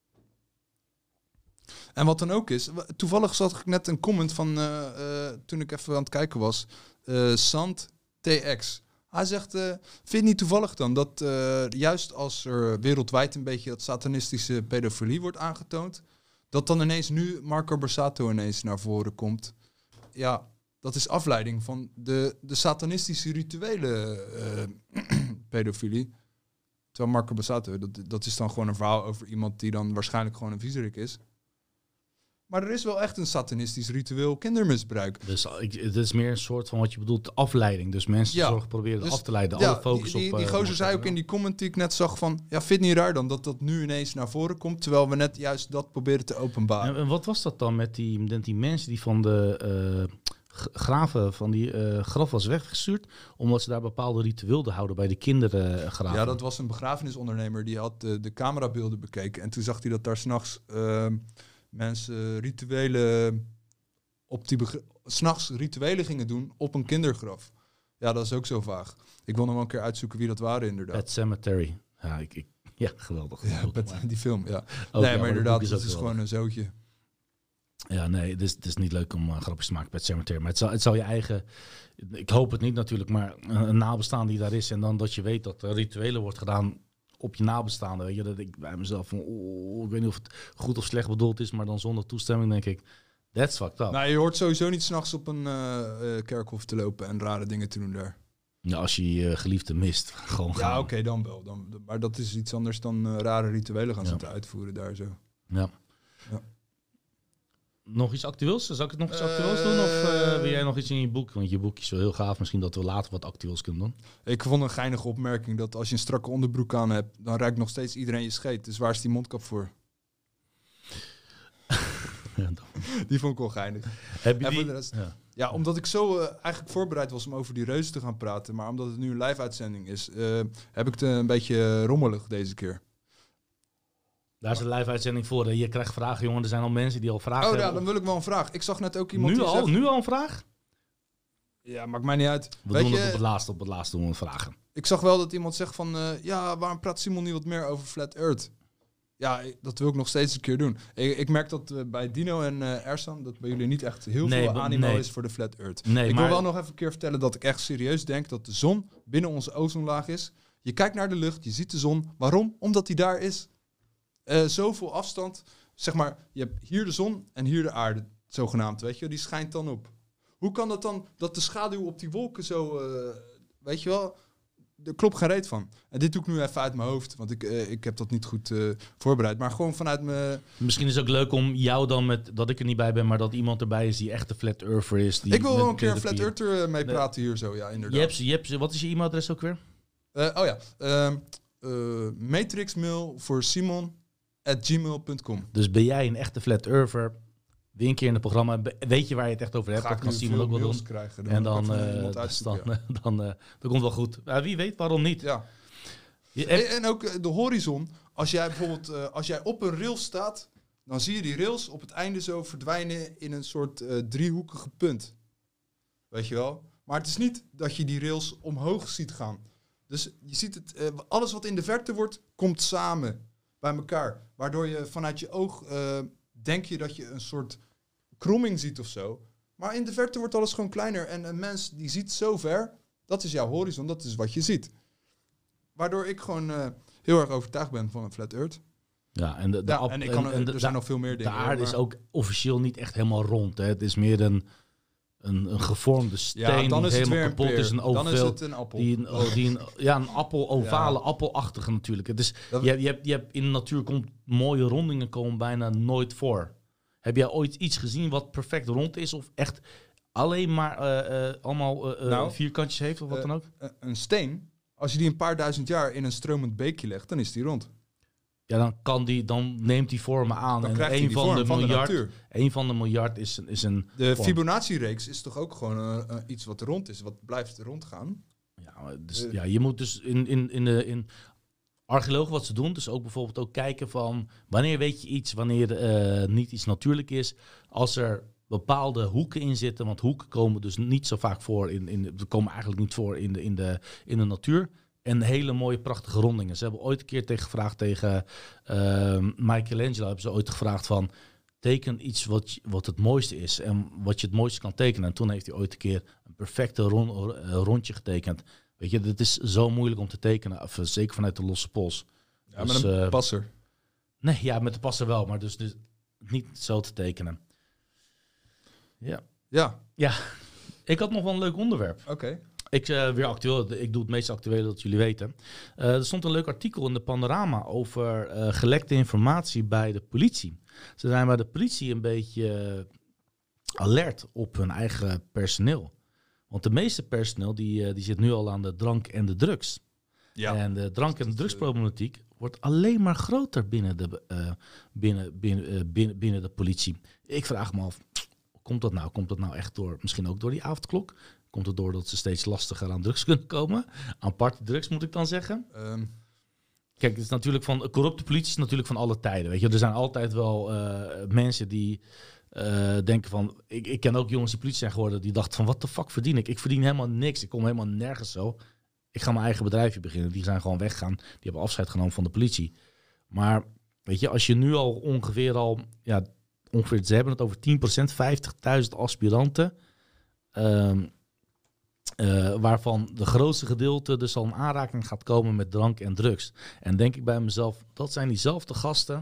En wat dan ook is, toevallig zag ik net een comment van, uh, uh, toen ik even aan het kijken was, uh, Sant T X. Hij zegt, uh, vind je het niet toevallig dan dat uh, juist als er wereldwijd een beetje dat satanistische pedofilie wordt aangetoond, dat dan ineens nu Marco Borsato ineens naar voren komt. Ja, dat is afleiding van de, de satanistische rituele uh, pedofilie. Terwijl Marco Borsato, dat, dat is dan gewoon een verhaal over iemand die dan waarschijnlijk gewoon een viezerik is. Maar er is wel echt een satanistisch ritueel kindermisbruik. Dus ik, het is meer een soort van wat je bedoelt, afleiding. Dus mensen ja, zorgen proberen dus, af te leiden. Ja, alle focus die, die, op... Die uh, gozer zei ook in die comment die ik net zag van... Ja, vind je niet raar dan dat dat nu ineens naar voren komt... terwijl we net juist dat proberen te openbaren. En, en wat was dat dan met die, met die mensen die van de uh, graven... van die uh, graf was weggestuurd... omdat ze daar bepaalde rituelen wilden houden bij de kinderen graven? Ja, dat was een begrafenisondernemer. Die had de, de camerabeelden bekeken... en toen zag hij dat daar s'nachts... Uh, mensen rituelen op die begr- 's nachts rituelen gingen doen op een kindergraf. Ja, dat is ook zo vaag. Ik wil nog wel een keer uitzoeken wie dat waren inderdaad. Pet Cemetery. Ja, ik, ik, ja geweldig. Ja, boek, met die film, ja. Ook, nee, ja, maar inderdaad, is het is gewoon een zootje. Ja, nee, het is, het is niet leuk om uh, grapjes te maken met Cemetery. Maar het zal, het zal je eigen... Ik hoop het niet natuurlijk, maar een, een nabestaan die daar is... en dan dat je weet dat er rituelen wordt gedaan... op je nabestaanden, weet je, dat ik bij mezelf van, oh, ik weet niet of het goed of slecht bedoeld is, maar dan zonder toestemming denk ik, that's fucked up. Nou, je hoort sowieso niet 's nachts op een uh, uh, kerkhof te lopen en rare dingen te doen daar. Nou, als je je geliefde mist, gewoon gaan. Ja, oké, okay, dan wel. Dan, maar dat is iets anders dan uh, rare rituelen gaan ja. zitten uitvoeren daar zo. Ja. ja. Nog iets actueels? Zal ik het nog iets actueels doen? Of uh, wil jij nog iets in je boek? Want je boek is wel heel gaaf. Misschien dat we later wat actueels kunnen doen. Ik vond een geinige opmerking dat als je een strakke onderbroek aan hebt... dan ruikt nog steeds iedereen je scheet. Dus waar is die mondkap voor? Ja, die vond ik wel geinig. Heb je die? Rest, ja. ja, omdat ik zo uh, eigenlijk voorbereid was om over die reuzen te gaan praten... maar omdat het nu een live-uitzending is... Uh, heb ik het een beetje rommelig deze keer. Daar is een live-uitzending voor. Je krijgt vragen, jongen. Er zijn al mensen die al vragen Oh ja, hebben. dan wil ik wel een vraag. Ik zag net ook iemand nu die al, zegt... Nu al een vraag? Ja, maakt mij niet uit. We Weet doen je, het op het laatste, op het laatste doen we vragen. Ik zag wel dat iemand zegt van... Uh, ja, waarom praat Simon niet wat meer over Flat Earth? Ja, dat wil ik nog steeds een keer doen. Ik, ik merk dat uh, bij Dino en uh, Ersan... dat bij jullie niet echt heel nee, veel animo nee. is voor de Flat Earth. Nee, ik maar... wil wel nog even een keer vertellen dat ik echt serieus denk... dat de zon binnen onze ozonlaag is. Je kijkt naar de lucht, je ziet de zon. Waarom? Omdat die daar is. Uh, zoveel afstand, zeg maar, je hebt hier de zon en hier de aarde, zogenaamd, weet je, die schijnt dan op. Hoe kan dat dan, dat de schaduw op die wolken zo, uh, weet je wel, er klopt geen reet van. En dit doe ik nu even uit mijn hoofd, want ik, uh, ik heb dat niet goed uh, voorbereid. Maar gewoon vanuit mijn... Misschien is het ook leuk om jou dan met, dat ik er niet bij ben, maar dat iemand erbij is die echt een flat earther is. Die ik wil wel een met keer een flat vier. earther uh, mee Nee. praten hier zo, ja, inderdaad. Je hebt, je hebt, wat is je e-mailadres ook weer? Uh, oh ja, uh, uh, matrixmail voor Simon at gmail punt com. Dus ben jij een echte flat earther? Weer een keer in het programma. Be- Weet je waar je het echt over hebt? Ga Dat ik kan nu Simon veel ook wel doen. mails krijgen. En dan, kan ik uh, van iemand dus uitzoeken, dan, ja. uh, dan, uh, dan komt wel goed. Uh, wie weet, waarom niet? Ja. Je, En, eh, en ook uh, de horizon. Als jij bijvoorbeeld uh, als jij op een rails staat, dan zie je die rails op het einde zo verdwijnen in een soort uh, driehoekige punt. Weet je wel? Maar het is niet dat je die rails omhoog ziet gaan. Dus je ziet het, uh, alles wat in de verte wordt, komt samen bij elkaar. Waardoor je vanuit je oog uh, denk je dat je een soort kromming ziet of zo. Maar in de verte wordt alles gewoon kleiner. En een mens die ziet zo ver, dat is jouw horizon, dat is wat je ziet. Waardoor ik gewoon uh, heel erg overtuigd ben van een flat earth. ja, en, de, de Ja, ap- en ik kan, en de- er zijn de- nog veel meer de dingen. aarde maar- is ook officieel niet echt helemaal rond. Hè. Het is meer een, een, een gevormde steen ja, dan die is het helemaal weer een kapot peer. is. Een Dan is oval, het een appel. die een, oh, die een, ja, een appel, ovale, Ja. appelachtige natuurlijk. Het is, Dat- je, hebt- je, hebt, je hebt in de natuur komt mooie rondingen komen bijna nooit voor. Heb jij ooit iets gezien wat perfect rond is of echt alleen maar uh, uh, allemaal uh, uh, Nou, vierkantjes heeft of wat uh, dan ook? Een- een steen, als je die een paar duizend jaar in een stromend beekje legt, dan is die rond. Ja, dan kan die, dan neemt die vormen aan. Dan en krijgt hij een die van vorm de van de miljard, natuur. een van de miljard is, een- is een. De vorm. Fibonacci-reeks is toch ook gewoon uh, uh, iets wat rond is, wat blijft rondgaan. Ja, maar dus, Eh. ja, je moet dus in, in, in de in archeologen wat ze doen, dus ook bijvoorbeeld ook kijken van wanneer weet je iets, wanneer uh, niet iets natuurlijk is, als er bepaalde hoeken in zitten, want hoeken komen dus niet zo vaak voor in, in de, komen eigenlijk niet voor in de, in de, in de natuur. En hele mooie, prachtige rondingen. Ze hebben ooit een keer tegen gevraagd tegen uh, Michelangelo, hebben ze ooit gevraagd van teken iets wat, je- wat het mooiste is en wat je het mooiste kan tekenen. En toen heeft hij ooit een keer een perfecte ron- uh, rondje getekend. Weet je, dit is zo moeilijk om te tekenen, of, uh, zeker vanuit de losse pols. Ja, Dus, met een uh, passer. Nee, ja, met de passer wel, maar dus, dus niet zo te tekenen. Ja. Ja, Ja, ik had nog wel een leuk onderwerp. oké. Ik uh, weer actueel, ik doe het meest actuele dat jullie weten. Uh, er stond een leuk artikel in de Panorama over uh, gelekte informatie bij de politie. Ze zijn bij de politie een beetje uh, alert op hun eigen personeel. Want de meeste personeel die, uh, die zit nu al aan de drank en de drugs. Ja. En de drank- en de drugsproblematiek wordt alleen maar groter binnen de, uh, binnen, binnen, uh, binnen, binnen de politie. Ik vraag me af, komt dat nou? Komt dat nou echt door, misschien ook door die avondklok? Komt het door dat ze steeds lastiger aan drugs kunnen komen? Aan partydrugs moet ik dan zeggen. Um, Kijk, het is natuurlijk van corrupte politie is natuurlijk van alle tijden. Weet je, er zijn altijd wel uh, mensen die uh, denken van. Ik, ik ken ook jongens die politie zijn geworden die dachten van wat de fuck verdien ik? Ik verdien helemaal niks. Ik kom helemaal nergens zo. Ik ga mijn eigen bedrijfje beginnen. Die zijn gewoon weggaan. Die hebben afscheid genomen van de politie. Maar weet je, als je nu al ongeveer al ja ongeveer ze hebben het over tien procent, vijftigduizend aspiranten. Um, Uh, waarvan de grootste gedeelte dus al in aanraking gaat komen met drank en drugs. En denk ik bij mezelf, dat zijn diezelfde gasten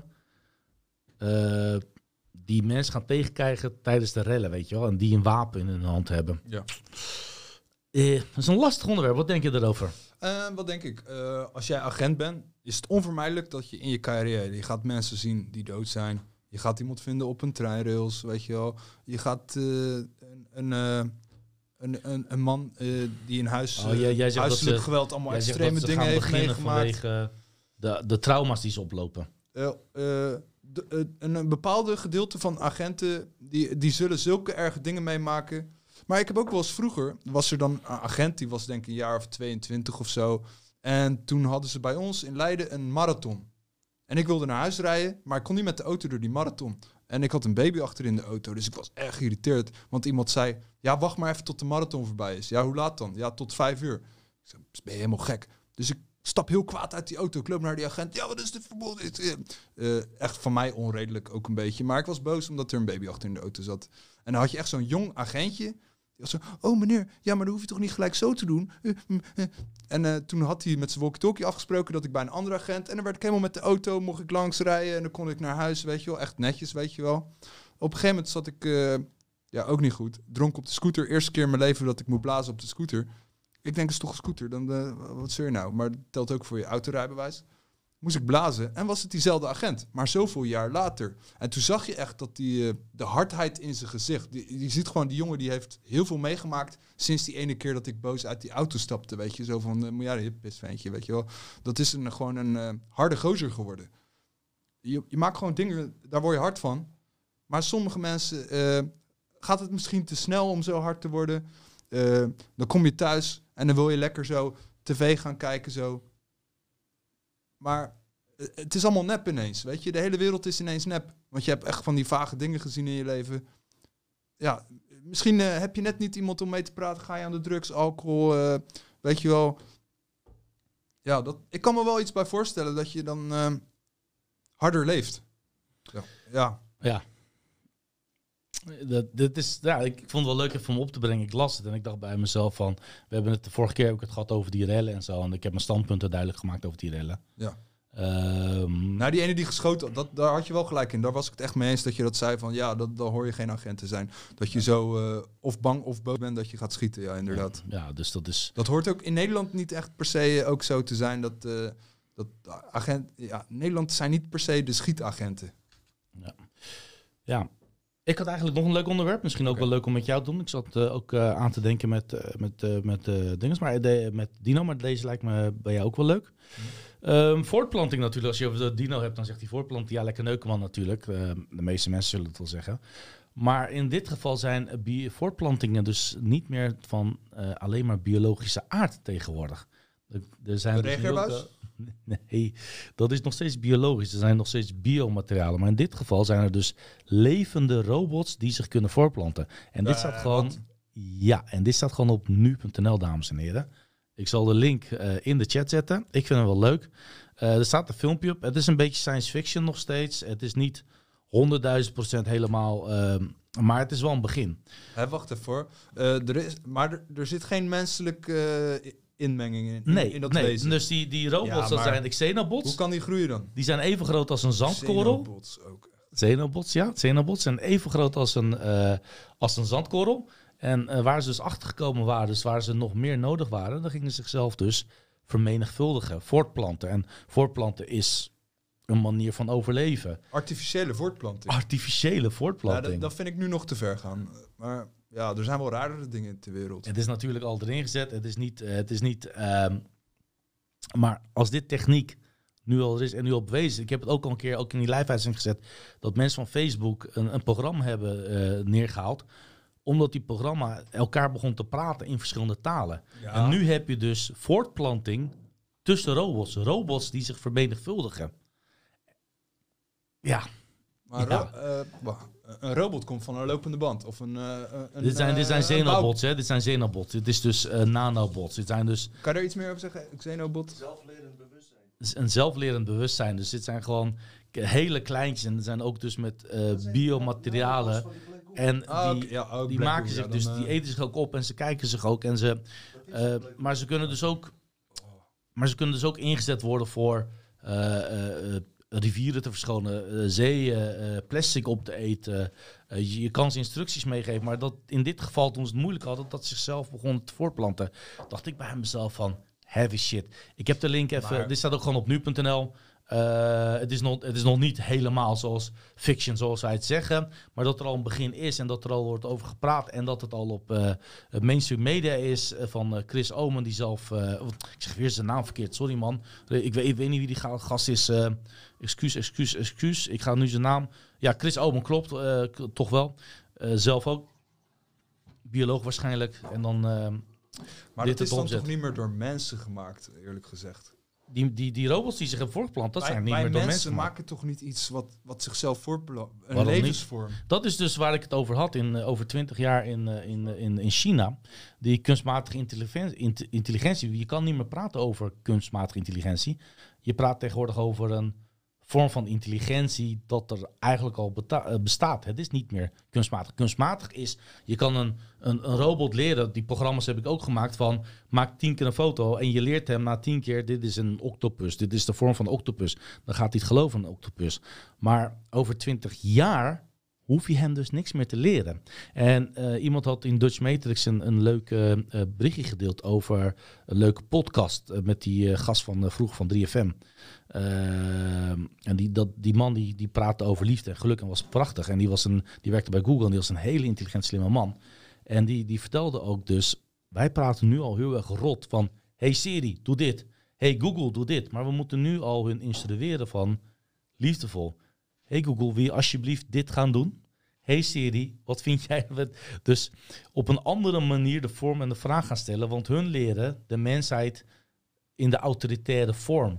uh, die mensen gaan tegenkrijgen tijdens de rellen, weet je wel. En die een wapen in hun hand hebben. ja. Uh, dat is een lastig onderwerp. Wat denk je daarover? Uh, wat denk ik? Uh, als jij agent bent, is het onvermijdelijk dat je in je carrière... Je gaat mensen zien die dood zijn. Je gaat iemand vinden op een treinrails, weet je wel. Je gaat uh, een... een uh, Een, een, een man uh, die in huis uh, oh, jij, jij huiselijk geweld allemaal extreme dingen heeft meegemaakt. Vanwege de, de trauma's die ze oplopen. Uh, uh, de, uh, een, een bepaalde gedeelte van agenten die, die zullen zulke erge dingen meemaken. Maar ik heb ook wel eens vroeger, was er dan een agent, die was denk ik een jaar of tweeëntwintig of zo. En toen hadden ze bij ons in Leiden een marathon. En ik wilde naar huis rijden, maar ik kon niet met de auto door die marathon. En ik had een baby achter in de auto, dus ik was erg geïrriteerd. Want iemand zei, ja, wacht maar even tot de marathon voorbij is. Ja, hoe laat dan? Ja, tot vijf uur. Ik zei, ben je helemaal gek? Dus ik stap heel kwaad uit die auto. Ik loop naar die agent. Ja, wat is dit verbod? Uh, echt van mij onredelijk ook een beetje. Maar ik was boos omdat er een baby achter in de auto zat. En dan had je echt zo'n jong agentje. Die was zo, oh meneer, ja, maar dan hoef je toch niet gelijk zo te doen? Uh, uh, uh. En uh, toen had hij met zijn walkie-talkie afgesproken dat ik bij een andere agent... En dan werd ik helemaal met de auto, mocht ik langs rijden... en dan kon ik naar huis, weet je wel. Echt netjes, weet je wel. Op een gegeven moment zat ik... Uh, ja, ook niet goed. Dronk op de scooter. Eerste keer in mijn leven dat ik moet blazen op de scooter. ik denk, is toch een scooter. Dan, uh, wat zeur je nou? Maar dat telt ook voor je autorijbewijs. Moest ik blazen en was het diezelfde agent. Maar zoveel jaar later. En toen zag je echt dat die, uh, de hardheid in zijn gezicht. Die, die ziet gewoon, die jongen die heeft heel veel meegemaakt sinds die ene keer dat ik boos uit die auto stapte. Weet je, zo van, uh, ja, je pisventje, weet je wel. Dat is een, gewoon een uh, harde gozer geworden. Je, je maakt gewoon dingen, daar word je hard van. Maar sommige mensen uh, gaat het misschien te snel om zo hard te worden. Uh, dan kom je thuis en dan wil je lekker zo tv gaan kijken zo. Maar het is allemaal nep ineens, weet je. De hele wereld is ineens nep. Want je hebt echt van die vage dingen gezien in je leven. Ja, misschien uh, heb je net niet iemand om mee te praten. Ga je aan de drugs, alcohol, uh, weet je wel. Ja, dat, ik kan me wel iets bij voorstellen dat je dan uh, harder leeft. Ja. Ja. ja. Dat, dit is, ja, ik vond het wel leuk even om op te brengen. Ik las het en ik dacht bij mezelf van... We hebben het de vorige keer ook het gehad over die rellen en zo. En ik heb mijn standpunten duidelijk gemaakt over die rellen. Ja. Um, nou, die ene die geschoten, dat, daar had je wel gelijk in. Daar was ik het echt mee eens dat je dat zei van... Ja, dat, dan hoor je geen agent te zijn. Dat je zo uh, of bang of boos bent dat je gaat schieten. Ja, inderdaad. Ja, ja, dus dat is... Dat hoort ook in Nederland niet echt per se ook zo te zijn. Dat, uh, dat agent... Ja, Nederland zijn niet per se de schietagenten. Ja. Ja. Ik had eigenlijk nog een leuk onderwerp. Misschien ook okay. wel leuk om met jou te doen. Ik zat uh, ook uh, aan te denken met, uh, met, uh, met uh, dinges, maar de, met Dino. Maar deze lijkt me bij jou ook wel leuk. Mm. Um, voortplanting natuurlijk. Als je over de Dino hebt, dan zegt hij voortplanting. Ja, lekker neukenman natuurlijk. Uh, de meeste mensen zullen het wel zeggen. Maar in dit geval zijn bi- voortplantingen dus niet meer van uh, alleen maar biologische aard tegenwoordig. Er, er zijn de dus regenbuis? Ook, uh, nee, dat is nog steeds biologisch. Er zijn nog steeds biomaterialen. Maar in dit geval zijn er dus levende robots die zich kunnen voortplanten. En dit uh, staat gewoon... Wat? Ja, en dit staat gewoon op nu punt n l, dames en heren. Ik zal de link uh, in de chat zetten. Ik vind hem wel leuk. Uh, er staat een filmpje op. Het is een beetje science fiction nog steeds. Het is niet honderdduizend procent helemaal... Uh, maar het is wel een begin. Hey, wacht even hoor. Uh, er is, maar er, er zit geen menselijk... Uh, inmenging in, nee, in dat nee. wezen. Dus die, die robots, ja, dat zijn de Xenobots. Hoe kan die groeien dan? Die zijn even groot als een zandkorrel. Xenobots ook. Xenobots, ja. Xenobots zijn even groot als een, uh, als een zandkorrel. En uh, waar ze dus achtergekomen waren, dus waar ze nog meer nodig waren, dan gingen ze zichzelf dus vermenigvuldigen, voortplanten. En voortplanten is een manier van overleven. Artificiële voortplanting. Artificiële voortplanting. Ja, dat, dat vind ik nu nog te ver gaan. Maar... Ja, er zijn wel raardere dingen ter wereld. Het is natuurlijk al erin gezet. Het is niet... Uh, het is niet um, maar als dit techniek nu al er is en nu al bewezen... Ik heb het ook al een keer ook in die live-uitzending gezet... dat mensen van Facebook een, een programma hebben uh, neergehaald... omdat die programma elkaar begon te praten in verschillende talen. Ja. En nu heb je dus voortplanting tussen robots. Robots die zich vermenigvuldigen. Ja... Maar ja. ro- uh, een robot komt van een lopende band of een. Uh, een dit zijn, dit zijn uh, Xenobots, hè? Dit zijn Xenobots. Dit is dus uh, nanobots. Dit zijn dus. Kan je er iets meer over zeggen? Xenobot. Zelflerend bewustzijn. Een zelflerend bewustzijn. Dus dit zijn gewoon hele kleintjes en er zijn ook dus met uh, biomaterialen. En ah, die, okay. ja, die maken zich ja, dus, dan, uh... die eten zich ook op en ze kijken zich ook en ze. Uh, maar ze kunnen dus ook, maar ze kunnen dus ook ingezet worden voor. Uh, uh, rivieren te verschonen, uh, zeeën, uh, plastic op te eten. Uh, je, je kan ze instructies meegeven, maar dat in dit geval, toen ze het moeilijk hadden, dat ze zichzelf begonnen te voortplanten, dacht ik bij mezelf van, heavy shit. Ik heb de link even, maar... dit staat ook gewoon op nu punt n l. Uh, het, is nog, het is nog niet helemaal zoals fiction, zoals wij het zeggen, maar dat er al een begin is en dat er al wordt over gepraat en dat het al op uh, mainstream media is uh, van uh, Chris Oman, die zelf, uh, ik zeg weer zijn naam verkeerd, sorry man, ik weet, ik weet niet wie die gast is, uh, excuus, excuus, excuus, ik ga nu zijn naam, ja, Chris Oman klopt, uh, k- toch wel, uh, zelf ook, bioloog waarschijnlijk, en dan uh, maar dat is dan toch niet meer door mensen gemaakt, eerlijk gezegd. Die, die, die robots die zich hebben voortgeplant, dat wij, zijn niet wij meer door mensen. mensen maken toch niet iets wat, wat zichzelf voortplant, een Waarom levensvorm. Niet? Dat is dus waar ik het over had, in, uh, over twintig jaar in, uh, in, uh, in, in China. Die kunstmatige intelligentie, int- intelligentie. Je kan niet meer praten over kunstmatige intelligentie. Je praat tegenwoordig over een vorm van intelligentie dat er eigenlijk al beta- uh, bestaat. Het is niet meer kunstmatig. Kunstmatig is, je kan een, een, een robot leren, die programma's heb ik ook gemaakt, van maak tien keer een foto en je leert hem na tien keer, dit is een octopus, dit is de vorm van een octopus. Dan gaat hij het geloven, een octopus. Maar over twintig jaar hoef je hem dus niks meer te leren. En uh, iemand had in Dutch Matrix een, een leuk uh, uh, berichtje gedeeld over een leuke podcast uh, met die uh, gast van uh, vroeg van drie F M. Uh, en die, dat, die man die, die praatte over liefde en geluk en was prachtig. En die, was een, die werkte bij Google en die was een hele intelligent, slimme man. En die, die vertelde ook dus, wij praten nu al heel erg rot van, hey Siri, doe dit. Hey Google, doe dit. Maar we moeten nu al hun instrueren van liefdevol. Hey Google, wil je alsjeblieft dit gaan doen? Hey Siri, wat vind jij? Dus op een andere manier de vorm en de vraag gaan stellen. Want hun leren de mensheid in de autoritaire vorm.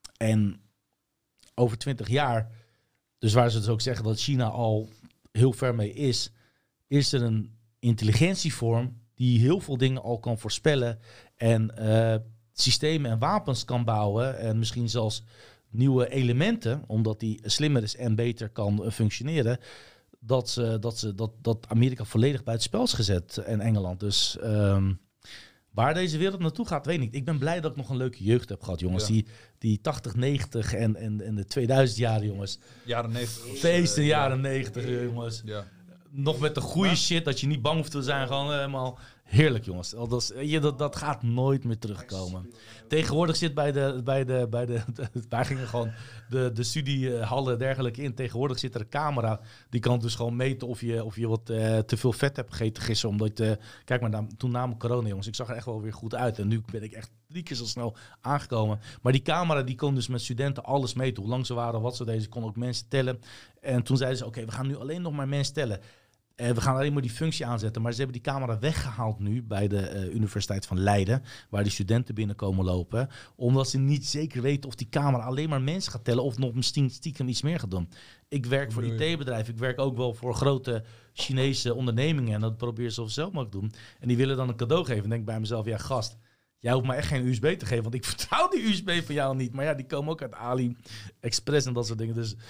En over twintig jaar, dus waar ze dus ook zeggen dat China al heel ver mee is, is er een intelligentievorm die heel veel dingen al kan voorspellen. En uh, systemen en wapens kan bouwen. En misschien zelfs nieuwe elementen, omdat die slimmer is en beter kan uh, functioneren. Dat, ze, dat, ze, dat, dat Amerika volledig buiten spel is gezet en Engeland. Dus um, waar deze wereld naartoe gaat, weet ik niet. Ik ben blij dat ik nog een leuke jeugd heb gehad, jongens. Ja. Die, die tachtig, negentig en, en, en de tweeduizend jaren, jongens. Jaren negentig. Feesten, uh, jaren negentig, ja. jongens. Ja. Nog met de goede shit, dat je niet bang hoeft te zijn. Gewoon helemaal heerlijk, jongens. Dat, is, je, dat, dat gaat nooit meer terugkomen. Tegenwoordig zit bij de... Bij de, bij de, de wij gingen gewoon de, de studiehallen en dergelijke in. Tegenwoordig zit er een camera. Die kan dus gewoon meten of je, of je wat uh, te veel vet hebt gegeten gisteren. Omdat je... Uh, kijk maar, na, toen na mijn corona, jongens. Ik zag er echt wel weer goed uit. En nu ben ik echt drie keer zo snel aangekomen. Maar die camera, die kon dus met studenten alles meten. Hoe lang ze waren, wat ze deden. Ze kon ook mensen tellen. En toen zeiden ze, oké, okay, we gaan nu alleen nog maar mensen tellen. Uh, we gaan alleen maar die functie aanzetten. Maar ze hebben die camera weggehaald nu bij de uh, Universiteit van Leiden. Waar die studenten binnenkomen lopen. Omdat ze niet zeker weten of die camera alleen maar mensen gaat tellen. Of nog misschien stiekem iets meer gaat doen. Ik werk voor I T-bedrijven. Ik werk ook wel voor grote Chinese ondernemingen. En dat probeer ze zelf mogelijk doen. En die willen dan een cadeau geven. En denk bij mezelf, ja gast. Jij hoeft me echt geen U S B te geven. Want ik vertrouw die U S B van jou niet. Maar ja, die komen ook uit AliExpress en dat soort dingen. Dus...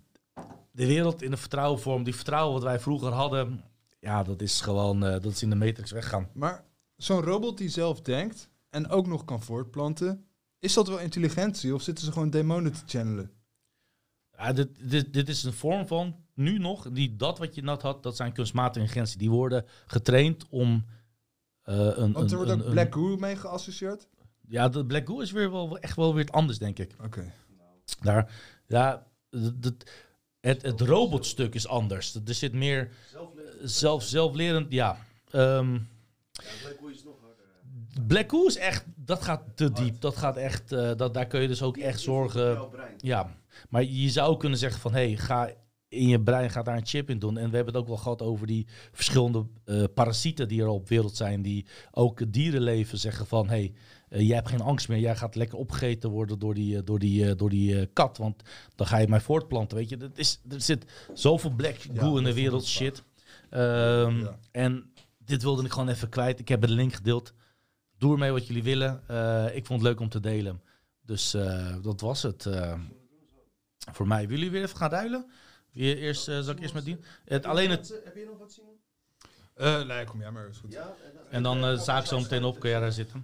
de wereld in de vertrouwenvorm, die vertrouwen wat wij vroeger hadden, ja, dat is gewoon, uh, dat is in de Matrix weggaan. Maar zo'n robot die zelf denkt en ook nog kan voortplanten, is dat wel intelligentie of zitten ze gewoon demonen te channelen? Ja, dit, dit, dit is een vorm van, nu nog, die, dat wat je net had, dat zijn kunstmatige intelligentie. Die worden getraind om uh, een... Want er wordt een, ook Black Goo mee geassocieerd? Ja, de Black Goo is weer wel echt wel weer anders, denk ik. Oké. Okay. Daar, ja, dat... Het, het robotstuk is anders. Er zit meer zelf, zelflerend, ja. Um, ja Black Goo is nog harder. Black Goo is echt, dat gaat te diep. Dat gaat echt, uh, dat, daar kun je dus ook echt zorgen. Ja, maar je zou kunnen zeggen van, hé, hey, ga in je brein, ga daar een chip in doen. En we hebben het ook wel gehad over die verschillende uh, parasieten die er op wereld zijn, die ook dierenleven zeggen van, hé, hey, Uh, jij hebt geen angst meer. Jij gaat lekker opgegeten worden door die, uh, door die, uh, door die uh, kat. Want dan ga je mij voortplanten. Weet je, dat is, er zit zoveel Black Goo ja, in de wereld. Shit. Um, ja. En dit wilde ik gewoon even kwijt. Ik heb de link gedeeld. Doe ermee wat jullie willen. Uh, ik vond het leuk om te delen. Dus uh, dat was het. Uh, voor mij. Willen jullie weer even gaan ruilen? Wie eerst, uh, zal ik eerst met die? Het, alleen het... Heb je nog wat zien? Uh, nee, kom jij maar. Is goed. Ja, en dan uh, zaak zo meteen op. Kun jij daar zitten?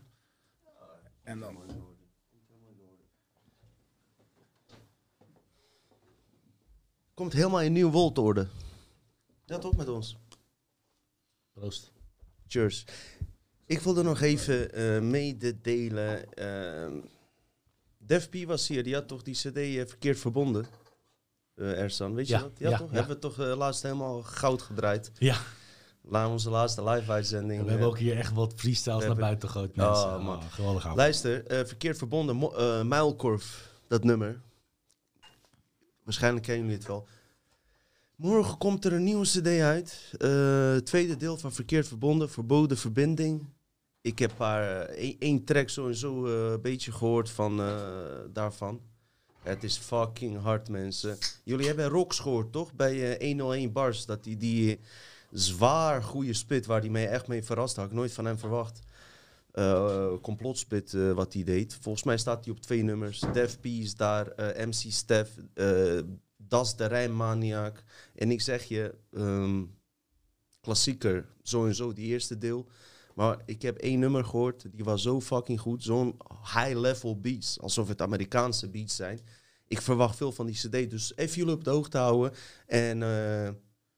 En dan... Komt helemaal in nieuw woltorde. Ja, toch met ons. Proost. Cheers. Ik wilde nog even uh, mededelen. Uh, Def P was hier, die had toch die cd uh, verkeerd verbonden. Uh, Ersan, weet je ja, dat? Ja, ja, toch? Ja. Hebben we toch uh, laatst helemaal goud gedraaid. Ja. Na onze laatste live-uitzending. Ja, we hebben ook hier echt wat freestyles naar buiten gegooid, mensen. Oh, man. Oh, geweldig gaaf. Luister, uh, verkeerd verbonden, mo- uh, Mijlkorf, dat nummer. Waarschijnlijk kennen jullie het wel. Morgen komt er een nieuwe cd uit. Uh, tweede deel van Verkeerd Verbonden, Verboden Verbinding. Ik heb haar uh, één track sowieso uh, een beetje gehoord van uh, daarvan. Het is fucking hard, mensen. Jullie hebben Rox gehoord, toch? Bij uh, honderdéén Bars, dat die... die zwaar goede spit waar hij mij echt mee verrast. Had ik nooit van hem verwacht. Uh, complotspit uh, wat hij deed. Volgens mij staat hij op twee nummers. Def P is daar, uh, M C Stef, uh, Das de Rijmmaniac. En ik zeg je, um, klassieker, sowieso die eerste deel. Maar ik heb één nummer gehoord, die was zo fucking goed. Zo'n high-level beats, alsof het Amerikaanse beats zijn. Ik verwacht veel van die cd, dus even jullie op de hoogte houden. En... Uh,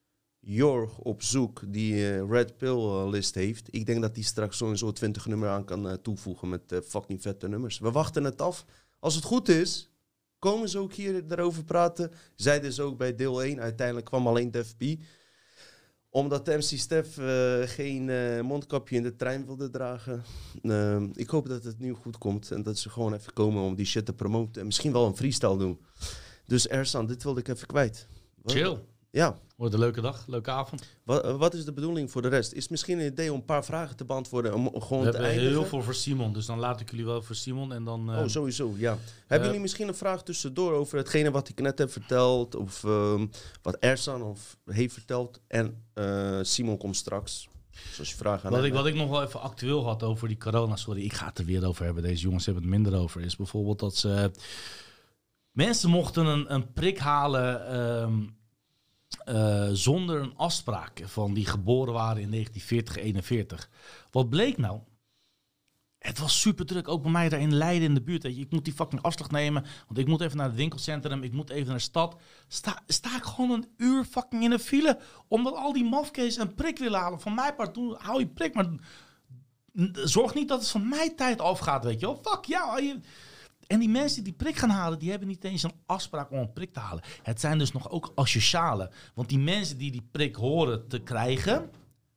Jorg op zoek die uh, Red Pill uh, list heeft. Ik denk dat hij straks sowieso twintig nummer aan kan uh, toevoegen met uh, fucking vette nummers. We wachten het af. Als het goed is, komen ze ook hier daarover praten. Zij dus ook bij deel één. Uiteindelijk kwam alleen Def P. Omdat M C Stef uh, geen uh, mondkapje in de trein wilde dragen. Uh, ik hoop dat het nu goed komt. En dat ze gewoon even komen om die shit te promoten. En misschien wel een freestyle doen. Dus Ersan, dit wilde ik even kwijt. Chill. Ja. Wordt een leuke dag, leuke avond. Wat, wat is de bedoeling voor de rest? Is het misschien een idee om een paar vragen te beantwoorden? Om gewoon We te hebben eindigen? heel veel voor Simon, dus dan laat ik jullie wel voor Simon. En dan, uh, Oh, sowieso, ja. Hebben jullie misschien een vraag tussendoor over hetgene wat ik net heb verteld? Of um, wat Ersan of heeft verteld? En uh, Simon komt straks. Dus als je vragen aan wat, hem ik, wat hebt. ik nog wel even actueel had over die corona, sorry, ik ga het er weer over hebben. Deze jongens hebben het minder over. Is bijvoorbeeld dat ze... Mensen mochten een, een prik halen... Um, Uh, zonder een afspraak van die geboren waren in negentien veertig, eenenveertig. Wat bleek nou? Het was super druk, ook bij mij daar in Leiden in de buurt. Weet je. Ik moet die fucking afslag nemen, want ik moet even naar het winkelcentrum, ik moet even naar de stad. Sta, sta ik gewoon een uur fucking in de file, omdat al die mafkees een prik willen halen. Van mijn part, doe, hou je prik, maar zorg niet dat het van mijn tijd afgaat, weet je wel. Fuck jou. Ja, en die mensen die die prik gaan halen, die hebben niet eens een afspraak om een prik te halen. Het zijn dus nog ook asocialen. Want die mensen die die prik horen te krijgen,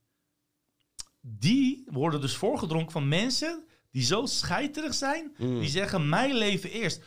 die worden dus voorgedronken van mensen die zo scheiterig zijn, mm. die zeggen mijn leven eerst.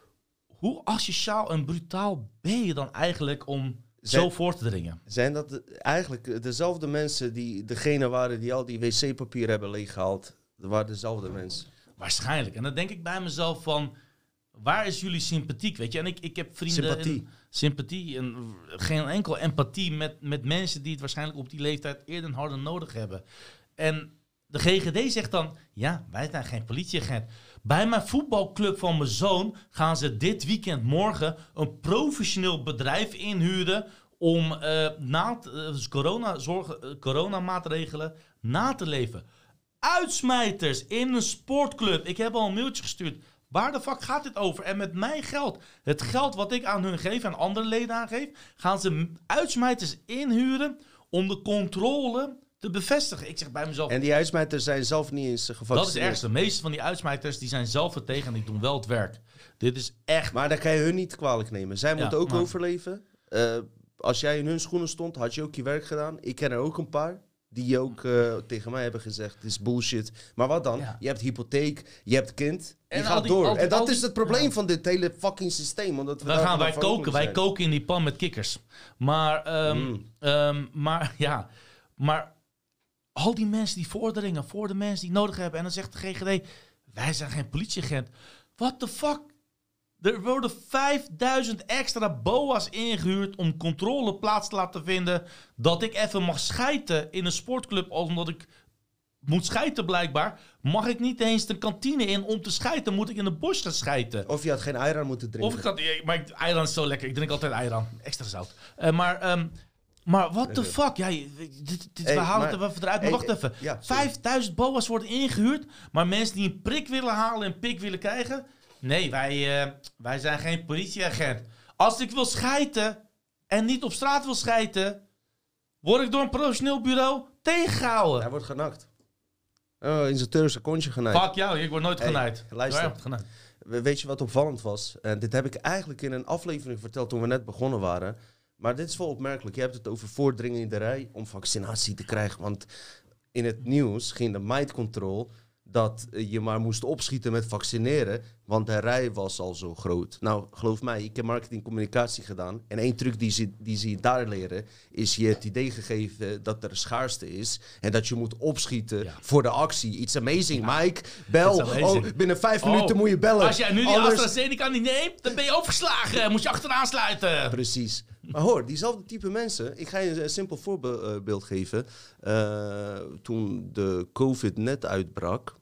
Hoe asociaal en brutaal ben je dan eigenlijk om zijn, zo voor te dringen? Zijn dat de, eigenlijk dezelfde mensen die degene waren die al die wc-papier hebben leeggehaald? Dat waren dezelfde mensen. Waarschijnlijk. En dan denk ik bij mezelf van, waar is jullie sympathiek, weet je? En ik, ik heb vrienden... Sympathie. En, sympathie en geen enkel empathie met, met mensen die het waarschijnlijk op die leeftijd eerder en harder nodig hebben. En de G G D zegt dan, ja, wij zijn geen politieagent. Bij mijn voetbalclub van mijn zoon gaan ze dit weekend morgen een professioneel bedrijf inhuren om uh, na t, uh, dus corona, zorg, uh, coronamaatregelen na te leven. Uitsmijters in een sportclub. Ik heb al een mailtje gestuurd. Waar de fuck gaat dit over? En met mijn geld, het geld wat ik aan hun geef en andere leden aangeef, gaan ze uitsmijters inhuren om de controle te bevestigen. Ik zeg bij mezelf... En die uitsmijters zijn zelf niet eens gevaccineerd. Dat is het ergste. De meeste van die uitsmijters die zijn zelf er tegen en die doen wel het werk. Dit is echt... Maar dan kan je hun niet kwalijk nemen. Zij ja, moeten ook maar... overleven. Uh, als jij in hun schoenen stond, had je ook je werk gedaan. Ik ken er ook een paar. Die ook uh, tegen mij hebben gezegd, het is bullshit. Maar wat dan? Ja. Je hebt hypotheek, je hebt kind, je en gaat die, door. Die, en dat die, is het probleem ja. van dit hele fucking systeem. Omdat we dan gaan wij koken, wij koken in die pan met kikkers. Maar, um, mm. um, maar ja, maar al die mensen die voordringen, voor de mensen die het nodig hebben. En dan zegt de G G D, wij zijn geen politieagent. What the fuck? Er worden vijfduizend extra boa's ingehuurd om controle plaats te laten vinden. Dat ik even mag schijten in een sportclub, omdat ik moet schijten blijkbaar. Mag ik niet eens de kantine in om te schijten, moet ik in de bos gaan schijten. Of je had geen eiran moeten drinken. Of ik had, maar eiran is zo lekker, ik drink altijd eiran. Extra zout. Uh, maar, um, maar what the fuck? Ja, dit, dit, hey, we halen maar, het even eruit. Maar hey, wacht even. Ja, vijfduizend boa's worden ingehuurd, maar mensen die een prik willen halen en pik willen krijgen... Nee, wij, uh, wij zijn geen politieagent. Als ik wil schijten en niet op straat wil schijten, word ik door een professioneel bureau tegengehouden. Hij wordt genakt. Oh, in zijn Turkse kontje genaaid. Fuck jou, ik word nooit hey, genaaid. Luister, genaaid. Weet je wat opvallend was? En dit heb ik eigenlijk in een aflevering verteld toen we net begonnen waren. Maar dit is wel opmerkelijk. Je hebt het over voordringerij om vaccinatie te krijgen. Want in het nieuws ging de mind control... dat je maar moest opschieten met vaccineren, want de rij was al zo groot. Nou, geloof mij, ik heb marketingcommunicatie gedaan. En één truc die ze, die ze je daar leren, is je het idee gegeven dat er schaarste is. En dat je moet opschieten ja. voor de actie. It's amazing, ja. Mike. Bel. Amazing. Oh, binnen vijf oh. minuten moet je bellen. Als jij nu die Anders... AstraZeneca niet neemt, dan ben je overgeslagen. Moet je achteraan sluiten. Precies. Maar hoor, diezelfde type mensen... Ik ga je een simpel voorbeeld geven. Uh, toen de COVID net uitbrak...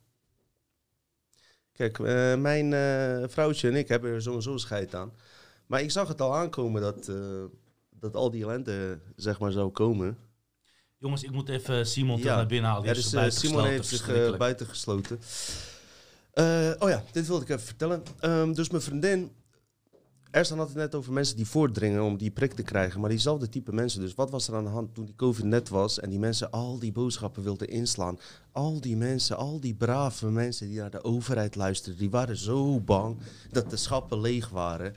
Kijk, uh, mijn uh, vrouwtje en ik hebben er sowieso scheid aan. Maar ik zag het al aankomen dat, uh, dat al die ellende, zeg maar, zou komen. Jongens, ik moet even Simon ja. naar binnen halen. Ja, dus uh, Simon heeft zich uh, buiten gesloten. Uh, oh ja, dit wilde ik even vertellen. Um, dus mijn vriendin... Ersan had het net over mensen die voordringen om die prik te krijgen. Maar diezelfde type mensen dus. Wat was er aan de hand toen die COVID net was en die mensen al die boodschappen wilden inslaan? Al die mensen, al die brave mensen die naar de overheid luisterden, die waren zo bang dat de schappen leeg waren.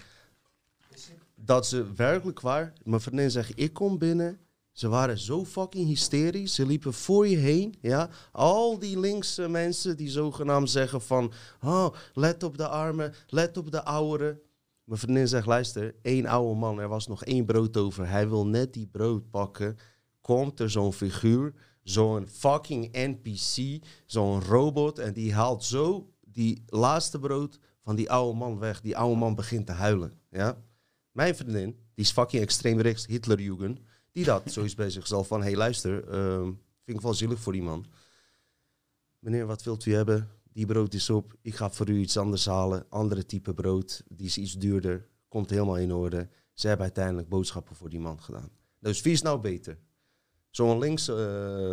Dat ze werkelijk waar, mijn vriendin zegt, ik kom binnen. Ze waren zo fucking hysterisch. Ze liepen voor je heen. Ja? Al die linkse mensen die zogenaamd zeggen van... Oh, let op de armen, let op de ouderen. Mijn vriendin zegt, luister, één oude man, er was nog één brood over. Hij wil net die brood pakken. Komt er zo'n figuur, zo'n fucking N P C, zo'n robot... en die haalt zo die laatste brood van die oude man weg. Die oude man begint te huilen. Ja? Mijn vriendin, die is fucking extreem rechts, Hitlerjugend... die dat zoiets bij zichzelf van... hé, hey, luister, uh, vind ik wel zielig voor die man. Meneer, wat wilt u hebben? Die brood is op. Ik ga voor u iets anders halen. Andere type brood. Die is iets duurder. Komt helemaal in orde. Ze hebben uiteindelijk boodschappen voor die man gedaan. Dus wie is nou beter? Zo'n links uh,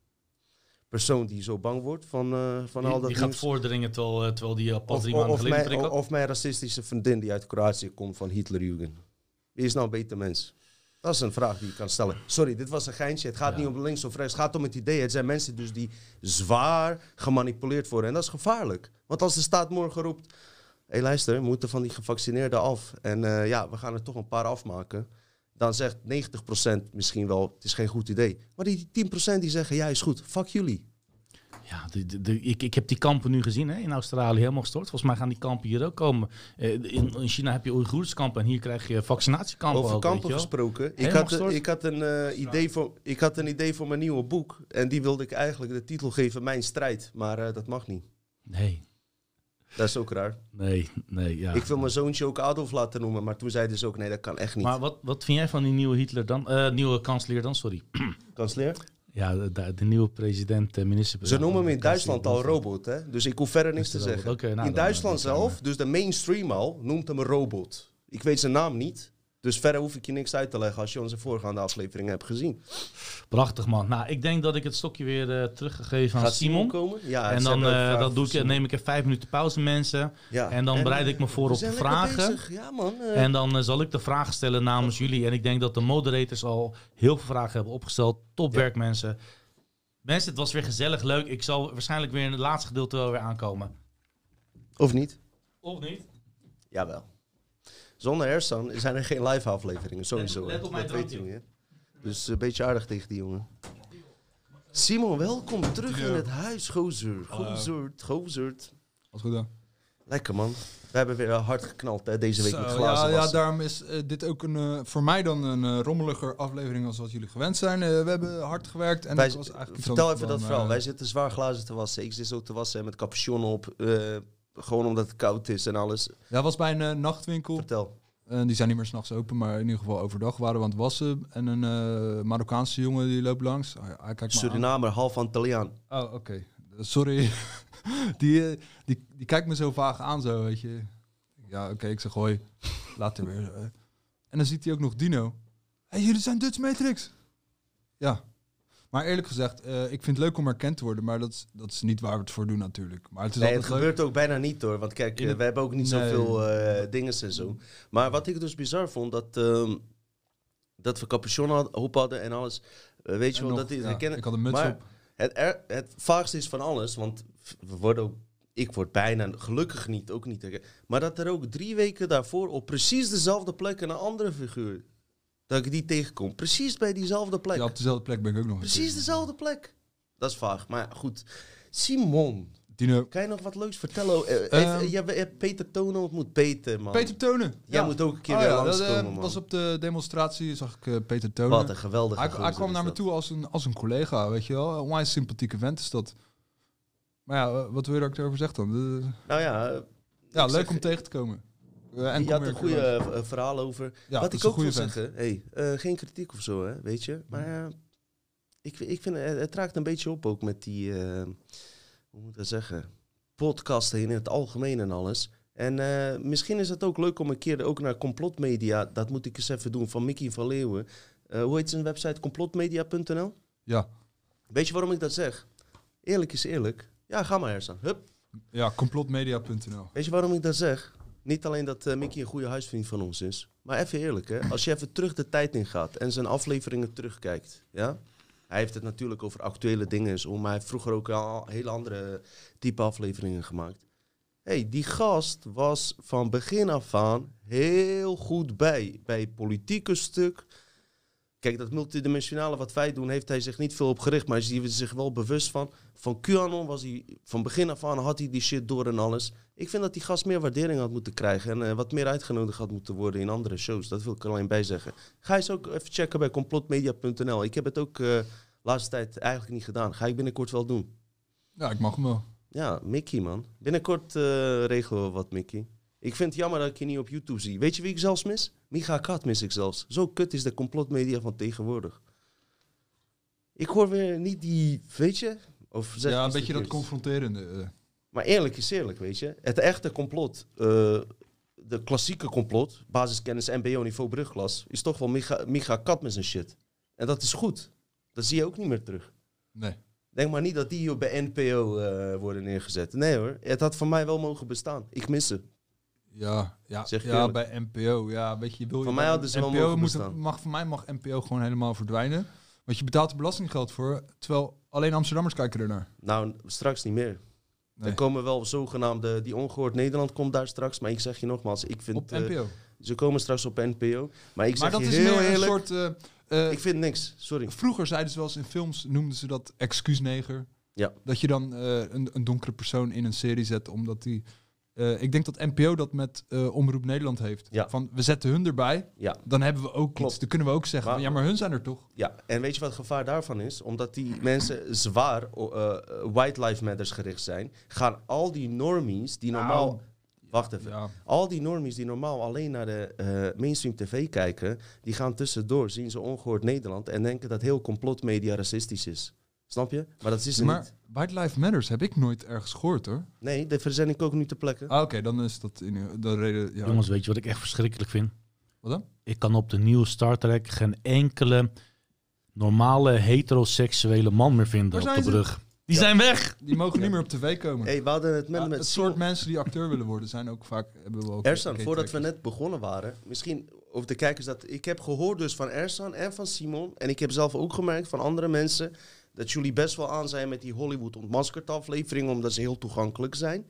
persoon die zo bang wordt van, uh, van die, al dat Die nieuws. gaat voordringen terwijl, uh, terwijl die uh, pas Of, drie of, maanden of, geleden mijn, prik had. of mijn racistische vriendin die uit Kroatië komt van Hitlerjugend. Wie is nou een beter mens? Dat is een vraag die je kan stellen. Sorry, dit was een geintje. Het gaat ja. niet om links of rechts. Het gaat om het idee. Het zijn mensen dus die zwaar gemanipuleerd worden. En dat is gevaarlijk. Want als de staat morgen roept... Hé, hey, luister, we moeten van die gevaccineerden af. En uh, ja, we gaan er toch een paar afmaken. Dan zegt negentig procent misschien wel, het is geen goed idee. Maar die tien procent die zeggen, ja, is goed. Fuck jullie. Ja, de, de, de, ik, ik heb die kampen nu gezien, hè, in Australië helemaal gestort. Volgens mij gaan die kampen hier ook komen. Uh, in, in China heb je Oeigoerskampen en hier krijg je vaccinatiekampen. Over ook, kampen gesproken. Ik had, uh, ik, had een, uh, idee voor, ik had een idee voor mijn nieuwe boek. En die wilde ik eigenlijk de titel geven, Mijn Strijd. Maar uh, dat mag niet. Nee. Dat is ook raar. Nee, nee, ja. Ik wil mijn zoontje ook Adolf laten noemen, maar toen zeiden ze ook, nee, dat kan echt niet. Maar wat, wat vind jij van die nieuwe Hitler dan? Uh, nieuwe kanselier dan, sorry. Kanselier? Ja, de, de nieuwe president, uh, minister-president. Ze noemen hem in Duitsland al robot, hè? Dus ik hoef verder niks te zeggen. Okay, nou, in Duitsland dan, zelf, dus de mainstream al, noemt hem een robot. Ik weet zijn naam niet. Dus verder hoef ik je niks uit te leggen als je onze voorgaande afleveringen hebt gezien. Prachtig, man. Nou, ik denk dat ik het stokje weer uh, teruggegeven aan Gaat Simon. komen? Ja, en dan uh, dat doe ik, neem ik even vijf minuten pauze, mensen. Ja. En dan en, bereid ik me voor op de vragen. Ja, man, uh. En dan uh, zal ik de vragen stellen namens jullie. En ik denk dat de moderators al heel veel vragen hebben opgesteld. Topwerk, ja. mensen. Mensen, het was weer gezellig, leuk. Ik zal waarschijnlijk weer in het laatste gedeelte wel weer aankomen. Of niet? Of niet? Jawel. Zonder Ersan zijn er geen live afleveringen, sowieso. Let, let op mijn dat weet je niet, hè? Dus een beetje aardig tegen die jongen. Simon, welkom terug ja. in het huis, gozer. Gozerd, gozerd. Wat goed dan. Lekker, man. We hebben weer hard geknald hè, deze week Zo, met glazen. Ja, ja, daarom is uh, dit ook een, uh, voor mij dan een uh, rommeliger aflevering als wat jullie gewend zijn. Uh, we hebben hard gewerkt. En Wij, was eigenlijk vertel even dan, dat verhaal. Uh, Wij zitten zwaar glazen te wassen. Ik zit zo te wassen met capuchon op. Uh, gewoon omdat het koud is en alles. Ja, was bij een uh, nachtwinkel. Vertel. Uh, die zijn niet meer 's nachts open, maar in ieder geval overdag waren we aan het wassen. En een uh, Marokkaanse jongen die loopt langs. Oh, ja, hij kijkt Surinamer, half Antilliaan. Oh, oké. Okay. Sorry. die, uh, die, die kijkt me zo vaag aan, zo, weet je. Ja, oké, okay, ik zeg hoi. Later weer. Uh. En dan ziet hij ook nog Dino. Hé, hey, jullie zijn Dutch Matrix. Ja. Maar eerlijk gezegd, uh, ik vind het leuk om erkend te worden, maar dat is, dat is niet waar we het voor doen natuurlijk. Maar het is nee, het leuk. gebeurt ook bijna niet hoor, want kijk, uh, we hebben ook niet nee. zoveel uh, dingen en zo. Maar wat ik dus bizar vond, dat, uh, dat we capuchon had, op hadden en alles. Uh, weet je en wel, nog, dat is ja, herkennen. Ik had een muts maar op. Het, er, het vaagste is van alles, want we worden ook, ik word bijna, gelukkig niet, ook niet herkend. Maar dat er ook drie weken daarvoor op precies dezelfde plek een andere figuur... Dat ik die tegenkom. Precies bij diezelfde plek. Ja, op dezelfde plek ben ik ook nog. Precies dezelfde plek. Dat is vaag. Maar ja, goed. Simon. Dino. Kan je nog wat leuks vertellen? Uh, um, je hebt Peter Tonen ontmoet. Peter, man. Peter Tonen. Jij ja. moet ook een keer oh, weer ja, langskomen, dat, man. Dat was op de demonstratie, zag ik uh, Peter Tonen. Wat een geweldige Hij, hij kwam naar me toe als een, als een collega, weet je wel. Een onwijs sympathieke vent is dat. Maar ja, wat wil je dat ik erover zeg dan? De, nou ja... Uh, ja, leuk zeg, om tegen te komen. Uh, en je had een goede uh, verhaal over. Ja, wat ik ook wil zeggen, hey, uh, geen kritiek of zo, hè, weet je. Maar uh, ik, ik vind, het, het raakt een beetje op ook met die, uh, hoe moet ik dat zeggen, podcasten in het algemeen en alles. En uh, misschien is het ook leuk om een keer ook naar Complotmedia, dat moet ik eens even doen, van Mickey van Leeuwen. Uh, hoe heet zijn website? complotmedia punt n l? Ja. Weet je waarom ik dat zeg? Eerlijk is eerlijk. Ja, ga maar Ersan. Hup. Ja, complotmedia punt n l. Weet je waarom ik dat zeg? Niet alleen dat uh, Mickey een goede huisvriend van ons is. Maar even eerlijk, hè. Als je even terug de tijd in gaat en zijn afleveringen terugkijkt. Ja? Hij heeft het natuurlijk over actuele dingen en zo. Maar hij heeft vroeger ook al hele andere type afleveringen gemaakt. Hey, die gast was van begin af aan heel goed bij. Bij het politieke stuk. Kijk, dat multidimensionale wat wij doen, heeft hij zich niet veel op gericht. Maar hij is zich wel bewust van. Van QAnon was hij van begin af aan, had hij die shit door en alles. Ik vind dat die gast meer waardering had moeten krijgen. En uh, wat meer uitgenodigd had moeten worden in andere shows. Dat wil ik er alleen bij zeggen. Ga eens ook even checken bij complotmedia punt n l. Ik heb het ook de uh, laatste tijd eigenlijk niet gedaan. Ga ik binnenkort wel doen. Ja, ik mag hem wel. Ja, Mickey, man. Binnenkort uh, regelen we wat, Mickey. Ik vind het jammer dat ik je niet op YouTube zie. Weet je wie ik zelfs mis? Micha Kat mis ik zelfs. Zo kut is de complotmedia van tegenwoordig. Ik hoor weer niet die, weet je... Of zeg ja, een beetje dat confronterende. Uh. Maar eerlijk is eerlijk, weet je. Het echte complot, uh, de klassieke complot, basiskennis M B O-niveau brugklas, is toch wel Micha, Micha Kat met zijn shit. En dat is goed. Dat zie je ook niet meer terug. Nee. Denk maar niet dat die bij N P O uh, worden neergezet. Nee hoor, het had van mij wel mogen bestaan. Ik mis ze. Ja, ja, zeg ja bij N P O. Ja, weet je, wil je van mij hadden ze wel mogen bestaan. Mag, voor mij mag N P O gewoon helemaal verdwijnen. Want je betaalt er belastinggeld voor, terwijl alleen Amsterdammers kijken ernaar. Nou, straks niet meer. Nee. Er komen wel zogenaamde, die Ongehoord Nederland komt daar straks. Maar ik zeg je nogmaals, ik vind... Op N P O? Uh, ze komen straks op N P O. Maar ik maar zeg dat je is heel meer eerlijk, een soort... Uh, uh, ik vind niks, sorry. Vroeger zeiden ze wel eens in films, noemden ze dat excuusneger. Ja. Dat je dan uh, een, een donkere persoon in een serie zet, omdat die... Uh, ik denk dat N P O dat met uh, Omroep Nederland heeft. Ja. Van, we zetten hun erbij, ja. dan hebben we ook Klopt. iets. Dan kunnen we ook zeggen, maar, van, ja, maar hun zijn er toch? Ja, en weet je wat het gevaar daarvan is? Omdat die mensen zwaar uh, White Lives Matters gericht zijn, gaan al die normies die normaal... Nou, wacht even. Ja. Al die normies die normaal alleen naar de uh, mainstream tv kijken, die gaan tussendoor, zien ze Ongehoord Nederland en denken dat heel complotmedia racistisch is. Snap je? Maar dat is er maar niet. White Lives Matters heb ik nooit ergens gehoord, hoor. Nee, dat verzend ik ook nu ter plekke. Ah, oké, okay, dan is dat in de reden... Ja. Jongens, weet je wat ik echt verschrikkelijk vind? Wat dan? Ik kan op de nieuwe Star Trek geen enkele normale heteroseksuele man meer vinden op de brug. Ze? Die ja. zijn weg! Die mogen ja. niet meer op tv komen. Hey, we hadden het met, ja, met het soort mensen die acteur willen worden zijn ook vaak... Hebben we ook Ersan, voordat we net begonnen waren, misschien over de kijkers dat... Ik heb gehoord dus van Ersan en van Simon, en ik heb zelf ook gemerkt van andere mensen... dat jullie best wel aan zijn met die Hollywood ontmaskerd afleveringen, omdat ze heel toegankelijk zijn.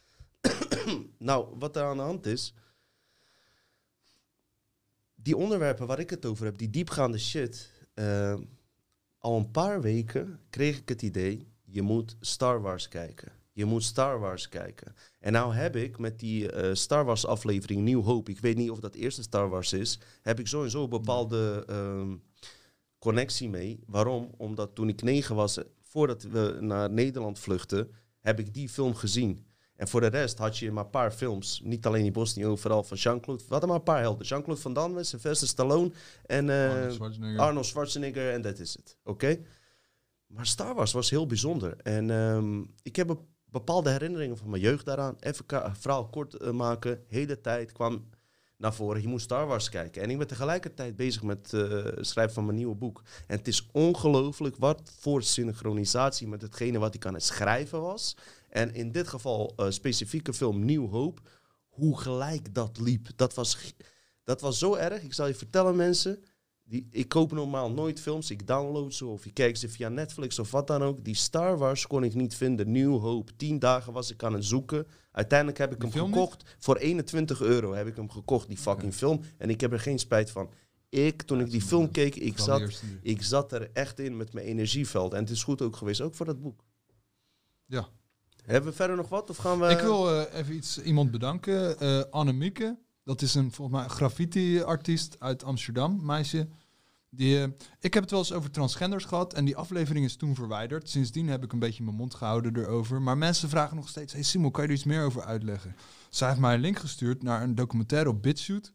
Nou, wat er aan de hand is... Die onderwerpen waar ik het over heb, die diepgaande shit... Uh, al een paar weken kreeg ik het idee... je moet Star Wars kijken. Je moet Star Wars kijken. En nou heb ik met die uh, Star Wars aflevering New Hope... ik weet niet of dat eerste Star Wars is... heb ik sowieso een bepaalde... Uh, connectie mee. Waarom? Omdat toen ik negen was, voordat we naar Nederland vluchtten, heb ik die film gezien. En voor de rest had je maar een paar films. Niet alleen die Bosnië, overal van Jean-Claude. We hadden maar een paar helden. Jean-Claude Van Damme, Sylvester Stallone en uh, Arnold Schwarzenegger. Arnold Schwarzenegger en dat is het. Oké? Okay? Maar Star Wars was heel bijzonder. En um, ik heb bepaalde herinneringen van mijn jeugd daaraan. Even een verhaal kort uh, maken. Hele tijd kwam... naar voren, je moet Star Wars kijken. En ik ben tegelijkertijd bezig met uh, het schrijven van mijn nieuwe boek. En het is ongelooflijk wat voor synchronisatie met hetgene wat ik aan het schrijven was. En in dit geval uh, specifieke film New Hope, hoe gelijk dat liep. Dat was, dat was zo erg. Ik zal je vertellen, mensen, die, ik koop normaal nooit films. Ik download ze of ik kijk ze via Netflix of wat dan ook. Die Star Wars kon ik niet vinden. New Hope. Tien dagen was ik aan het zoeken. Uiteindelijk heb ik die hem gekocht. Niet? Voor eenentwintig euro heb ik hem gekocht, die fucking okay. film. En ik heb er geen spijt van. Ik, toen ja, ik die film keek, ik zat, ik zat er echt in met mijn energieveld. En het is goed ook geweest, ook voor dat boek. Ja. Hebben we verder nog wat? Of gaan we... Ik wil uh, even iets, iemand bedanken. Uh, Annemieke. Dat is een volgens mij graffiti-artiest uit Amsterdam, meisje. Die, uh, ik heb het wel eens over transgenders gehad en die aflevering is toen verwijderd. Sindsdien heb ik een beetje mijn mond gehouden erover. Maar mensen vragen nog steeds, hey Simon, kan je er iets meer over uitleggen? Zij heeft mij een link gestuurd naar een documentaire op BitChute.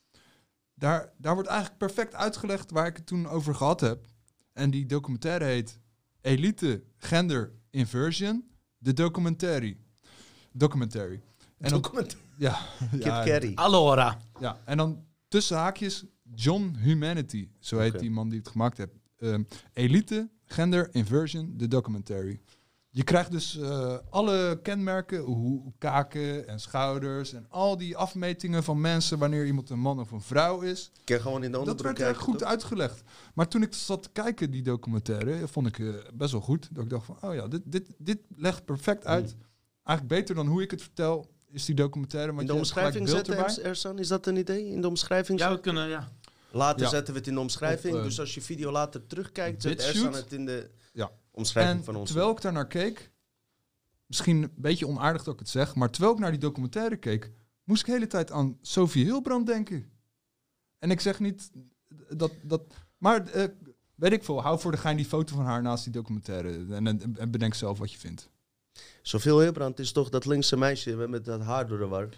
Daar, daar wordt eigenlijk perfect uitgelegd waar ik het toen over gehad heb. En die documentaire heet Elite Gender Inversion, de documentary. Documentary. En dan, Document- ja, Kip ja, Carrey. Allora. Ja, en dan tussen haakjes John Humanity. Zo heet okay. die man die het gemaakt heeft. Um, Elite Gender Inversion, de documentary. Je krijgt dus uh, alle kenmerken, hoe kaken en schouders en al die afmetingen van mensen wanneer iemand een man of een vrouw is. Ik kan gewoon in de Dat werd kijken, echt goed toch? uitgelegd. Maar toen ik zat te kijken, die documentaire, vond ik uh, best wel goed. Dat ik dacht van, oh ja, dit, dit, dit legt perfect uit. Mm. Eigenlijk beter dan hoe ik het vertel, is die documentaire. Want in de omschrijving zetten, Ersan, is dat een idee? In de omschrijving? Ja, we kunnen, ja. Later ja. zetten we het in de omschrijving. Of, uh, dus als je video later terugkijkt, zet Ersan het in de ja. omschrijving en van ons. Terwijl ik daar naar keek, misschien een beetje onaardig dat ik het zeg, maar terwijl ik naar die documentaire keek, moest ik de hele tijd aan Sophie Hilbrand denken. En ik zeg niet dat... dat maar uh, weet ik veel, hou voor de gein die foto van haar naast die documentaire en, en, en bedenk zelf wat je vindt. Sophie Hilbrand is toch dat linkse meisje met dat haar door de war?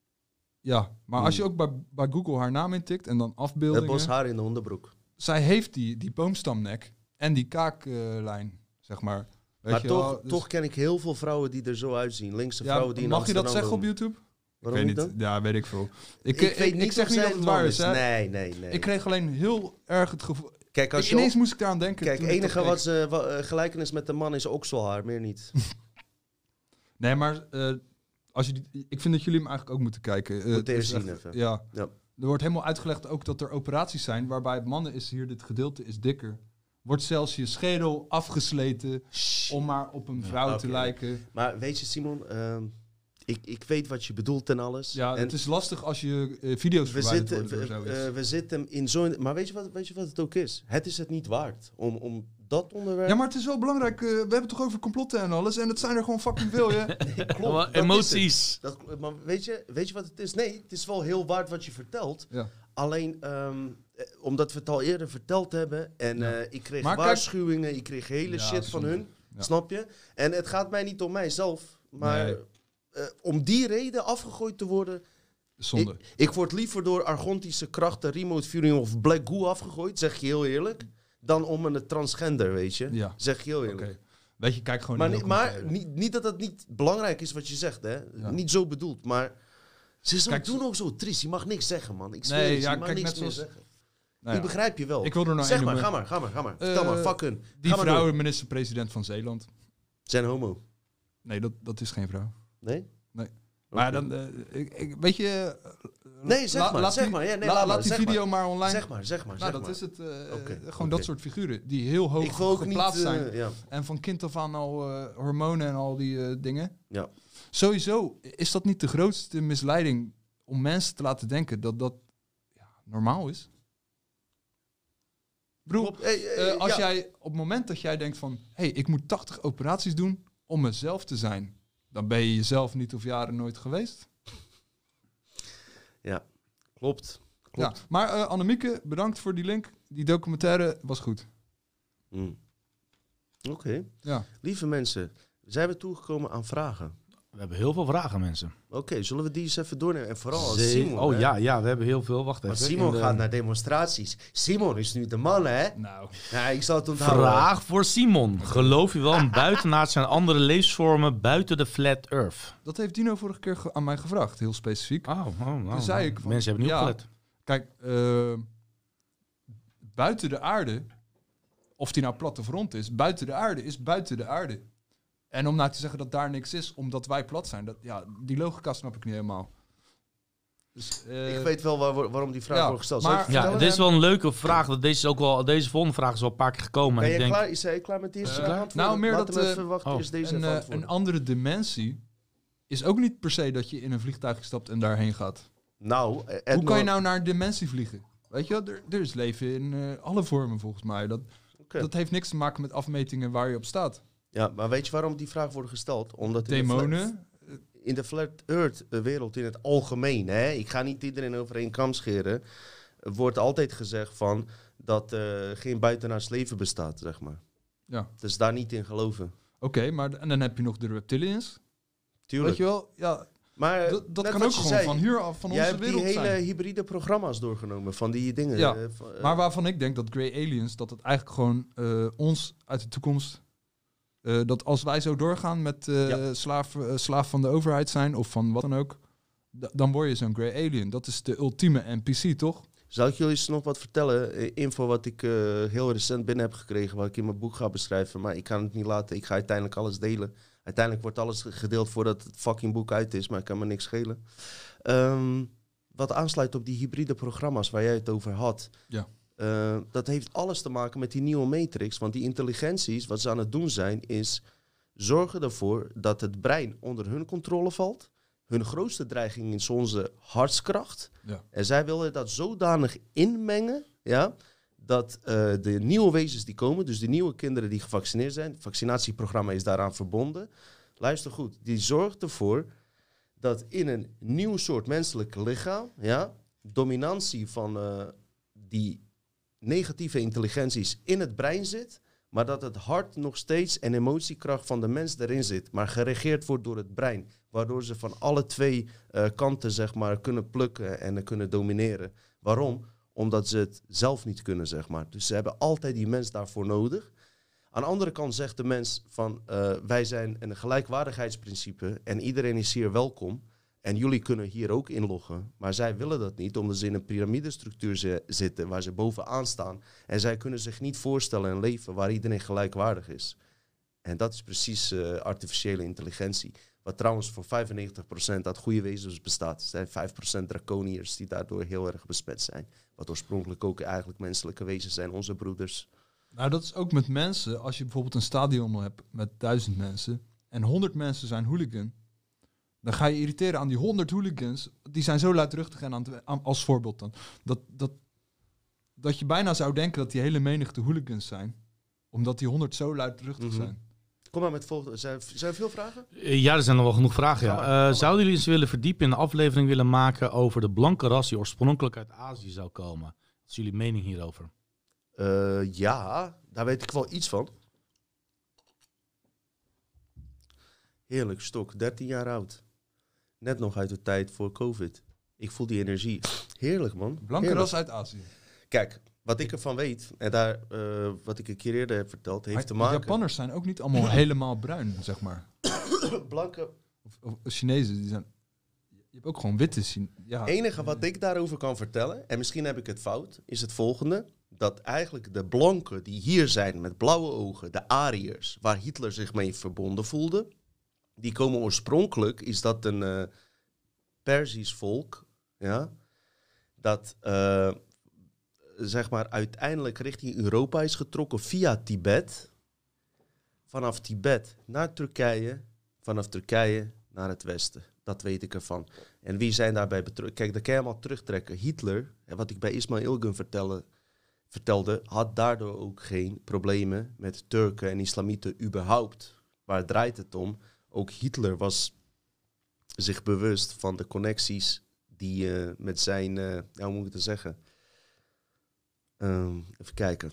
Ja, maar hmm. als je ook bij, bij Google haar naam intikt en dan afbeeldingen... Het bos haar in de onderbroek. Zij heeft die, die boomstamnek en die kaaklijn, uh, zeg maar. Weet maar je toch, wel, dus... toch ken ik heel veel vrouwen die er zo uitzien. Linkse ja, vrouwen die in mag je dat zeggen doen. op YouTube? Waarom ik weet niet niet. Ja, weet ik veel. Ik, ik, ik weet ik, niet ik zeg of niet dat het waar is. Hè? Nee, nee, nee. Ik kreeg alleen heel erg het gevoel... Kijk, als ik, je ineens op... moest ik daaraan denken. Kijk, het enige wat ze uh, gelijkenis met de man is okselhaar, meer niet. Nee, maar uh, als je die, ik vind dat jullie hem eigenlijk ook moeten kijken. Uh, Moet eerst zien even. Ja. ja. Er wordt helemaal uitgelegd ook dat er operaties zijn waarbij mannen is hier, dit gedeelte is dikker. Wordt zelfs je schedel afgesleten Shh. om maar op een vrouw ja, okay. te lijken. Maar weet je, Simon, uh, ik, ik weet wat je bedoelt en alles. Ja, en het is lastig als je uh, video's we verwijderd zitten, worden door zoiets. Uh, we zitten in zo'n... Maar weet je, wat, weet je wat het ook is? Het is het niet waard om, om dat onderwerp... Ja, maar het is wel belangrijk. Uh, we hebben het toch over complotten en alles. En het zijn er gewoon fucking veel, ja. nee, klopt, emoties. Dat, maar weet je, weet je wat het is? Nee, het is wel heel waard wat je vertelt. Ja. Alleen, um, omdat we het al eerder verteld hebben... en ja. uh, ik kreeg maar waarschuwingen, kijk, ik kreeg hele ja, shit van hun. Ja. Snap je? En het gaat mij niet om mijzelf, maar... Nee. Uh, om die reden afgegooid te worden... Zonde. Ik, ik word liever door argontische krachten, remote viewing of black goo afgegooid, zeg je heel eerlijk, dan om een transgender, weet je. Ja. Zeg je heel eerlijk. Okay. Weet je, kijk gewoon... Maar, niet, maar niet, niet dat het niet belangrijk is wat je zegt, hè. Ja. Niet zo bedoeld, maar... Ze is kijk, doen ook zo triest. Je mag niks zeggen, man. Ik zweer nee, je, ja, je mag kijk, niks net meer zoals... zeggen. Nou ja. Ik begrijp je wel. Ik wil er nog zeg één maar, noemen. ga maar, ga maar, ga maar. Uh, Vertel maar, fuck hun. Die ga vrouw, minister-president van Zeeland. Zijn homo? Nee, dat, dat is geen vrouw. Nee? Nee. Maar dan, uh, ik, ik, weet je... Uh, nee, zeg la, maar, laat zeg die, maar. Ja, nee, la, laat, laat die video maar. maar online. Zeg maar, zeg maar, nou, zeg dat maar. is het. Uh, okay, gewoon okay. dat soort figuren die heel hoog ik wil ook geplaatst niet, uh, zijn. Ja. En van kind af aan al uh, hormonen en al die uh, dingen. Ja. Sowieso is dat niet de grootste misleiding om mensen te laten denken dat dat ja, normaal is. Broer, hey, hey, uh, als ja. jij op het moment dat jij denkt van... hé, hey, ik moet tachtig operaties doen om mezelf te zijn... dan ben je jezelf niet of jaren nooit geweest. Ja, klopt. klopt. Ja, maar uh, Annemieke, bedankt voor die link. Die documentaire was goed. Mm. Oké. Okay. Ja. Lieve mensen, zijn we toegekomen aan vragen? We hebben heel veel vragen, mensen. Oké, okay, zullen we die eens even doornemen? En vooral als Zee. Simon. Oh hè? ja, ja, we hebben heel veel. Wacht even. Simon de... gaat naar demonstraties. Simon is nu de man, hè? Nou. Ja, ik zal het onthouden. Vraag voor Simon. Geloof je wel in buitenaardse en andere levensvormen buiten de flat earth? Dat heeft Dino vorige keer ge- aan mij gevraagd, heel specifiek. Oh, oh, oh, Toen zei oh. ik van, mensen hebben niet ja, opgelet. Kijk, uh, buiten de aarde, of die nou plat of rond is, buiten de aarde is buiten de aarde. En om nou te zeggen dat daar niks is, omdat wij plat zijn, dat, ja, die logica snap ik niet helemaal. Dus, uh, ik weet wel waar, waarom die vraag ja, wordt gesteld. Maar, ja, dit is wel een leuke vraag. Dat deze, is ook wel, deze volgende vraag is al een paar keer gekomen. Ben je ik denk, klaar? Is hij klaar met de eerste uh, Nou, meer Laten dat we even wachten. oh, Is deze een, uh, een andere dimensie is ook niet per se dat je in een vliegtuig stapt en daarheen gaat. Nou, Edmond... Hoe kan je nou naar een dimensie vliegen? Weet je wel, er, er is leven in uh, alle vormen volgens mij. Dat, okay. dat heeft niks te maken met afmetingen waar je op staat. Ja, maar weet je waarom die vraag wordt gesteld? Omdat demonen... In de flat, in de flat earth wereld in het algemeen, hè, ik ga niet iedereen over één kam scheren, wordt altijd gezegd van dat uh, geen buitenaards leven bestaat, zeg maar. Ja. Dus daar niet in geloven. Oké, okay, maar en dan heb je nog de reptilians. Tuurlijk. Weet je wel, ja... Maar dat dat kan ook gewoon zei, van hier af, van onze wereld zijn. Jij hebt die hele hybride programma's doorgenomen van die dingen. Ja, uh, van, uh, maar waarvan ik denk dat Grey Aliens, dat het eigenlijk gewoon uh, ons uit de toekomst... Uh, dat als wij zo doorgaan met uh, ja. slaaf, uh, slaaf van de overheid zijn of van wat dan ook... D- dan word je zo'n Grey Alien. Dat is de ultieme N P C, toch? Zal ik jullie eens nog wat vertellen? Uh, info wat ik uh, heel recent binnen heb gekregen, wat ik in mijn boek ga beschrijven. Maar ik kan het niet laten. Ik ga uiteindelijk alles delen. Uiteindelijk wordt alles gedeeld voordat het fucking boek uit is, maar ik kan me niks schelen. Um, wat aansluit op die hybride programma's waar jij het over had. Ja. Uh, dat heeft alles te maken met die nieuwe matrix. Want die intelligenties, wat ze aan het doen zijn, is zorgen ervoor dat het brein onder hun controle valt. Hun grootste dreiging is onze hartskracht. Ja. En zij willen dat zodanig inmengen, ja, dat uh, de nieuwe wezens die komen, dus de nieuwe kinderen die gevaccineerd zijn, het vaccinatieprogramma is daaraan verbonden. Luister goed, die zorgt ervoor dat in een nieuw soort menselijk lichaam, ja, dominantie van uh, die negatieve intelligenties in het brein zit, maar dat het hart nog steeds en emotiekracht van de mens erin zit, maar geregeerd wordt door het brein, waardoor ze van alle twee uh, kanten zeg maar kunnen plukken en uh, kunnen domineren. Waarom? Omdat ze het zelf niet kunnen, zeg maar. Dus ze hebben altijd die mens daarvoor nodig. Aan de andere kant zegt de mens van uh, wij zijn een gelijkwaardigheidsprincipe en iedereen is hier welkom. En jullie kunnen hier ook inloggen. Maar zij willen dat niet, omdat ze in een piramidestructuur zi- zitten waar ze bovenaan staan. En zij kunnen zich niet voorstellen een leven waar iedereen gelijkwaardig is. En dat is precies uh, artificiële intelligentie. Wat trouwens voor vijfennegentig procent uit goede wezens bestaat. Er zijn vijf procent draconiërs die daardoor heel erg besmet zijn. Wat oorspronkelijk ook eigenlijk menselijke wezens zijn, onze broeders. Nou, dat is ook met mensen. Als je bijvoorbeeld een stadion hebt met duizend mensen en honderd mensen zijn hooligan, dan ga je irriteren aan die honderd hooligans. Die zijn zo luidruchtig en aan het, aan, als voorbeeld dan. Dat, dat, dat je bijna zou denken dat die hele menigte hooligans zijn. Omdat die honderd zo luidruchtig mm-hmm. zijn. Kom maar met volgende. Zijn, zijn er veel vragen? Ja, er zijn nog wel genoeg vragen. Ja. Uh, zouden jullie eens willen verdiepen in een aflevering willen maken over de blanke ras die oorspronkelijk uit Azië zou komen? Wat is jullie mening hierover? Uh, ja, daar weet ik wel iets van. Heerlijk stok, dertien jaar oud. Net nog uit de tijd voor COVID. Ik voel die energie. Heerlijk, man. Blanke Heerlijk. ras uit Azië. Kijk, wat ik ervan weet, en daar, uh, wat ik een keer eerder heb verteld, heeft maar te maken... Japanners zijn ook niet allemaal helemaal bruin, zeg maar. Blanke... Of, of Chinezen, die zijn... Je hebt ook gewoon witte Chinezen. Ja. Het enige wat ik daarover kan vertellen, en misschien heb ik het fout, is het volgende. Dat eigenlijk de blanken die hier zijn met blauwe ogen, de Ariërs, waar Hitler zich mee verbonden voelde, die komen oorspronkelijk, is dat een uh, Perzisch volk, ja, dat uh, zeg maar uiteindelijk richting Europa is getrokken via Tibet, vanaf Tibet naar Turkije, vanaf Turkije naar het westen. Dat weet ik ervan. En wie zijn daarbij betrokken? Kijk, dat kan je allemaal terugtrekken. Hitler, en wat ik bij Ismail Ilgun vertelde, vertelde, had daardoor ook geen problemen met Turken en Islamieten überhaupt. Waar draait het om? Ook Hitler was zich bewust van de connecties die uh, met zijn, uh, nou, hoe moet ik het zeggen? Um, even kijken.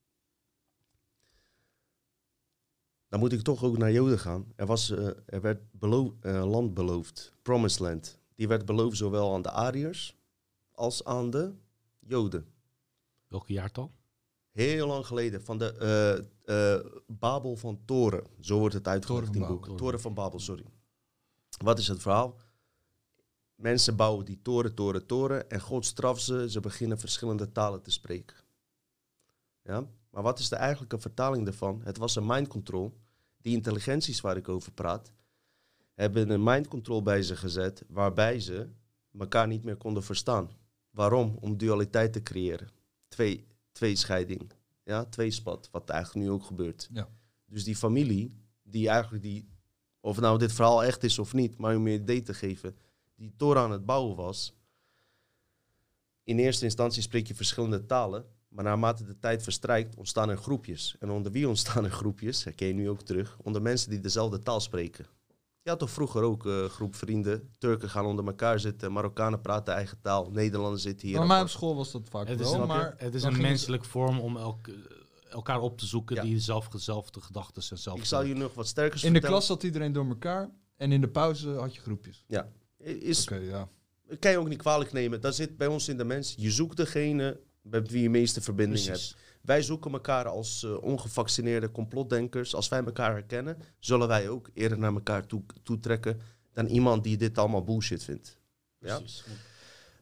Dan moet ik toch ook naar Joden gaan. Er, was, uh, er werd beloof, uh, land beloofd, Promised Land. Die werd beloofd zowel aan de Ariërs als aan de Joden. Welke jaartal? Heel lang geleden, van de uh, uh, Babel van Toren. Zo wordt het uitgelegd in het boek. Toren van Babel, sorry. Wat is het verhaal? Mensen bouwen die toren, toren, toren. En God straft ze. Ze beginnen verschillende talen te spreken. Ja? Maar wat is de eigenlijke vertaling daarvan? Het was een mind control. Die intelligenties waar ik over praat, hebben een mind control bij ze gezet, waarbij ze elkaar niet meer konden verstaan. Waarom? Om dualiteit te creëren. Twee, tweescheiding. Ja, tweespat, wat eigenlijk nu ook gebeurt. Ja. Dus die familie, die eigenlijk die, of nou dit verhaal echt is of niet, maar om je een idee te geven, die toren aan het bouwen was. In eerste instantie spreek je verschillende talen, maar naarmate de tijd verstrijkt ontstaan er groepjes. En onder wie ontstaan er groepjes, herken je nu ook terug, onder mensen die dezelfde taal spreken. Je had toch vroeger ook een uh, groep vrienden. Turken gaan onder elkaar zitten, Marokkanen praten eigen taal, Nederlanders zitten hier. Maar mij op school was dat vaak het wel. Is een, maar het is een menselijk het... vorm om elk, elkaar op te zoeken ja. die zelf, dezelfde gedachten en zelf. Ik zal je nog wat sterkers in vertellen. In de klas zat iedereen door elkaar en in de pauze had je groepjes. Ja. Is, Oké, ja. Kan je ook niet kwalijk nemen. Dat zit bij ons in de mens. Je zoekt degene met wie je meeste verbinding Precies. hebt. Wij zoeken elkaar als uh, ongevaccineerde complotdenkers. Als wij elkaar herkennen, zullen wij ook eerder naar elkaar toe, toetrekken dan iemand die dit allemaal bullshit vindt. Ja?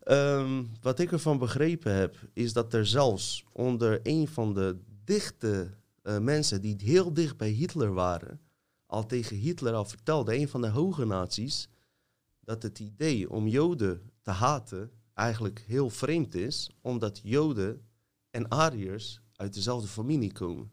Um, wat ik ervan begrepen heb, is dat er zelfs onder een van de dichte uh, mensen die heel dicht bij Hitler waren, al tegen Hitler al vertelde, een van de hoge nazi's, dat het idee om Joden te haten eigenlijk heel vreemd is, omdat Joden en Ariërs uit dezelfde familie komen.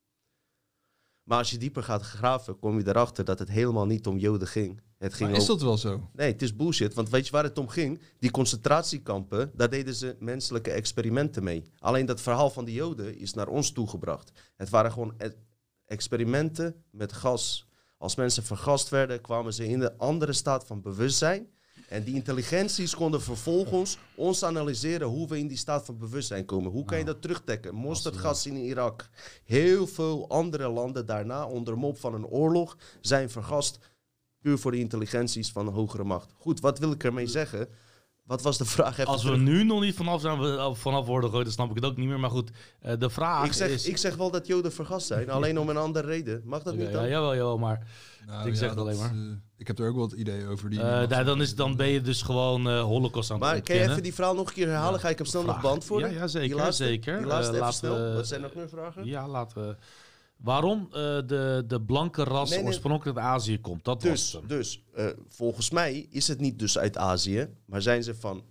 Maar als je dieper gaat graven, kom je erachter dat het helemaal niet om Joden ging. Het ging maar is om... dat wel zo? Nee, het is bullshit. Want weet je waar het om ging? Die concentratiekampen, daar deden ze menselijke experimenten mee. Alleen dat verhaal van de Joden is naar ons toegebracht. Het waren gewoon e- experimenten met gas. Als mensen vergast werden, kwamen ze in een andere staat van bewustzijn. En die intelligenties konden vervolgens ons analyseren hoe we in die staat van bewustzijn komen. Hoe kan je dat terugtrekken? Mosterdgas in Irak. Heel veel andere landen daarna onder mop van een oorlog zijn vergast. Puur voor de intelligenties van de hogere macht. Goed, wat wil ik ermee zeggen? Wat was de vraag? Even Als we terug. nu nog niet vanaf, zijn, we, vanaf worden gegooid, dan snap ik het ook niet meer. Maar goed, uh, de vraag ik zeg, is... Ik zeg wel dat Joden vergast zijn, alleen om een andere reden. Mag dat okay, niet dan? Ja, jawel, jawel, maar... Nou, ik ja, zeg het dat, alleen maar. Uh, ik heb er ook wel het idee over. Die uh, nou, dan, is, dan ben je dus gewoon uh, Holocaust aan het Maar ontkennen. kan je even die verhaal nog een keer herhalen? Ja. Ga ik hem snel vraag. nog beantwoorden? Ja, ja zeker. Die laatste, zeker. Die laatste uh, even snel. We, Wat zijn nog meer vragen? Ja, laten we... Waarom uh, de, de blanke ras nee, nee. oorspronkelijk uit Azië komt, dat dus, was Dus, uh, volgens mij is het niet dus uit Azië, maar zijn ze van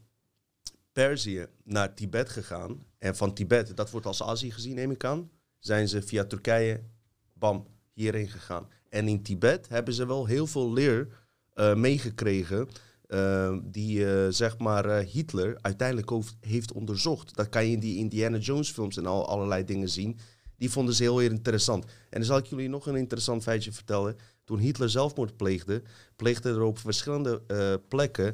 Perzië naar Tibet gegaan. En van Tibet, dat wordt als Azië gezien, neem ik aan, zijn ze via Turkije, bam, hierheen gegaan. En in Tibet hebben ze wel heel veel leer uh, meegekregen uh, die uh, zeg maar uh, Hitler uiteindelijk hoofd, heeft onderzocht. Dat kan je in die Indiana Jones films en al, allerlei dingen zien. Die vonden ze heel interessant. En dan zal ik jullie nog een interessant feitje vertellen. Toen Hitler zelfmoord pleegde, pleegde er op verschillende uh, plekken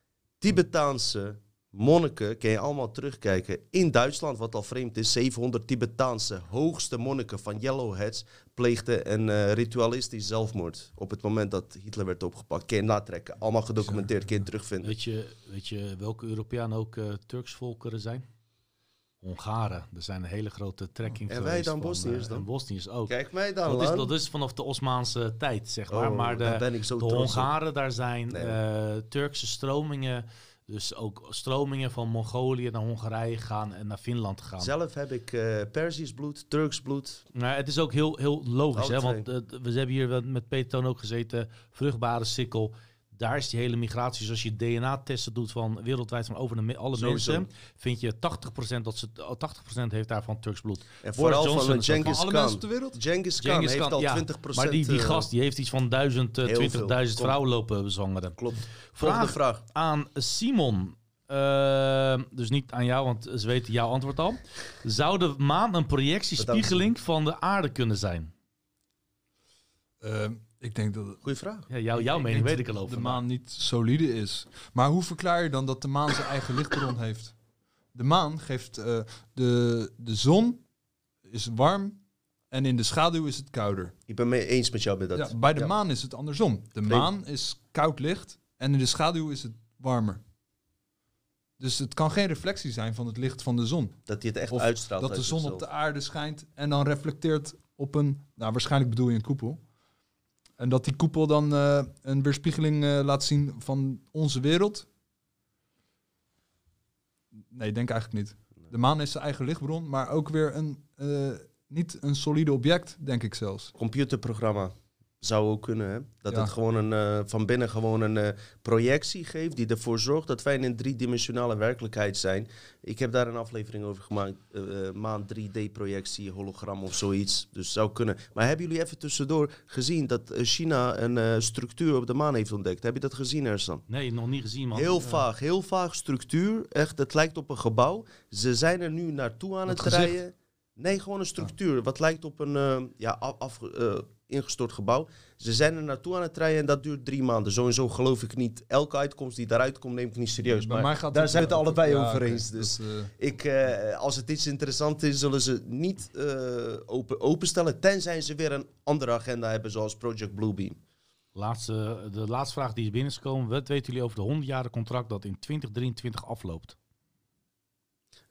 Tibetaanse monniken, kun je allemaal terugkijken, in Duitsland, wat al vreemd is, zevenhonderd Tibetaanse hoogste monniken van Yellowheads pleegden een uh, ritualistisch zelfmoord op het moment dat Hitler werd opgepakt. Kun je natrekken, allemaal gedocumenteerd, kun je terugvinden. Weet je, weet je welke Europeanen ook uh, Turks volkeren zijn? Hongaren. Er zijn een hele grote trekking en wij dan Bosniërs uh, dan? En Bosniërs ook. Kijk mij dan, dat is, dat is vanaf de Osmaanse tijd, zeg maar. Oh, maar de, ben ik zo de Hongaren, daar zijn nee. uh, Turkse stromingen, dus ook stromingen van Mongolië naar Hongarije gaan en naar Finland gaan. Zelf heb ik uh, Perzisch bloed, Turks bloed. Nou, het is ook heel, heel logisch, hè, want uh, we hebben hier met Peter Toon ook gezeten, vruchtbare sikkel. Daar is die hele migratie, zoals je D N A-testen doet van wereldwijd van over de me- alle Sowieso. mensen, vind je tachtig procent dat ze tachtig procent heeft daarvan Turks bloed. En vooral Boris van Genghis Khan. Alle mensen op de wereld? Genghis Khan Genghis heeft Khan, al ja, twintig procent. Maar die, die uh, gast die heeft iets van duizend, uh, twintigduizend vrouwen lopen bezwangeren. Klopt. Vraag, vraag aan Simon. Uh, dus niet aan jou, want ze weten jouw antwoord al. Zou de maan een projectiespiegeling van de aarde kunnen zijn? Uh, ik denk dat... Goeie vraag. Ja, jou, jouw ik mening weet ik al over. De maan niet solide is. Maar hoe verklaar je dan dat de maan zijn eigen lichtbron heeft? De maan geeft... Uh, de, de zon is warm en in de schaduw is het kouder. Ik ben mee eens met jou bij dat. Ja, bij de ja. maan is het andersom. De nee. maan is koud licht en in de schaduw is het warmer. Dus het kan geen reflectie zijn van het licht van de zon. Dat hij het echt of uitstraalt. dat de uit zon zichzelf. op de aarde schijnt en dan reflecteert op een... Nou, waarschijnlijk bedoel je een koepel. En dat die koepel dan uh, een weerspiegeling uh, laat zien van onze wereld? Nee, ik denk eigenlijk niet. De maan is zijn eigen lichtbron, maar ook weer een, uh, niet een solide object, denk ik zelfs. Computerprogramma zou ook kunnen, hè? Dat ja. het gewoon een, uh, van binnen gewoon een uh, projectie geeft die ervoor zorgt dat wij in een driedimensionale werkelijkheid zijn. Ik heb daar een aflevering over gemaakt. Uh, maan drie D-projectie, hologram of zoiets. Dus zou kunnen. Maar hebben jullie even tussendoor gezien dat uh, China een uh, structuur op de maan heeft ontdekt? Heb je dat gezien, Ersan? Nee, nog niet gezien, man. Heel uh, vaag, heel vaag structuur. Echt, het lijkt op een gebouw. Ze zijn er nu naartoe aan het, het rijden. Nee, gewoon een structuur. Ja. Wat lijkt op een uh, ja, af, af, uh, ingestort gebouw. Ze zijn er naartoe aan het rijden en dat duurt drie maanden. Sowieso geloof ik niet. Elke uitkomst die daaruit komt, neem ik niet serieus. Bij maar mij gaat daar het zijn we het allebei ja, over okay. eens. Dus dat, uh... ik, uh, als het iets interessants is, zullen ze niet uh, open, openstellen. Tenzij ze weer een andere agenda hebben, zoals Project Bluebeam. Laatste, de laatste vraag die is binnengekomen. Wat weten jullie over de honderdjarige contract dat in twintig drieëntwintig afloopt?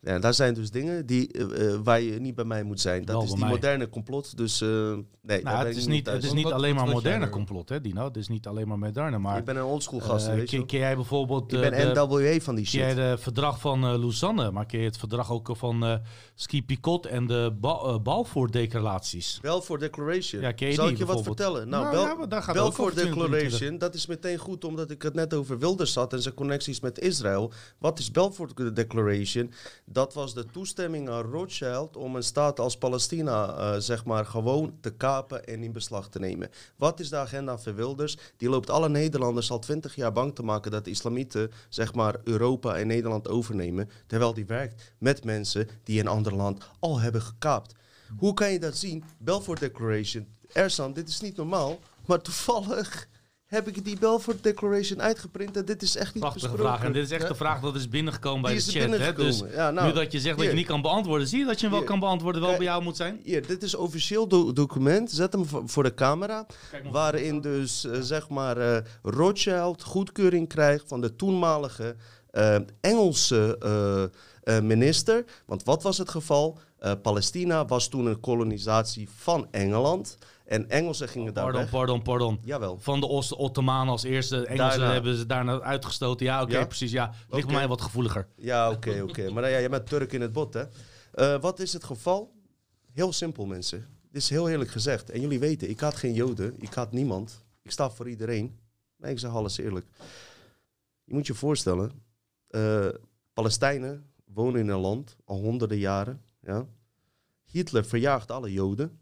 Ja, daar zijn dus dingen die, uh, waar je niet bij mij moet zijn. Dat Wel is bij die mij. moderne complot. Dus uh, nee, daar Nou, ben het ik is niet niet, thuis. het is niet Wat- alleen wat- maar wat jij moderne er- complot, hè, Dino. Het is niet alleen maar moderne, maar... Ik ben een oldschool gast, eh, weet je ken, ken jij bijvoorbeeld... Ik eh, ben de, N W A van die ken jij shit. het verdrag van uh, Lausanne, maar ken je het verdrag ook van uh, Ski Picot en de ba uh, Balfour-declaraties? Balfour Declaration. Ja, ken je Zal die ik je wat bijvoorbeeld? vertellen? Nou, Nou, Bel- ja, maar daar gaat het ook Balfour over twintig Declaration, dat is meteen goed omdat ik het net over Wilders had en zijn connecties met Israël. Wat is Balfour Declaration? Dat was de toestemming aan Rothschild om een staat als Palestina uh, zeg maar gewoon te kapen en in beslag te nemen. Wat is de agenda van Wilders? Die loopt alle Nederlanders al twintig jaar bang te maken dat de islamieten zeg maar Europa en Nederland overnemen, terwijl die werkt met mensen die een ander land al hebben gekaapt. Hoe kan je dat zien? Balfour Declaration. Ersan, dit is niet normaal, maar toevallig heb ik die Balfour Declaration uitgeprint en dit is echt niet Prachtige besproken. vraag. En dit is echt Ja. de vraag dat is binnengekomen bij Die de is chat. Hè? binnengekomen. Dus Ja, nou, nu dat je zegt dat je hier. niet kan beantwoorden, zie je dat je hem wel Hier. kan beantwoorden, wel Kijk. bij jou moet zijn? Hier, dit is officieel do- document. Zet hem v- voor de camera. Kijk maar. Waarin dus, uh, zeg maar, uh, Rothschild goedkeuring krijgt van de toenmalige uh, Engelse uh, uh, minister. Want wat was het geval? Uh, Palestina was toen een kolonisatie van Engeland. En Engelsen gingen daar Pardon, weg. pardon, pardon. Jawel. Van de Oost- Ottomanen als eerste. De Engelsen Daarna. hebben ze daarna uitgestoten. Ja, oké, Ja? precies. Ja, ligt Oké. bij mij wat gevoeliger. Ja, oké, okay, oké. Okay. Maar ja, jij bent Turk in het bot, hè? Uh, wat is het geval? Heel simpel, mensen. Dit is heel eerlijk gezegd. En jullie weten, ik haat geen Joden. Ik haat niemand. Ik sta voor iedereen. Nee, ik zeg alles eerlijk. Je moet je voorstellen. Uh, Palestijnen wonen in een land al honderden jaren. Ja? Hitler verjaagt alle Joden.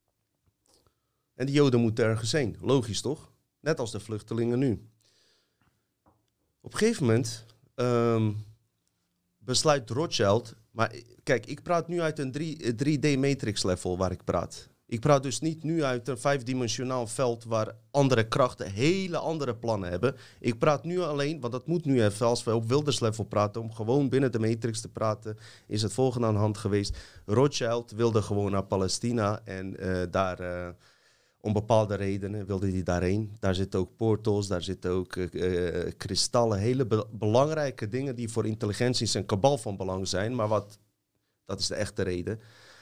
En die Joden moeten ergens heen. Logisch, toch? Net als de vluchtelingen nu. Op een gegeven moment um, besluit Rothschild... Maar kijk, ik praat nu uit een drie D matrix level waar ik praat. Ik praat dus niet nu uit een vijfdimensionaal veld waar andere krachten hele andere plannen hebben. Ik praat nu alleen, want dat moet nu even als we op Wilders level praten, om gewoon binnen de matrix te praten, is het volgende aan de hand geweest. Rothschild wilde gewoon naar Palestina en uh, daar... Uh, Om bepaalde redenen wilde hij daarheen. Daar zitten ook portals, daar zitten ook uh, uh, kristallen. Hele be- belangrijke dingen die voor intelligenties en kabal van belang zijn. Maar wat, dat is de echte reden.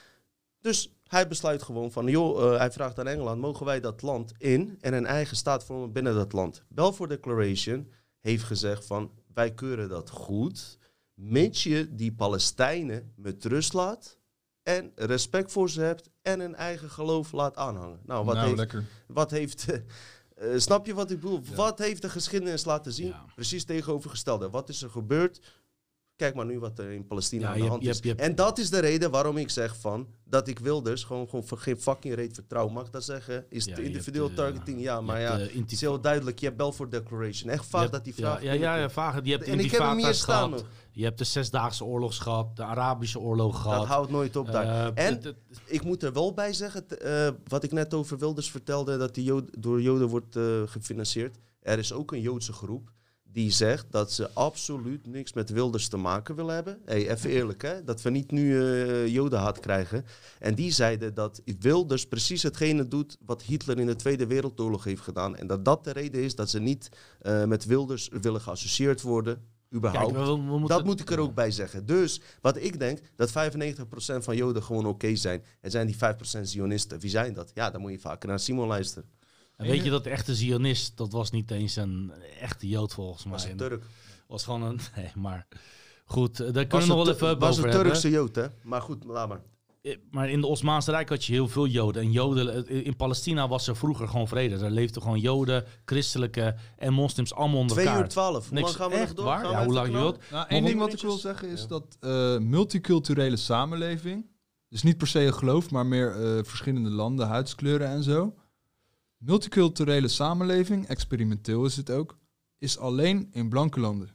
Dus hij besluit gewoon van, joh, uh, hij vraagt aan Engeland, mogen wij dat land in en een eigen staat vormen binnen dat land? Balfour Declaration heeft gezegd van, wij keuren dat goed, mits je die Palestijnen met rust laat en respect voor ze hebt en een eigen geloof laat aanhangen. Nou, wat nou, heeft, lekker. wat heeft uh, snap je wat ik bedoel? Ja. Wat heeft de geschiedenis laten zien? Ja. Precies tegenovergestelde. Wat is er gebeurd? Kijk maar nu wat er in Palestina Ja, aan de je hand hebt- is. je hebt- je hebt- En dat is de reden waarom ik zeg van, dat ik Wilders gewoon, gewoon voor geen fucking reet vertrouw. Mag ik dat zeggen? Is Ja, het je individueel hebt, uh, targeting? Ja, je maar hebt, ja, uh, het intif- is heel duidelijk. Je hebt Balfour Declaration. Echt Je vaak hebt- dat die ja, vraag... ja, ja, ja, vragen. Je hebt En ik heb hem hier intifada's staan gehad. nog. Je hebt de Zesdaagse Oorlog gehad. De Arabische Oorlog gehad. Dat houdt nooit op daar. Eh, en d- d- ik moet er wel bij zeggen, t- uh, wat ik net over Wilders vertelde, dat die Jood, door Joden wordt uh, gefinancierd. Er is ook een Joodse groep die zegt dat ze absoluut niks met Wilders te maken willen hebben. Hey, even eerlijk, hè? Dat we niet nu uh, Jodenhaat krijgen. En die zeiden dat Wilders precies hetgene doet wat Hitler in de Tweede Wereldoorlog heeft gedaan. En dat dat de reden is dat ze niet uh, met Wilders willen geassocieerd worden, überhaupt. Kijk, we, we moeten- Dat moet ik er ook bij zeggen. Dus wat ik denk, dat vijfennegentig procent van Joden gewoon oké okay zijn. En zijn die vijf procent Zionisten. Wie zijn dat? Ja, dan moet je vaker naar Simon luisteren. En weet je dat de echte Zionist, dat was niet eens een echte Jood volgens mij. Was een En Turk. was gewoon een... Nee, maar goed, eh, daar kunnen Was we nog wel een, even was over een hebben. Turkse Jood, hè? Maar goed, laat maar. Eh, Maar in de Osmaanse Rijk had je heel veel Joden. En Joden, eh, in Palestina was er vroeger gewoon vrede. Er leefden gewoon Joden, christelijke en moslims allemaal onder twee elkaar. uur twaalf. Hoe Niks- lang gaan we echt nog door? waar? Gaan Ja, we hoe even lang je knallen? wilt. Nou, Nog één ding een wat ik wil minuutjes? zeggen is Ja. dat uh, multiculturele samenleving, dus niet per se een geloof, maar meer uh, verschillende landen, huidskleuren en zo. Multiculturele samenleving, experimenteel is het ook, is alleen in blanke landen.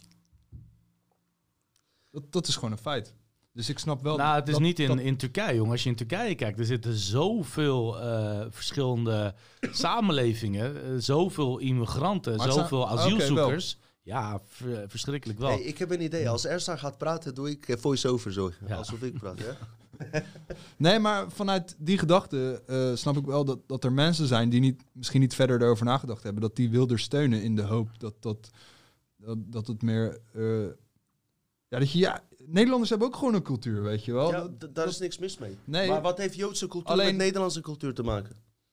Dat, dat is gewoon een feit. Dus ik snap wel... Nou, het is dat- niet in, dat- in Turkije, jongen. Als je in Turkije kijkt, er zitten zoveel eh, verschillende samenlevingen, eh, zoveel immigranten, Maar het zijn- zoveel oké, asielzoekers. ja, ver- verschrikkelijk wel. Hey, ik heb een idee. Als Ersan gaat praten, doe ik uh, voice-over zo. Ja. Alsof ik praat, hè? Nee, maar vanuit die gedachte uh, snap ik wel dat, dat er mensen zijn die niet, misschien niet verder erover nagedacht hebben. Dat die Wilders steunen in de hoop dat, dat, dat, dat het meer... Uh, ja, dat je, ja, Nederlanders hebben ook gewoon een cultuur, weet je wel. Ja, Dat- d- daar dat- is niks mis mee. Nee. Maar wat heeft Joodse cultuur Alleen- met Nederlandse cultuur te maken?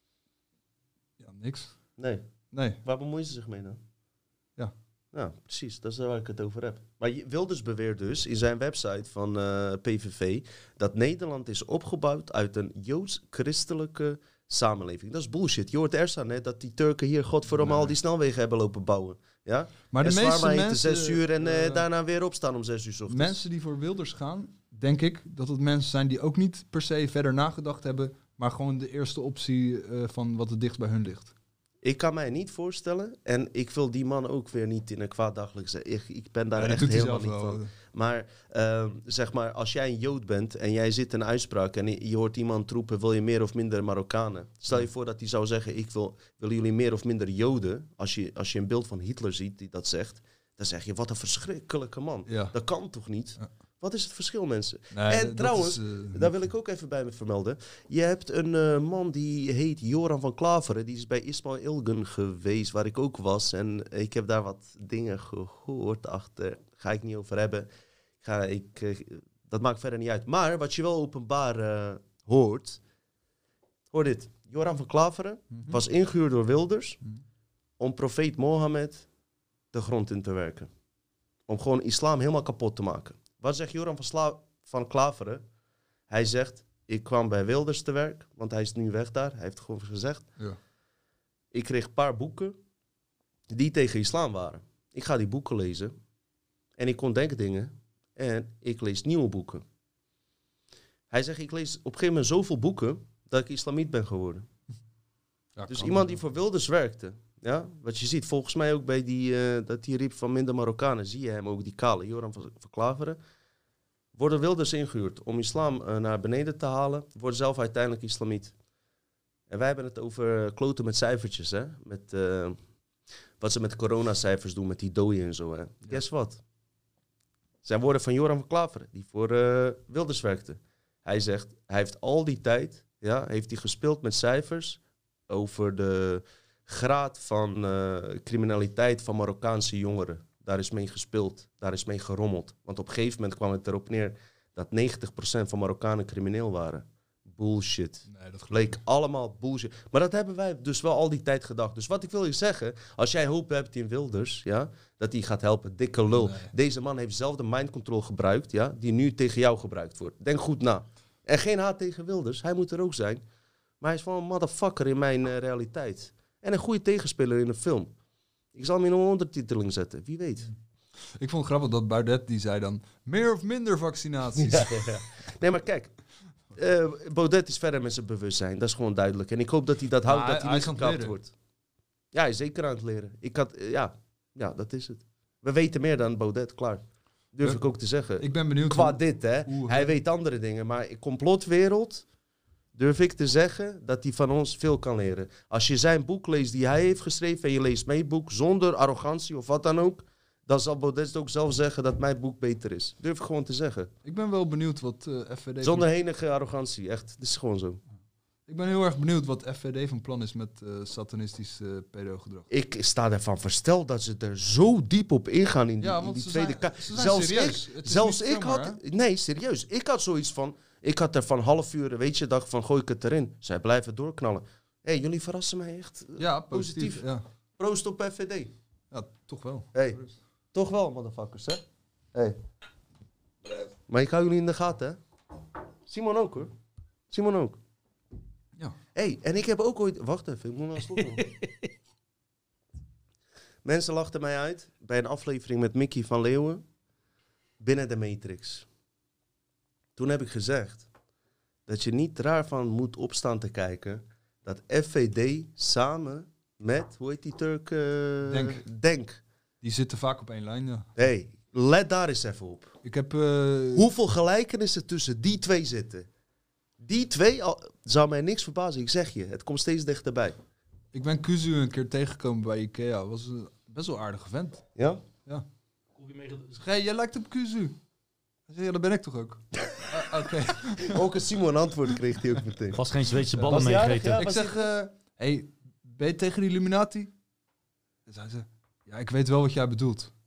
Ja, niks. Nee. Nee. Waar bemoeien ze zich mee dan? Ja. Ja, precies. Dat is waar ik het over heb. Maar je- Wilders beweert dus in zijn website van eh, P V V... dat Nederland is opgebouwd uit een joods-christelijke samenleving. Dat is bullshit. Je hoort Ersan, hè, dat die Turken hier godverdomme Nee. al die snelwegen hebben lopen bouwen. Ja? Maar de en meeste zwaar maar heen mensen... te zes uur en eh, eh, daarna weer opstaan om zes uur 's ochtends. mensen die voor Wilders gaan, denk ik dat het mensen zijn die ook niet per se verder nagedacht hebben, maar gewoon de eerste optie eh, van wat het dichtst bij hun ligt. Ik kan mij niet voorstellen, en ik wil die man ook weer niet in een kwaad dagelijks... Ik, ik ben daar Ja, dat echt doet hij helemaal zelf niet wel. van. Maar ehm, zeg maar, als jij een Jood bent en jij zit een uitspraak... en je je hoort iemand roepen, wil je meer of minder Marokkanen? Stel je voor dat hij zou zeggen, ik wil, willen jullie meer of minder Joden? Als je, als je een beeld van Hitler ziet die dat zegt... dan zeg je, wat een verschrikkelijke man. Ja. Dat kan toch niet? Ja. Wat is het verschil, mensen? Nee, En dat trouwens, is, eh, Daar wil ik ook even bij me vermelden. Je hebt een eh, man die heet Joran van Klaveren. Die is bij Ismail Ilgen geweest, waar ik ook was. En ik heb daar wat dingen gehoord achter. Ga ik niet over hebben. Ik ga, ik, eh, dat maakt verder niet uit. Maar wat je wel openbaar eh, hoort... Hoor dit. Joran van Klaveren mhm. was ingehuurd door Wilders... Mhm. om profeet Mohammed de grond in te werken. Om gewoon islam helemaal kapot te maken. Wat zegt Joran van, Sla- van Klaveren? Hij zegt, ik kwam bij Wilders te werk, want hij is nu weg daar. Hij heeft gewoon gezegd. Ja. Ik kreeg een paar boeken die tegen islam waren. Ik ga die boeken lezen en ik ontdek dingen en ik lees nieuwe boeken. Hij zegt, ik lees op een gegeven moment zoveel boeken dat ik islamiet ben geworden. Ja, Dus kan iemand wel. die voor Wilders werkte. Ja, wat je ziet, volgens mij ook bij die, eh, dat hij riep van minder Marokkanen, zie je hem ook, die kale, Joran van, van Klaveren. Worden Wilders ingehuurd om islam eh, naar beneden te halen, worden zelf uiteindelijk islamiet. En wij hebben het over kloten met cijfertjes, hè. Met, eh, wat ze met coronacijfers doen, met die doden en zo, hè. Guess wat? Zijn woorden van Joran van Klaveren, die voor eh, Wilders werkte. Hij zegt, hij heeft al die tijd, ja, heeft hij gespeeld met cijfers over de graad van uh, criminaliteit van Marokkaanse jongeren. Daar is mee gespeeld, daar is mee gerommeld. Want op een gegeven moment kwam het erop neer dat negentig procent van Marokkanen crimineel waren. Bullshit. Nee, dat Bleek allemaal bullshit. Maar dat hebben wij dus wel al die tijd gedacht. Dus wat ik wil je zeggen, als jij hoop hebt in Wilders, ja, dat hij gaat helpen, dikke lul. Nee. Deze man heeft zelf de mind control gebruikt, ja, die nu tegen jou gebruikt wordt. Denk goed na. En geen haat tegen Wilders, hij moet er ook zijn. Maar hij is wel een motherfucker in mijn uh, realiteit. En een goede tegenspeler in een film. Ik zal hem in een ondertiteling zetten, wie weet. Ik vond het grappig dat Baudet die zei dan meer of minder vaccinaties. Ja, ja, ja. Nee, maar kijk. Uh, Baudet is verder met zijn bewustzijn. Dat is gewoon duidelijk. En ik hoop dat hij dat houdt, Maar dat hij- hij, hij niet is aan het gekapt leren. wordt. Ja, hij is zeker aan het leren. Ik had, uh, ja, ja, dat is het. We weten meer dan Baudet, klaar. Durf Ja. ik ook te zeggen. Ik ben benieuwd. Qua hoe- dit, hè. hoe- Hij weet andere dingen. Maar in complotwereld durf ik te zeggen dat hij van ons veel kan leren. Als je zijn boek leest die hij heeft geschreven en je leest mijn boek zonder arrogantie of wat dan ook, dan zal Baudet ook zelf zeggen dat mijn boek beter is. Durf ik gewoon te zeggen. Ik ben wel benieuwd wat eh F V D... Zonder enige arrogantie, echt. Het is gewoon zo. Ik ben heel erg benieuwd wat F V D van plan is met eh, satanistisch eh pedo-gedrag. Ik sta ervan versteld dat ze er zo diep op ingaan in die, Ja, in want die ze Tweede zijn- Kamer. ze zijn Zelfs serieus. ik, Het is zelfs niet ik zomaar, had... Nee, serieus. Ik had zoiets van... Ik had er van half uur, weet je, dacht van gooi ik het erin. Zij blijven doorknallen. Hé, hey, jullie verrassen mij echt. Ja, positief. positief. Ja. Proost op F V D. ja, toch wel. Hey. Toch wel, motherfuckers, hè? Hey. Maar ik hou jullie in de gaten, hè? Simon ook, hoor. Simon ook. Ja. Hey, en ik heb ook ooit... Wacht even, ik moet wel stoppen. Mensen lachten mij uit bij een aflevering met Mickey van Leeuwen binnen de Matrix. Toen heb ik gezegd dat je niet raar van moet opstaan te kijken dat F V D samen met, hoe heet die Turk? eh, Denk. Denk. Die zitten vaak op één lijn, ja. Hey, let daar eens even op. Ik heb... eh, Hoeveel gelijkenissen tussen die twee zitten? Die twee, al, zou mij niks verbazen. Ik zeg je, het komt steeds dichterbij. Ik ben Kuzu een keer tegengekomen bij Ikea. Was een best wel aardige vent. Ja? Ja. Koffie meegedaan. Zeg, hey, jij lijkt op Kuzu. Hij zei, ja, dat ben ik toch ook? Ah, Oké. Ook een Simon antwoord kreeg hij ook meteen. Vast geen Zweedse Was ballen die aardig, meegegeten. ja? Ik was zeg, eh hey, ben je tegen de Illuminati? En zei ze, ja, ik weet wel wat jij bedoelt.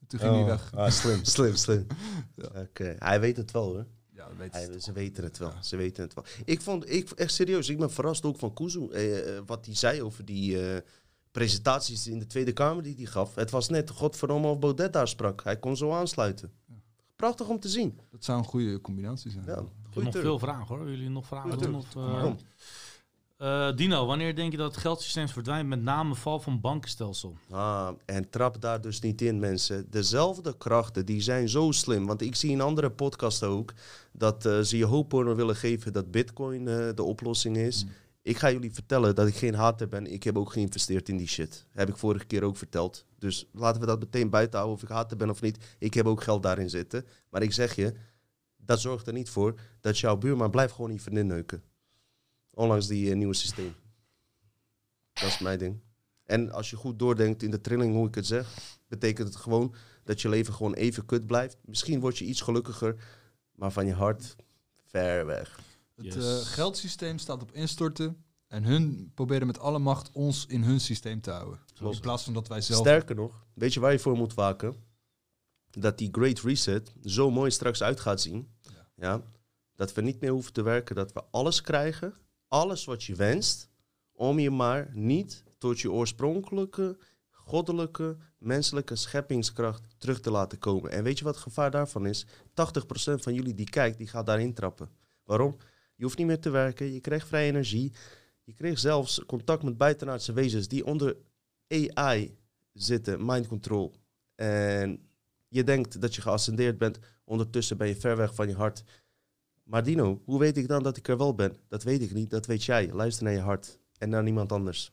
toen ging hij Oh, weg. Ah, slim, slim, slim. Ja. Oké, okay. Hij weet het wel hoor. Ja, dat weet Hij, je. ze weten het wel, Ja. ze weten het wel. Ik vond, ik, echt serieus, ik ben verrast ook van Kuzu. Eh, eh, wat hij zei over die uh, presentaties in de Tweede Kamer die hij gaf. Het was net godverdomme of Baudet daar sprak. Hij kon zo aansluiten. Ja. Prachtig om te zien. Dat zou een goede combinatie zijn. Ja, Ik heb goeie nog turn. veel vragen hoor. Willen jullie nog vragen Goeie doen? turn. Of, uh, Kom. uh, Dino, wanneer denk je dat het geldsysteem verdwijnt? Met name val van bankenstelsel. Ah, en trap daar dus niet in, mensen. Dezelfde krachten, die zijn zo slim. Want ik zie in andere podcasts ook dat uh, ze je hoop willen geven dat Bitcoin uh, de oplossing is. Mm. Ik ga jullie vertellen dat ik geen hater ben. Ik heb ook geïnvesteerd in die shit. Heb ik vorige keer ook verteld. Dus laten we dat meteen buiten houden of ik hater ben of niet. Ik heb ook geld daarin zitten. Maar ik zeg je, dat zorgt er niet voor dat jouw buurman blijft gewoon niet vriendin neuken. Ondanks die uh, nieuwe systeem. Dat is mijn ding. En als je goed doordenkt in de trilling hoe ik het zeg, betekent het gewoon dat je leven gewoon even kut blijft. Misschien word je iets gelukkiger, maar van je hart ver weg. Het Yes. uh, geldsysteem staat op instorten en hun proberen met alle macht ons in hun systeem te houden. Klopt. In plaats van dat wij zelf... Sterker nog, weet je waar je voor moet waken? Dat die Great Reset zo mooi straks uit gaat zien. Ja. Ja, dat we niet meer hoeven te werken, dat we alles krijgen, alles wat je wenst, om je maar niet tot je oorspronkelijke, goddelijke, menselijke scheppingskracht terug te laten komen. En weet je wat het gevaar daarvan is? tachtig procent van jullie die kijkt, die gaat daarin trappen. Waarom? Je hoeft niet meer te werken, je krijgt vrije energie. Je kreeg zelfs contact met buitenaardse wezens die onder A I zitten, mind control. En je denkt dat je geascendeerd bent, ondertussen ben je ver weg van je hart. Maar Dino, hoe weet ik dan dat ik er wel ben? Dat weet ik niet, dat weet jij. Luister naar je hart en naar niemand anders.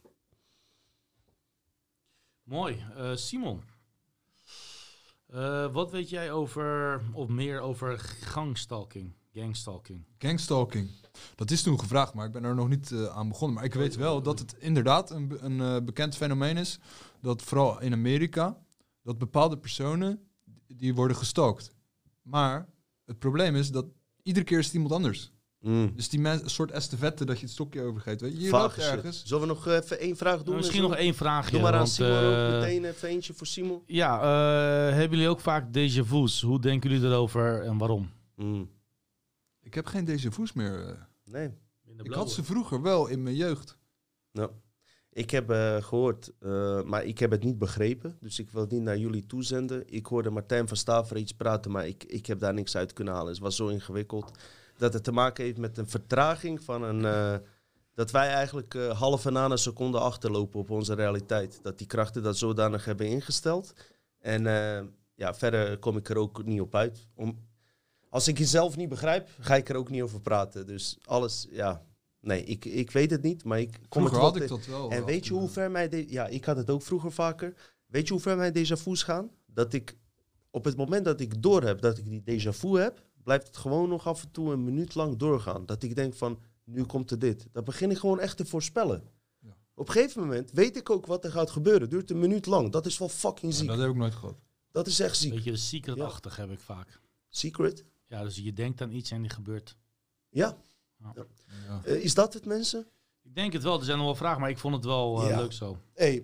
Mooi. Uh, Simon, uh, wat weet jij over, of meer over gangstalking, gangstalking? Gangstalking. Dat is toen gevraagd, maar ik ben er nog niet uh, aan begonnen. Maar ik weet wel dat het inderdaad een, een uh, bekend fenomeen is. Dat vooral in Amerika, dat bepaalde personen, die worden gestalkt. Maar het probleem is dat iedere keer is het iemand anders. Mm. Dus die mens, een soort estafette dat je het stokje overgeet. Weet je, je Vage loopt shit. ergens. Zullen we nog even één vraag doen? Nou, misschien nog één vraagje. Doe maar aan want, Simon uh, ook meteen even eentje voor Simon. Ja, uh, hebben jullie ook vaak déjà vu's? Hoe denken jullie erover en waarom? Mm. Ik heb geen déjà vu's meer. Uh. Nee. Ik had ze vroeger wel in mijn jeugd. Nou, ik heb uh, gehoord, uh, maar ik heb het niet begrepen. Dus ik wil het niet naar jullie toezenden. Ik hoorde Martijn van Staveren iets praten, maar ik, ik heb daar niks uit kunnen halen. Het was zo ingewikkeld dat het te maken heeft met een vertraging van een... Uh, dat wij eigenlijk uh, halve nanoseconde achterlopen op onze realiteit. Dat die krachten dat zodanig hebben ingesteld. En uh, ja, verder kom ik er ook niet op uit. Om, als ik jezelf niet begrijp, ga ik er ook niet over praten. Dus alles, ja... Nee, ik, ik weet het niet, maar ik kom vroeger het had wel ik te- dat wel. En wel. weet je hoe ver mij... De- ja, ik had het ook vroeger vaker. Weet je hoe ver mij déjà vu's gaan? Dat ik op het moment dat ik door heb dat ik die déjà vu heb, blijft het gewoon nog af en toe een minuut lang doorgaan. Dat ik denk van, nu komt er dit. Dat begin ik gewoon echt te voorspellen. Ja. Op een gegeven moment weet ik ook wat er gaat gebeuren. Duurt een minuut lang. Dat is wel fucking Ja, ziek. dat heb ik nooit gehad. Dat is echt ziek. Weet je, de secret-achtig heb ik vaak. Secret? Ja, dus je denkt aan iets en die gebeurt. Ja. Ja. Uh, is dat het, mensen? Ik denk het wel, er zijn nog wel vragen, maar ik vond het wel uh, Ja. leuk zo. Hey,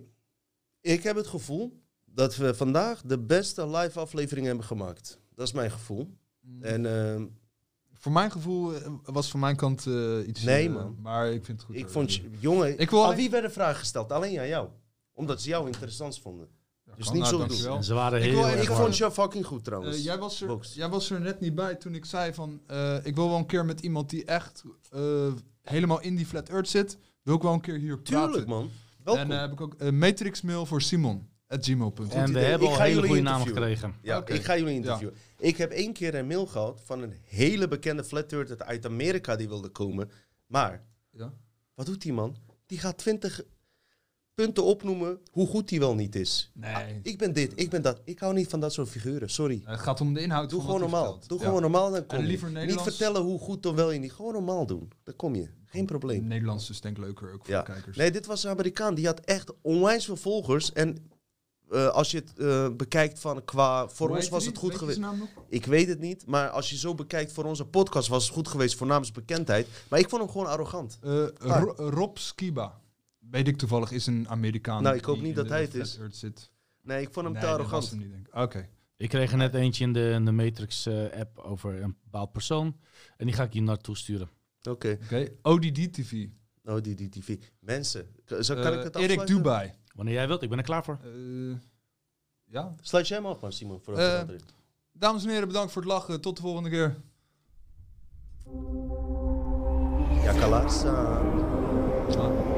ik heb het gevoel dat we vandaag de beste live aflevering hebben gemaakt. Dat is mijn gevoel. En uh, Voor mijn gevoel eh, was van mijn kant uh, iets... Nee, uh, man. Maar ik vind het goed. ik hoor. vond je, jongen, Ik wil aan alleen- wie werden vragen gesteld? Alleen aan jou. Omdat ze jou interessant vonden. Ja, dus kan. niet Nou, zo doen. dankjewel. En ze waren Ik heel wil- erg Ik Ja, vond warm. jou fucking goed trouwens. Uh, jij, was er, Box. jij was er net niet bij toen ik zei van... Uh, ik wil wel een keer met iemand die echt uh, helemaal in die flat earth zit... wil ik wel een keer hier praten. Tuurlijk, man. Welkom. En uh, heb ik ook een matrix mail voor Simon. at gmail punt com. En we idee. hebben Ik al ga hele jullie goede namen interviewen. gekregen. ja, Oké. ik ga jullie interviewen. Ik heb één keer een mail gehad van een hele bekende flat earther uit Amerika die wilde komen. Maar, Ja? wat doet die man? Die gaat twintig punten opnoemen hoe goed die wel niet is. Nee. Ah, ik ben dit, ik ben dat. Ik hou niet van dat soort figuren, sorry. Het gaat om de inhoud Doe van gewoon wat hij normaal. vertelt. Doe Ja. gewoon normaal, dan kom En je. liever Niet Nederlands. vertellen hoe goed of wel je niet. Gewoon normaal doen. Dan kom je. Geen probleem. Nederlands is denk ik leuker ook voor Ja. de kijkers. Nee, dit was een Amerikaan. Die had echt onwijs veel volgers. En uh, als je het uh, bekijkt van qua... Voor Hoe ons heette was die? het goed Weet je geweest. zijn naam nog? Ik weet het niet. Maar als je zo bekijkt voor onze podcast was het goed geweest voor namens bekendheid. Maar ik vond hem gewoon arrogant. Uh, Ah. Ro- Rob Skiba. Weet ik toevallig, is een Amerikaan. Nou, ik hoop die niet in dat de hij het Flat is. Earth zit. Nee, ik vond hem Nee, te dat arrogant. was hem niet, denk ik. Oké. Ik kreeg er net eentje in de, in de Matrix-app over een bepaald persoon. En die ga ik hier naartoe sturen. Oké. Okay. Oké, O D D T V. O D D T V. Mensen, kan, kan Uh, ik het afsluiten? Erik Dubai. Wanneer jij wilt, ik ben er klaar voor. Uh, ja. Sluit jij hem af, man, Simon. Voor Uh, dames en heren, bedankt voor het lachen. Tot de volgende keer. Ja, Kalasa. Ah.